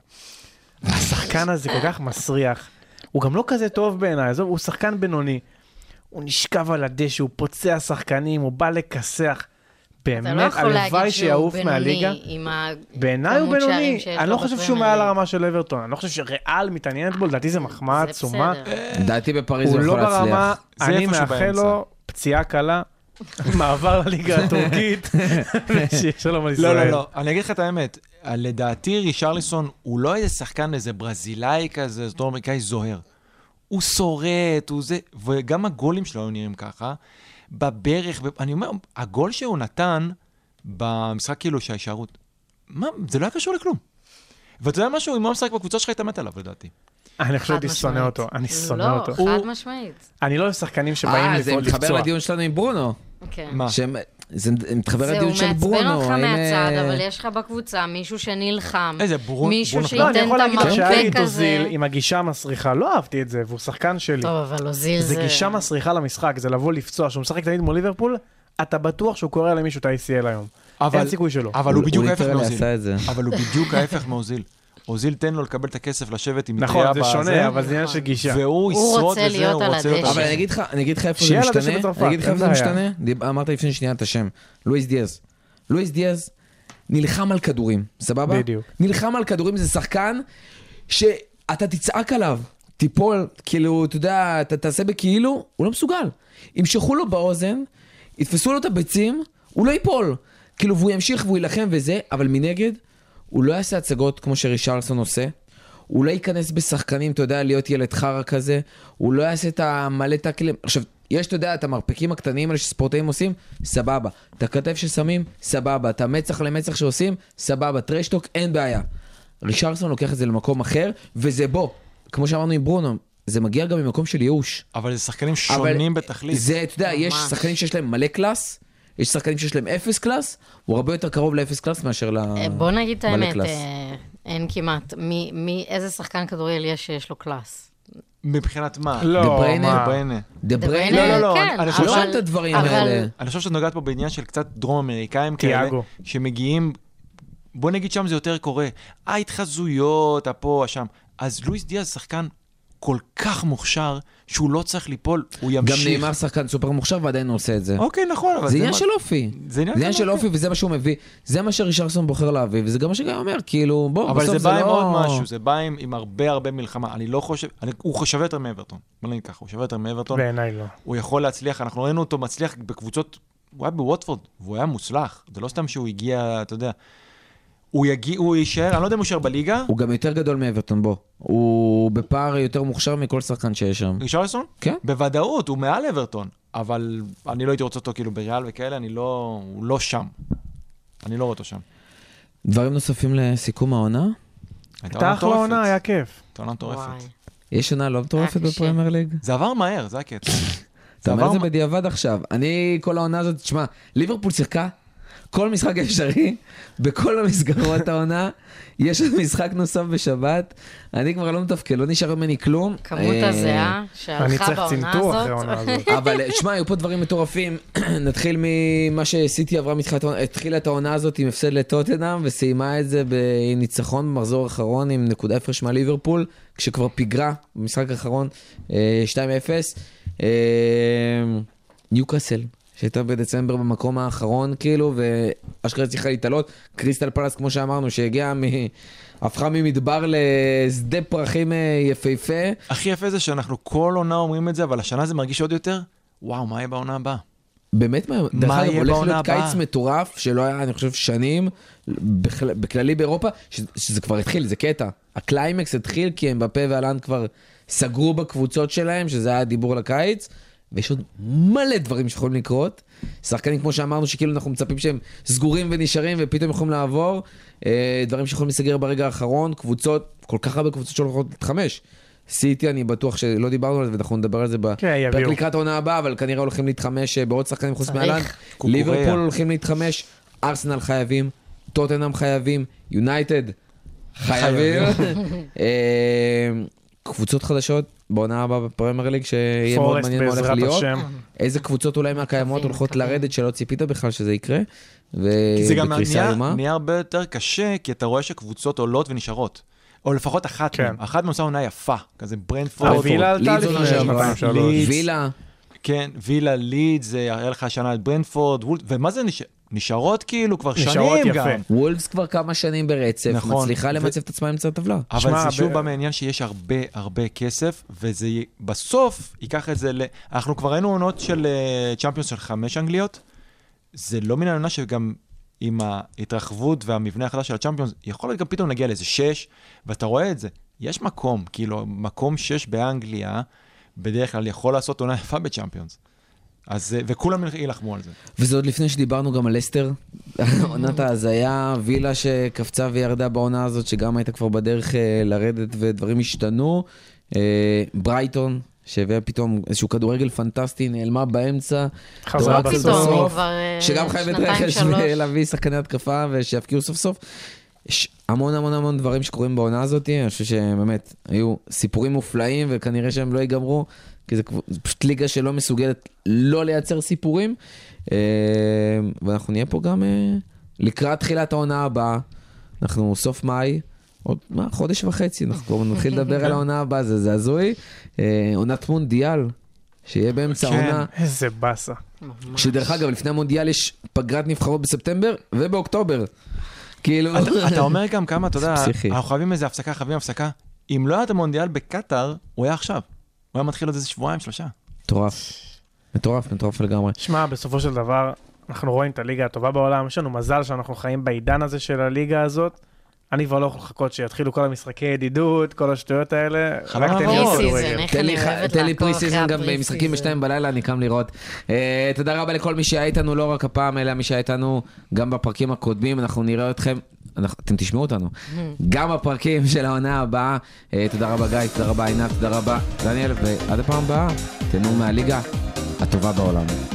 השחקן הזה כל כך מסריח, הוא גם לא כזה טוב בעיניי, עזוב, הוא שחקן בינוני, הוא נשכב על הדשא, הוא פוצע שחקנים, הוא בא לכסח, אתה לא באמת, יכול הלוואי להגיד שהוא שיעוף מהליגה. בינוני עם בעיניי הוא הכמות שערים בינוני, שיש אני לו לא חושב שהוא בפרמייר מעל ליג. הרמה של אברטון, אני לא חושב שריאל מתעניינת בו, לדעתי זה מחמאה זה עצומה. בסדר. לדעתי בפריז הוא הוא לא יכול ברמה, להצליח. זה אני איפשהו מאחל באמצע. לו פציעה קלה, מעבר לליגה הטורקית, ושיהיה שלום על לא, לא, ישראל. לא, אני אגיד לך את האמת, לדעתי רישרליסון הוא לא איזה שחקן, איזה ברזילאי כזה, זאת אומרת, זוהר. הוא שורט, הוא זה, וגם הגולים שלו היו נראים ככה, בברך, אני אומר, הגול שהוא נתן במשחק כאילו שההישארות, מה, זה לא היה קשור לכלום. ואתה יודע משהו, אם הוא משחק בקבוצה שלך, היית מת עליו, לדעתי. אני חושב שהייתי חד שונא משמעית. אותו, אני שונא לא, אותו. חד משמעית. אני לא אוהב שחקנים שבאים אה, זה לפעול מתחבר לפצוע. לדיון שלנו עם ברונו. כן. מה? שהם- זה מתחבר זהו, לדיון של ברונו. מעצבן אותך האם, מהצד, אה, אבל יש לך בקבוצה מישהו שנלחם, איזה ברונו- מישהו ברונו- לא, אני שייתן יכול את להגיד לך שהיה לי המרפק דוזיל הזה. עם הגישה המסריחה, לא אהבתי את זה, והוא שחקן שלי. טוב, אבל אוזיל זה זה... גישה מסריחה למשחק, זה לבוא לפצוע, שהוא משחק תמיד מול ליברפול, אתה בטוח שהוא קורא למישהו את ה-איי סי אל היום. אבל- אין סיכוי שלו. אבל הוא בדיוק הוא ההפך ליטרלי מאוזיל. עשה את זה. אבל הוא בדיוק ההפך מאוזיל. אוזיל תן לו לקבל את הכסף לשבת עם נכון, מטריה זה שונה, אבל זה עניין של גישה. והוא הוא ישרוד רוצה וזה, להיות הוא על רוצה הדשא. להיות... אבל אני אגיד לך, אני אגיד לך איפה זה שיהיה על הדשא משתנה, בצרפת, אני אגיד לך אין איפה זה בעיה. משתנה, דיב- אמרת לפני שנייה את השם, לואיס דיאז. לואיס דיאז נלחם על כדורים, סבבה? בדיוק. נלחם על כדורים, זה שחקן שאתה תצעק עליו, תיפול, כאילו, אתה יודע, אתה תעשה בכאילו, הוא לא מסוגל. ימשכו לו באוזן, יתפסו לו את הביצים, הוא לא ייפול. כאילו, והוא ימשיך והוא ילחם וזה, אבל מנגד, הוא לא יעשה הצגות כמו שרישרלסון עושה, הוא לא ייכנס בשחקנים, אתה יודע, להיות ילד חרה כזה, הוא לא יעשה את המלא טאקלים. עכשיו, יש, אתה יודע, את המרפקים הקטנים האלה שספורטאים עושים, סבבה. את הכתף ששמים, סבבה. את המצח למצח שעושים, סבבה. טרשטוק, אין בעיה. רישרלסון לוקח את זה למקום אחר, וזה בו. כמו שאמרנו עם ברונו, זה מגיע גם ממקום של ייאוש. אבל זה שחקנים שונים בתכלית. זה, אתה יודע, יש שחקנים שיש להם מלא קלאס, יש שחקנים שיש להם אפס קלאס, הוא הרבה יותר קרוב לאפס קלאס מאשר למלא קלאס. בוא נגיד את האמת, אין כמעט. מאיזה שחקן כדורגל יש שיש לו קלאס? מבחינת מה? לא, דה בריינה? מה? בריינה. דה בריינה? לא, לא, לא, כן, אני חושב לא אבל- את הדברים אבל- האלה. אני חושב שאת נוגעת פה בעניין של קצת דרום אמריקאים כאלה, תיאגו. שמגיעים, בוא נגיד שם זה יותר קורה, ההתחזויות, הפה, השם. אז לואיס דיאז שחקן כל כך מוכשר, שהוא לא צריך ליפול, הוא גם ימשיך. נאמר שחקן סופר מוכשר ועדיין הוא עושה את זה. אוקיי, נכון, אבל זה עניין מה- של אופי. זה עניין זה עניין של של אופי. אופי וזה מה שהוא מביא. זה מה שרישרסון בוחר להביא, וזה גם מה שגם אומר, כאילו, בוא, אבל בסוף זה זה בא עם לא... עוד משהו, זה בא עם, עם הרבה הרבה מלחמה. אני לא חושב, אני, הוא שווה יותר מאברטון. בוא נגיד ככה, הוא שווה יותר מאברטון. בעיניי לא. הוא יכול להצליח, אנחנו ראינו אותו מצליח בקבוצות, הוא היה בווטפורד, והוא היה מוצלח. זה לא סתם שהוא הגיע, אתה יודע, הוא יגיע, הוא יישאר, אני לא יודע אם הוא יישאר בליגה. הוא גם יותר גדול מאברטון, בוא. הוא בפער יותר מוכשר מכל שחקן שיש שם. רישרלסון? כן. בוודאות, הוא מעל אברטון. אבל אני לא הייתי רוצה אותו כאילו בריאל וכאלה, אני לא, הוא לא שם. אני לא רואה אותו שם. דברים נוספים לסיכום העונה? הייתה אחלה עונה, היה כיף. הייתה עונה מטורפת. וואי. יש עונה לא מטורפת היה קשה. בפרמייר ליג? זה עבר מהר, זה הקטע. אתה אומר את זה עבר- בדיעבד עכשיו. אני, כל העונה הזאת, תשמע, ליברפול שיחקה, כל משחק אפשרי, בכל המסגרות העונה, יש עוד משחק נוסף בשבת, אני כבר לא מתפקד, לא נשאר ממני כלום. כמות אה, הזיעה אני שהלכה צריך בעונה צנתור אחרי הזאת. העונה הזאת. אבל שמע, היו פה דברים מטורפים. נתחיל ממה שסיטי עברה מתחילת העונה, התחילה את העונה הזאת עם הפסד לטוטנהאם, וסיימה את זה בניצחון במחזור האחרון עם נקודה הפרש מהליברפול, כשכבר פיגרה במשחק האחרון אה, שתיים אפס. אה, ניוקאסל, שהייתה בדצמבר במקום האחרון, כאילו, ואשכרה צריכה להתעלות. קריסטל פלאס, כמו שאמרנו, שהגיעה מ... הפכה ממדבר לשדה פרחים אה, יפהפה. הכי יפה זה שאנחנו כל עונה אומרים את זה, אבל השנה זה מרגיש עוד יותר, וואו, מה יהיה בעונה הבאה? באמת, מה, דרך מה אגב, יהיה הולך בעונה להיות הבאה? קיץ מטורף, שלא היה, אני חושב, שנים, בכלל, בכללי באירופה, ש, שזה כבר התחיל, זה קטע. הקליימקס התחיל, כי הם בפה ואלן כבר סגרו בקבוצות שלהם, שזה היה דיבור לקיץ, ויש עוד מלא דברים שיכולים לקרות. שחקנים, כמו שאמרנו, שכאילו אנחנו מצפים שהם סגורים ונשארים, ופתאום יכולים לעבור. אה, דברים שיכולים להיסגר ברגע האחרון, קבוצות, כל כך הרבה קבוצות שהולכות להתחמש. סיטי, אני בטוח שלא דיברנו על זה, ואנחנו נדבר על זה כן, בפרק יביאו. לקראת העונה הבאה, אבל כנראה הולכים להתחמש בעוד שחקנים חוץ צריך. מאלן. קוקוריה. ליברפול הולכים להתחמש, ארסנל חייבים, טוטנהאם חייבים, יונייטד חייבים. אה, קבוצות חדשות בעונה הבאה בפרמייר ליג, שיהיה מאוד פורסט מעניין מה הולך בעזרת להיות. השם. איזה קבוצות אולי מהקיימות מקווים, הולכות מקווים. לרדת שלא ציפית בכלל שזה יקרה, כי זה גם ובקריסה נהיה, איומה. נהיה הרבה יותר קשה, כי אתה רואה שקבוצות עולות ונשארות. או לפחות אחת כן. מהן. אחת מעושה עונה יפה, כזה ברנדפורד. הווילה עלתה לידס עונה לפני שעברה. שנתיים שלוש. לידס. וילה, כן, וילה, לידס, זה יראה לך השנה את ברנדפורד, וול- ומה זה נש... נשארות כאילו כבר נשארות שנים יפה. גם. וולפס כבר כמה שנים ברצף, נכון. מצליחה ו- למצב את עצמה אמצע הטבלה. אבל שמע, זה שוב ב- בא מעניין שיש הרבה הרבה כסף, וזה י- בסוף ייקח את זה ל... אנחנו כבר ראינו עונות של אה, צ'מפיונס של חמש אנגליות, זה לא מן העונה שגם עם ההתרחבות והמבנה החדש של הצ'מפיונס, יכול להיות גם פתאום נגיע לאיזה שש, ואתה רואה את זה, יש מקום, כאילו מקום שש באנגליה, בדרך כלל יכול לעשות עונה יפה בצ'מפיונס. אז, אה, וכולם ילחמו על זה. וזה עוד לפני שדיברנו גם על לסטר, עונת ההזיה, וילה שקפצה וירדה בעונה הזאת, שגם הייתה כבר בדרך אה, לרדת ודברים השתנו. אה, ברייטון, שהביאה פתאום איזשהו כדורגל פנטסטי, נעלמה באמצע. חזרה דורקס בסוף. פתאום, היא בסוף, כבר אה, שגם חייבת שנתיים, רכש שלוש. ולהביא שחקני התקפה ושיפקיעו סוף סוף. יש המון המון המון דברים שקורים בעונה הזאת, אני חושב שבאמת היו סיפורים מופלאים וכנראה שהם לא ייגמרו, כי זה פשוט ליגה שלא מסוגלת לא לייצר סיפורים, אה, ואנחנו נהיה פה גם אה, לקראת תחילת העונה הבאה, אנחנו סוף מאי, עוד מה, חודש וחצי, אנחנו כבר נתחיל לדבר על העונה הבאה, זה זה הזוי, אה, עונת מונדיאל, שיהיה באמצע כן. העונה, איזה באסה. ממש. שדרך אגב לפני המונדיאל יש פגרת נבחרות בספטמבר ובאוקטובר, כאילו... אתה, אתה אומר גם כמה, אתה יודע, פסיכי. אנחנו חייבים איזה הפסקה, חייבים הפסקה. אם לא היה את המונדיאל בקטר, הוא היה עכשיו. הוא היה מתחיל עוד איזה שבועיים, שלושה. מטורף, מטורף, מטורף לגמרי. שמע, בסופו של דבר, אנחנו רואים את הליגה הטובה בעולם, יש לנו מזל שאנחנו חיים בעידן הזה של הליגה הזאת. אני כבר לא יכול לחכות שיתחילו כל המשחקי ידידות, כל השטויות האלה. חבל רק תן לי לעבור. כדורגל. פרי-סיזן, איך תן אני לי ח- אוהבת תן לי לעקוב פרי אחרי סיזן גם הפרי-סיזן. במשחקים בשתיים בלילה, אני קם לראות. אה, תודה רבה לכל מי שהיה איתנו, לא רק הפעם, אלא מי שהיה איתנו גם בפרקים הקודמים. אנחנו נראה אתכם אתם תשמעו אותנו. גם הפרקים של העונה הבאה. תודה רבה גיא, תודה רבה עינת, תודה רבה דניאל, ועד הפעם הבאה, תהנו מהליגה הטובה בעולם.